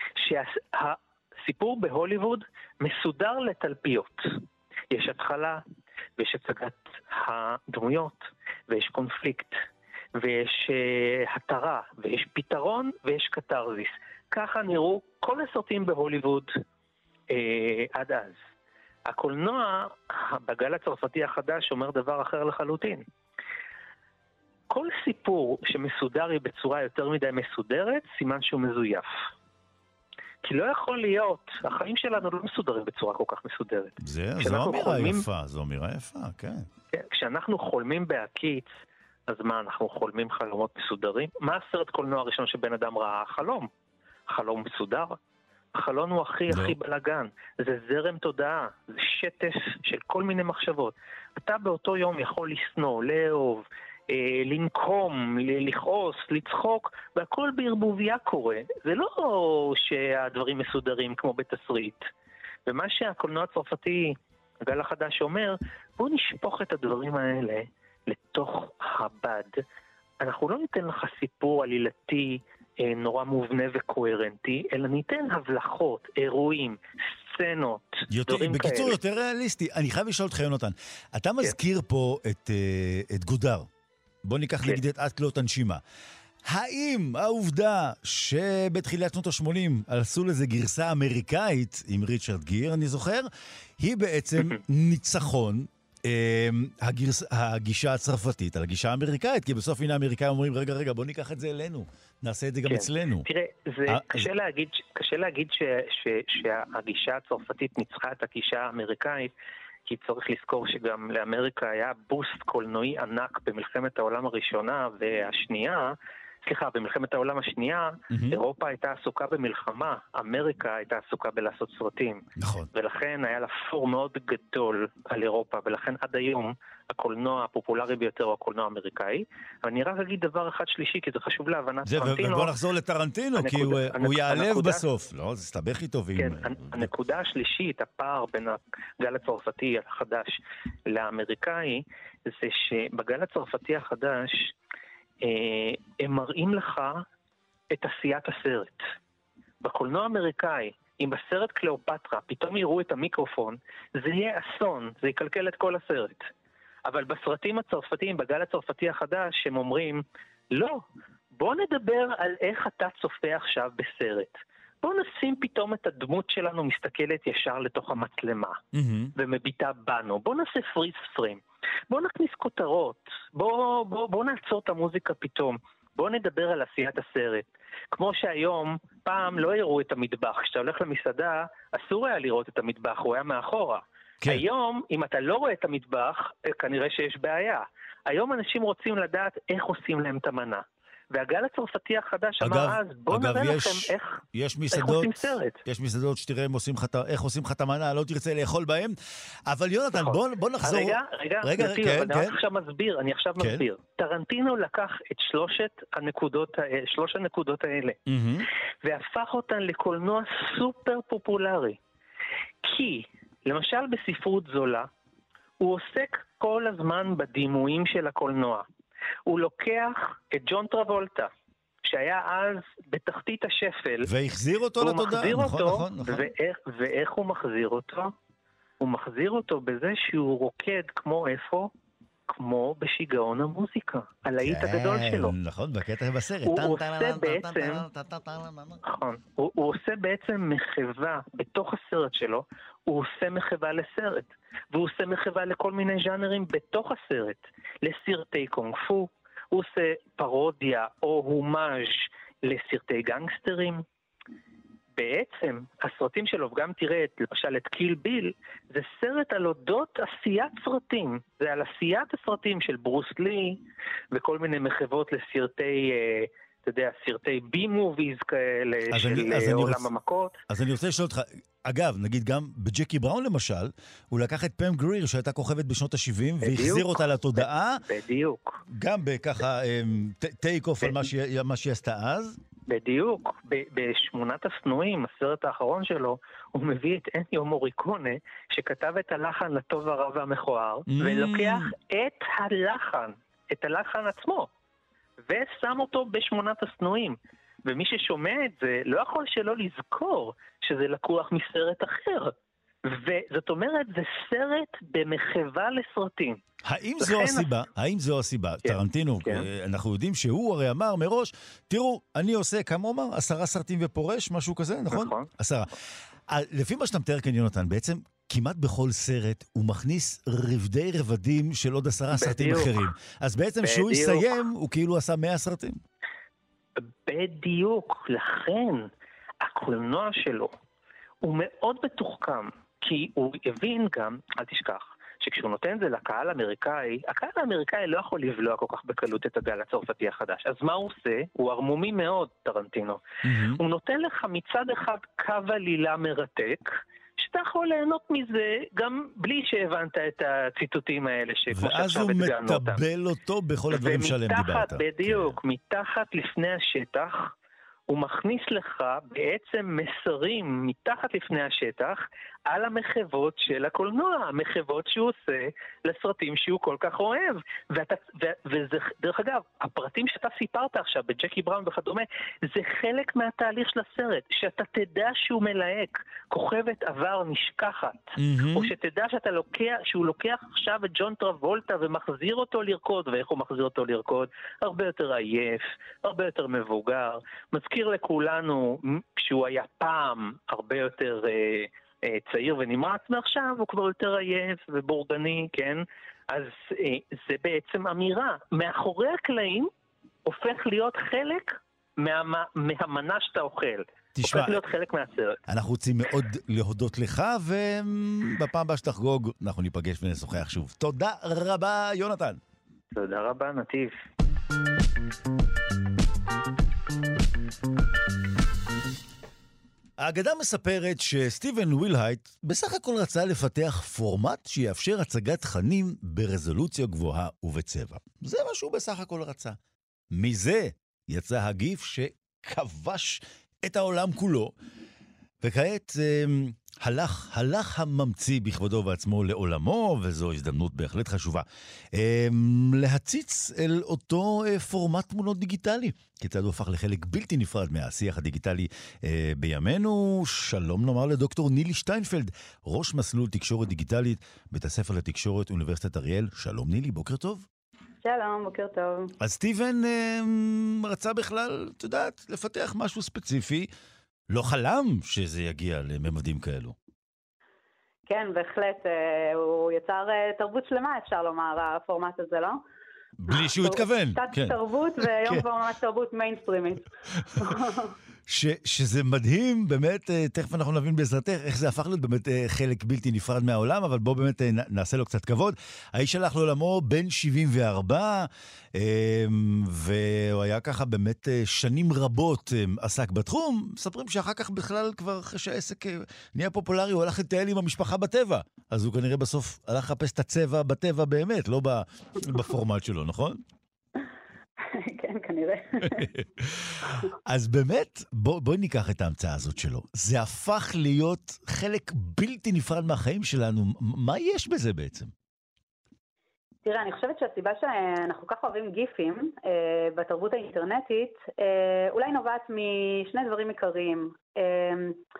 שהסיפור בהוליווד מסודר לתלפיות. יש התחלה, ויש הצגת הדמויות, ויש קונפליקט, ויש uh, התרה, ויש פתרון, ויש קטרזיס. ככה נראו כל הסרטים בהוליווד uh, עד אז. הקולנוע בגל הצרפתי החדש אומר דבר אחר לחלוטין. כל סיפור שמסודר היא בצורה יותר מדי מסודרת, סימן שהוא מזויף. כי לא יכול להיות, החיים שלנו לא מסודרים בצורה כל כך מסודרת. זה, זו אמירה חולמים, יפה, זו אמירה יפה, כן. כן. כשאנחנו חולמים בהקיץ, אז מה, אנחנו חולמים חלומות מסודרים? מה הסרט קולנוע הראשון שבן אדם ראה? חלום. חלום מסודר. החלון הוא הכי לא. הכי בלגן. זה זרם תודעה, זה שטף של כל מיני מחשבות. אתה באותו יום יכול לסנוע, לאהוב, אה, לנקום, לכעוס, לצחוק, והכל בערבוביה קורה. זה לא שהדברים מסודרים כמו בתסריט. ומה שהקולנוע הצרפתי, הגל החדש אומר, בוא נשפוך את הדברים האלה לתוך הבד. אנחנו לא ניתן לך סיפור עלילתי נורא מובנה וקוהרנטי, אלא ניתן הבלחות, אירועים, סצנות, יותר, דברים בקיצור, כאלה. יותר ריאליסטי. אני חייב לשאול אותך, יונתן, אתה מזכיר כן. פה את, את גודר. בוא ניקח כן. נגיד את עד כלות הנשימה. האם העובדה שבתחילת שנות ה-שמונים עשו לזה גרסה אמריקאית עם ריצ'רד גיר, אני זוכר, היא בעצם ניצחון הגרס... הגישה הצרפתית על הגישה האמריקאית, כי בסוף הנה האמריקאים אומרים, רגע, רגע, בוא ניקח את זה אלינו, נעשה את זה גם כן. אצלנו. תראה, זה קשה להגיד, קשה להגיד ש... ש... שהגישה הצרפתית ניצחה את הגישה האמריקאית, כי צריך לזכור שגם לאמריקה היה בוסט קולנועי ענק במלחמת העולם הראשונה והשנייה, סליחה, במלחמת העולם השנייה, mm-hmm. אירופה הייתה עסוקה במלחמה, אמריקה הייתה עסוקה בלעשות סרטים. נכון. ולכן היה לה פור מאוד גדול על אירופה, ולכן עד היום הקולנוע הפופולרי ביותר הוא הקולנוע האמריקאי. אבל אני רק אגיד דבר אחד שלישי, כי זה חשוב להבנת זה, טרנטינו. ובוא נחזור לטרנטינו, הנקודה, כי הוא, הנק, הוא יעלב הנקודה, בסוף. לא, זה סתבך איתו. כן, עם... הנקודה השלישית, הפער בין הגל הצרפתי החדש לאמריקאי, זה שבגל הצרפתי החדש, הם מראים לך את עשיית הסרט. בקולנוע האמריקאי, אם בסרט קליאופטרה פתאום יראו את המיקרופון, זה יהיה אסון, זה יקלקל את כל הסרט. אבל בסרטים הצרפתיים, בגל הצרפתי החדש, הם אומרים, לא, בוא נדבר על איך אתה צופה עכשיו בסרט. בוא נשים פתאום את הדמות שלנו מסתכלת ישר לתוך המצלמה, mm-hmm. ומביטה בנו. בוא נעשה פריז פריים. בוא נכניס כותרות, בוא, בוא, בוא נעצור את המוזיקה פתאום, בוא נדבר על עשיית הסרט. כמו שהיום, פעם לא יראו את המטבח, כשאתה הולך למסעדה, אסור היה לראות את המטבח, הוא היה מאחורה. כן. היום, אם אתה לא רואה את המטבח, כנראה שיש בעיה. היום אנשים רוצים לדעת איך עושים להם את המנה. והגל הצרפתי החדש אגב, אמר אז, בוא אגב, נראה יש, לכם איך, יש מסעדות, איך עושים סרט. יש מסעדות שתראה הם עושים חת... איך עושים חתמנה, לא תרצה לאכול בהם. אבל יונתן, נכון. בוא, בוא נחזור... רגע, רגע, רגע נתיר, כן, אני כן. עכשיו מסביר, אני עכשיו כן. מסביר. טרנטינו לקח את שלושת הנקודות, שלוש הנקודות האלה, mm-hmm. והפך אותן לקולנוע סופר פופולרי. כי, למשל בספרות זולה, הוא עוסק כל הזמן בדימויים של הקולנוע. הוא לוקח את ג'ון טרבולטה, שהיה אז בתחתית השפל. והחזיר אותו לתודעה. נכון, אותו, נכון, נכון. ואיך, ואיך הוא מחזיר אותו? הוא מחזיר אותו בזה שהוא רוקד כמו איפה? כמו בשיגעון המוזיקה, הלהיט הגדול שלו. נכון, בקטע בסרט. הוא עושה בעצם, נכון, הוא עושה בעצם מחווה בתוך הסרט שלו, הוא עושה מחווה לסרט, והוא עושה מחווה לכל מיני ז'אנרים בתוך הסרט, לסרטי קונג פו, הוא עושה פרודיה או הומאז' לסרטי גנגסטרים. בעצם, הסרטים שלו, וגם תראה את, למשל את קיל ביל, זה סרט על אודות עשיית סרטים. זה על עשיית הסרטים של ברוס לי, וכל מיני מחוות לסרטי, אה, אתה יודע, סרטי בי-מוביז כאלה, של אני, עולם רוצה, המכות. אז אני רוצה לשאול אותך, אגב, נגיד גם בג'קי בראון למשל, הוא לקח את פם גריר, שהייתה כוכבת בשנות ה-שבעים, והחזיר אותה לתודעה. בדיוק. גם בככה טייק אוף על מה שהיא עשתה אז. בדיוק, בשמונת השנואים, הסרט האחרון שלו, הוא מביא את אניו מוריקונה, שכתב את הלחן לטוב הרע והמכוער, mm. ולוקח את הלחן, את הלחן עצמו, ושם אותו בשמונת השנואים. ומי ששומע את זה, לא יכול שלא לזכור שזה לקוח מסרט אחר. וזאת אומרת, זה סרט במחווה לסרטים. האם זו הסיבה, האם זו הסיבה, טרנטינו, אנחנו יודעים שהוא הרי אמר מראש, תראו, אני עושה, כמה הוא אמר, עשרה סרטים ופורש, משהו כזה, נכון? נכון. עשרה. לפי מה שאתה מתאר כאן, יונתן, בעצם כמעט בכל סרט הוא מכניס רבדי רבדים של עוד עשרה סרטים אחרים. אז בעצם שהוא יסיים, הוא כאילו עשה מאה סרטים. בדיוק, לכן הקולנוע שלו הוא מאוד מתוחכם, כי הוא הבין גם, אל תשכח, שכשהוא נותן זה לקהל האמריקאי, הקהל האמריקאי לא יכול לבלוע כל כך בקלות את הגל הצרפתי החדש. אז מה הוא עושה? הוא ערמומי מאוד, טרנטינו. Mm-hmm. הוא נותן לך מצד אחד קו עלילה מרתק, שאתה יכול ליהנות מזה גם בלי שהבנת את הציטוטים האלה שכמו שעכשיו הדגענו אותם. ואז הוא מטבל אותו בכל הדברים שעליהם דיברת. בדיוק, כן. מתחת לפני השטח, הוא מכניס לך בעצם מסרים מתחת לפני השטח על המחוות של הקולנוע, המחוות שהוא עושה לסרטים שהוא כל כך אוהב. ואתה, ו, וזה, דרך אגב, הפרטים שאתה סיפרת עכשיו בג'קי בראון וכדומה, זה חלק מהתהליך של הסרט, שאתה תדע שהוא מלהק, כוכבת עבר נשכחת, mm-hmm. או שתדע שאתה לוקח, שהוא לוקח עכשיו את ג'ון טרבולטה ומחזיר אותו לרקוד, ואיך הוא מחזיר אותו לרקוד? הרבה יותר עייף, הרבה יותר מבוגר, מזכיר לכולנו כשהוא היה פעם הרבה יותר אה, אה, צעיר ונמרץ, מעכשיו הוא כבר יותר עייף ובורגני, כן? אז אה, זה בעצם אמירה. מאחורי הקלעים הופך להיות חלק מה, מהמנה שאתה אוכל. תשמע, הופך להיות חלק מהסרט. אנחנו רוצים מאוד להודות לך, ובפעם הבאה שתחגוג אנחנו ניפגש ונשוחח שוב. תודה רבה, יונתן. תודה רבה, נתיב. האגדה מספרת שסטיבן ווילהייט בסך הכל רצה לפתח פורמט שיאפשר הצגת תכנים ברזולוציה גבוהה ובצבע. זה מה שהוא בסך הכל רצה. מזה יצא הגיף שכבש את העולם כולו, וכעת אה, הלך, הלך הממציא בכבודו ובעצמו לעולמו, וזו הזדמנות בהחלט חשובה, אה, להציץ אל אותו אה, פורמט תמונות דיגיטלי. כיצד הוא הפך לחלק בלתי נפרד מהשיח הדיגיטלי אה, בימינו. שלום נאמר לדוקטור נילי שטיינפלד, ראש מסלול תקשורת דיגיטלית, בית הספר לתקשורת אוניברסיטת אריאל. שלום נילי, בוקר טוב. שלום, בוקר טוב. אז סטיבן אה, רצה בכלל, את יודעת, לפתח משהו ספציפי, לא חלם שזה יגיע לממדים כאלו. כן, בהחלט, אה, הוא יצר אה, תרבות שלמה, אפשר לומר, הפורמט הזה, לא? בלי שהוא התכוון. קצת כן. תרבות, והיום כבר ממש תרבות מיינסטרימית. ש, שזה מדהים, באמת, תכף אנחנו נבין בעזרתך, איך זה הפך להיות באמת חלק בלתי נפרד מהעולם, אבל בואו באמת נעשה לו קצת כבוד. האיש הלך לעולמו בן שבעים וארבע, והוא היה ככה באמת שנים רבות עסק בתחום. מספרים שאחר כך בכלל כבר אחרי שהעסק נהיה פופולרי, הוא הלך לטייל עם המשפחה בטבע. אז הוא כנראה בסוף הלך לחפש את הצבע בטבע באמת, לא בפורמט שלו, נכון? כן, כנראה. אז באמת, בוא, בואי ניקח את ההמצאה הזאת שלו. זה הפך להיות חלק בלתי נפרד מהחיים שלנו. מה יש בזה בעצם? תראה, אני חושבת שהסיבה שאנחנו כך אוהבים גיפים אה, בתרבות האינטרנטית, אה, אולי נובעת משני דברים עיקריים. אה,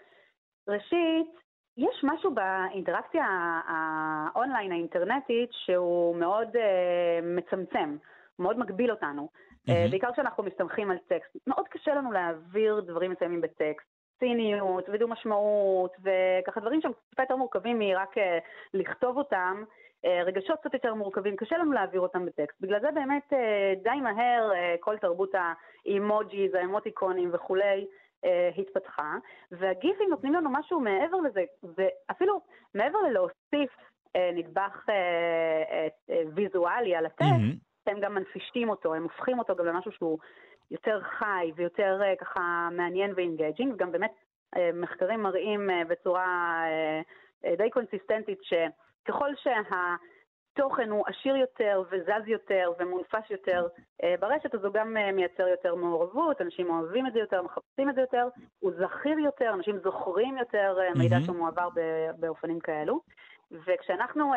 ראשית, יש משהו באינטראקציה האונליין האינטרנטית שהוא מאוד אה, מצמצם. מאוד מגביל אותנו, mm-hmm. בעיקר כשאנחנו מסתמכים על טקסט. מאוד קשה לנו להעביר דברים מסוימים בטקסט, ציניות ודו משמעות, וככה דברים שהם קצת יותר מורכבים מרק לכתוב אותם, רגשות קצת יותר מורכבים, קשה לנו להעביר אותם בטקסט. בגלל זה באמת די מהר כל תרבות האימוג'יז, האמוטיקונים וכולי, התפתחה, והגיפים נותנים לנו משהו מעבר לזה, ואפילו מעבר ללהוסיף נדבך ויזואלי על הטקסט, mm-hmm. הם גם מנפישים אותו, הם הופכים אותו גם למשהו שהוא יותר חי ויותר ככה מעניין ואינגייג'ינג, וגם באמת מחקרים מראים בצורה די קונסיסטנטית שככל שהתוכן הוא עשיר יותר וזז יותר ומונפש יותר ברשת, אז הוא גם מייצר יותר מעורבות, אנשים אוהבים את זה יותר, מחפשים את זה יותר, הוא זכיר יותר, אנשים זוכרים יותר מידע שהוא מועבר באופנים כאלו. וכשאנחנו,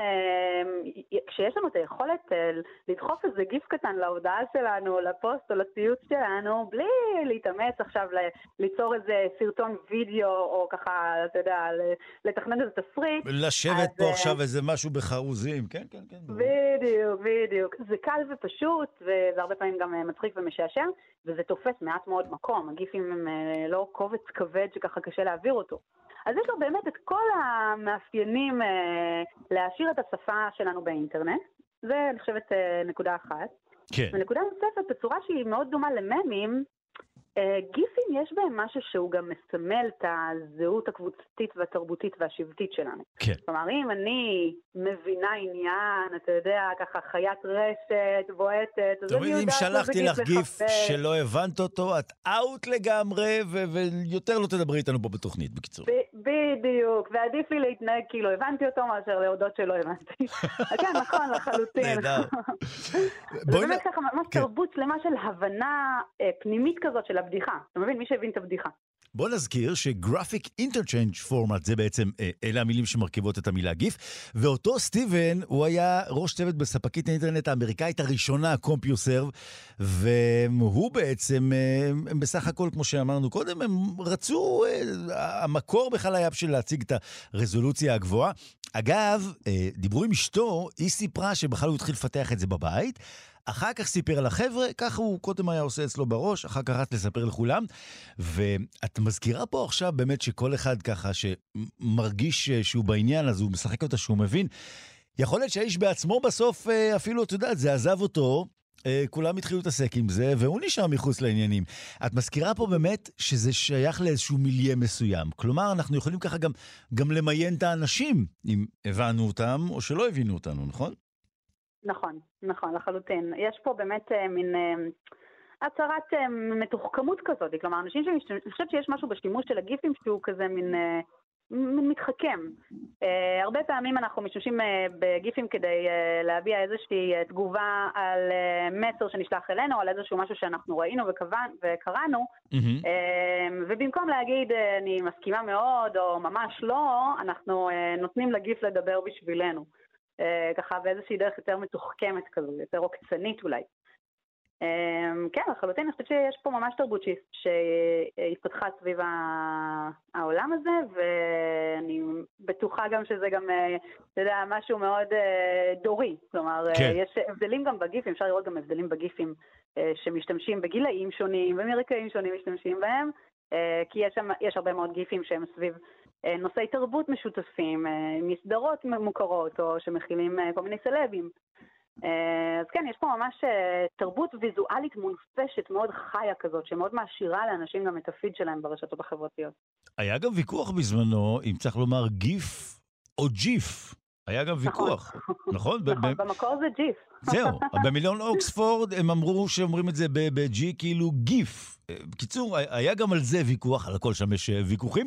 כשיש לנו את היכולת לדחוף איזה גיף קטן להודעה שלנו, לפוסט או לציוץ שלנו, בלי להתאמץ עכשיו ליצור איזה סרטון וידאו, או ככה, אתה יודע, לתכנן איזה תסריט. לשבת פה עכשיו איזה משהו בחרוזים, כן, כן, כן. בדיוק, בדיוק. זה קל ופשוט, וזה הרבה פעמים גם מצחיק ומשעשע, וזה תופס מעט מאוד מקום. הגיפים הם לא קובץ כבד שככה קשה להעביר אותו. אז יש לו באמת את כל המאפיינים אה, להשאיר את השפה שלנו באינטרנט. זה, אני חושבת, אה, נקודה אחת. כן. ונקודה נוספת, בצורה שהיא מאוד דומה לממים, אה, גיפים יש בהם משהו שהוא גם מסמל את הזהות הקבוצתית והתרבותית והשבטית שלנו. כן. כלומר, אם אני מבינה עניין, אתה יודע, ככה חיית רשת, בועטת, אז אני יודעת... אם שלחתי לך גיף שלא הבנת אותו, את אאוט לגמרי, ויותר לא תדברי איתנו פה בתוכנית, בקיצור. בדיוק, בדיוק, ועדיף לי להתנהג כאילו הבנתי אותו מאשר להודות שלא הבנתי. כן, נכון, לחלוטין. נהדר. זה באמת ככה ממש תרבות שלמה של הבנה פנימית כזאת של הבדיחה. אתה מבין? מי שהבין את הבדיחה. בוא נזכיר שגרפיק אינטרצ'יינג' פורמט זה בעצם אלה המילים שמרכיבות את המילה גיף, ואותו סטיבן הוא היה ראש צוות בספקית האינטרנט האמריקאית הראשונה, קומפיוסרב, והוא בעצם, הם בסך הכל, כמו שאמרנו קודם, הם רצו, המקור בכלל היה בשביל להציג את הרזולוציה הגבוהה. אגב, דיברו עם אשתו, היא סיפרה שבכלל הוא התחיל לפתח את זה בבית, אחר כך סיפר על החבר'ה, ככה הוא קודם היה עושה אצלו בראש, אחר כך רץ לספר לכולם, ואת מזכירה פה עכשיו באמת שכל אחד ככה שמרגיש שהוא בעניין, אז הוא משחק אותה שהוא מבין, יכול להיות שהאיש בעצמו בסוף, אפילו, אתה יודעת, זה עזב אותו, כולם התחילו להתעסק עם זה, והוא נשאר מחוץ לעניינים. את מזכירה פה באמת שזה שייך לאיזשהו מיליה מסוים. כלומר, אנחנו יכולים ככה גם, גם למיין את האנשים, אם הבנו אותם או שלא הבינו אותנו, נכון? נכון, נכון, לחלוטין. יש פה באמת אה, מין אה, הצהרת אה, מתוחכמות כזאת. כלומר, אנשים שאני חושבת שיש משהו בשימוש של הגיפים שהוא כזה מין, אה, מין מתחכם. אה, הרבה פעמים אנחנו משתמשים אה, בגיפים כדי אה, להביע איזושהי אה, תגובה על אה, מסר שנשלח אלינו, על איזשהו משהו שאנחנו ראינו וקבע, וקראנו, mm-hmm. אה, ובמקום להגיד אה, אני מסכימה מאוד או ממש לא, אנחנו אה, נותנים לגיף לדבר בשבילנו. Uh, ככה באיזושהי דרך יותר מתוחכמת כזו, יותר עוקצנית אולי. Um, כן, לחלוטין, אני חושבת שיש פה ממש תרבות שהתפתחה סביב העולם הזה, ואני בטוחה גם שזה גם, אתה יודע, משהו מאוד uh, דורי. כלומר, כן. uh, יש הבדלים גם בגיפים, אפשר לראות גם הבדלים בגיפים uh, שמשתמשים בגילאים שונים, ומרקעים שונים משתמשים בהם, uh, כי יש, שם, יש הרבה מאוד גיפים שהם סביב נושאי תרבות משותפים, מסדרות מוכרות, או שמכילים כל מיני סלבים. אז כן, יש פה ממש תרבות ויזואלית מונפשת, מאוד חיה כזאת, שמאוד מעשירה לאנשים גם את הפיד שלהם ברשתות החברתיות. היה גם ויכוח בזמנו, אם צריך לומר גיף או ג'יף. היה גם ויכוח, נכון? נכון, במקור זה ג'יף. זהו, במיליון אוקספורד הם אמרו שאומרים את זה בג'י כאילו גיף. בקיצור, היה גם על זה ויכוח, על הכל שם יש ויכוחים.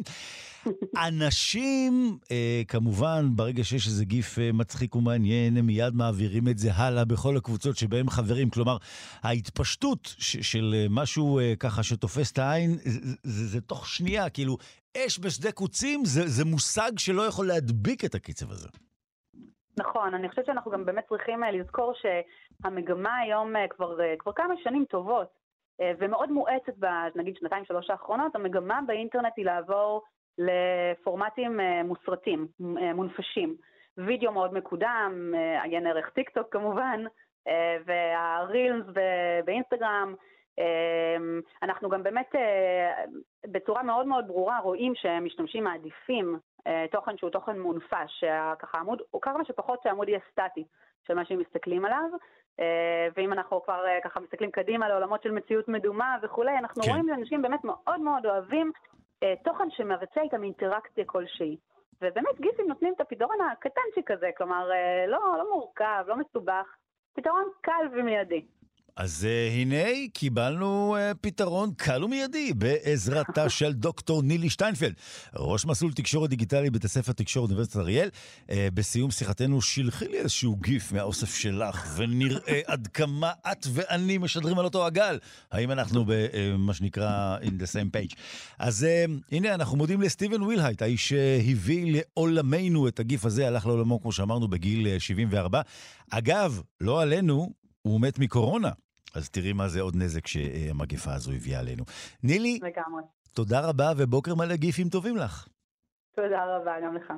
אנשים, כמובן, ברגע שיש איזה גיף מצחיק ומעניין, הם מיד מעבירים את זה הלאה בכל הקבוצות שבהם חברים. כלומר, ההתפשטות של משהו ככה שתופס את העין, זה תוך שנייה, כאילו, אש בשדה קוצים, זה מושג שלא יכול להדביק את הקיצב הזה. נכון, אני חושבת שאנחנו גם באמת צריכים לזכור שהמגמה היום כבר, כבר כמה שנים טובות, ומאוד מואצת בנגיד שנתיים שלוש האחרונות, המגמה באינטרנט היא לעבור לפורמטים מוסרטים, מונפשים. וידאו מאוד מקודם, עיין ערך טיק טוק כמובן, והרילס באינסטגרם. אנחנו גם באמת בצורה מאוד מאוד ברורה רואים שמשתמשים מעדיפים תוכן שהוא תוכן מונפש, שככה עמוד, או כמה שפחות שהעמוד יהיה סטטי של מה שהם מסתכלים עליו, ואם אנחנו כבר ככה מסתכלים קדימה לעולמות של מציאות מדומה וכולי, אנחנו כן. רואים שאנשים באמת מאוד מאוד אוהבים תוכן שמבצע איתם אינטראקציה כלשהי. ובאמת גיפים נותנים את הפתרון הקטנצ'יק הזה, כלומר לא, לא מורכב, לא מסובך, פתרון קל ומיידי. אז uh, הנה קיבלנו uh, פתרון קל ומיידי בעזרתה של דוקטור נילי שטיינפלד, ראש מסלול תקשורת דיגיטלי בית הספר תקשורת אוניברסיטת אריאל. Uh, בסיום שיחתנו שלחי לי איזשהו גיף מהאוסף שלך ונראה עד כמה את ואני משדרים על אותו הגל. האם אנחנו במה uh, שנקרא in the same page. אז uh, הנה אנחנו מודים לסטיבן ווילהייט, האיש שהביא לעולמנו את הגיף הזה, הלך לעולמו כמו שאמרנו בגיל שבעים וארבע. אגב, לא עלינו, הוא מת מקורונה. אז תראי מה זה עוד נזק שהמגפה הזו הביאה עלינו. נילי, לגמרי. תודה רבה ובוקר מלא גיפים טובים לך. תודה רבה, גם לך.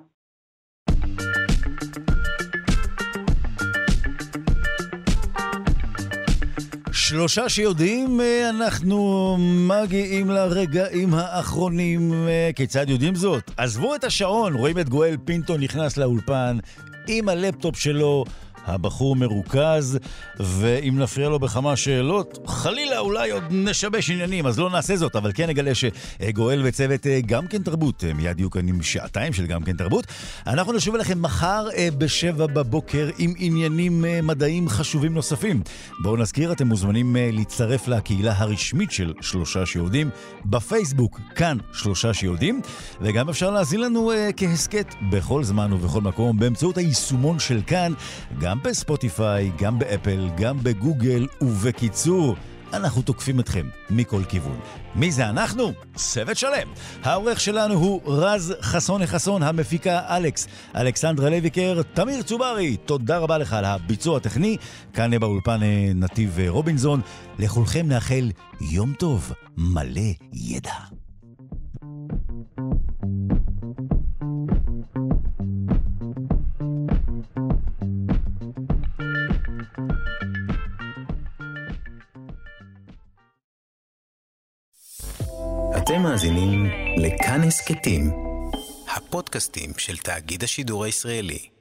שלושה שיודעים, אנחנו מגיעים לרגעים האחרונים. כיצד יודעים זאת? עזבו את השעון, רואים את גואל פינטו נכנס לאולפן עם הלפטופ שלו, הבחור מרוכז, ואם נפריע לו בכמה שאלות, חלילה אולי עוד נשבש עניינים, אז לא נעשה זאת, אבל כן נגלה שגואל וצוות גם כן תרבות, מיד יהיו כאן עם שעתיים של גם כן תרבות. אנחנו נשוב אליכם מחר בשבע בבוקר עם עניינים מדעיים חשובים נוספים. בואו נזכיר, אתם מוזמנים להצטרף לקהילה הרשמית של שלושה שיודעים, בפייסבוק כאן שלושה שיודעים, וגם אפשר להזין לנו כהסקט בכל זמן ובכל מקום באמצעות היישומון של כאן, גם בספוטיפיי, גם באפל, גם בגוגל, ובקיצור, אנחנו תוקפים אתכם מכל כיוון. מי זה אנחנו? צוות שלם. העורך שלנו הוא רז חסון חסון, המפיקה אלכס, אלכסנדרה לויקר, תמיר צוברי, תודה רבה לך על הביצוע הטכני, כאן באולפן נתיב רובינזון, לכולכם נאחל יום טוב, מלא ידע. אתם מאזינים לכאן הסכתים, הפודקאסטים של תאגיד השידור הישראלי.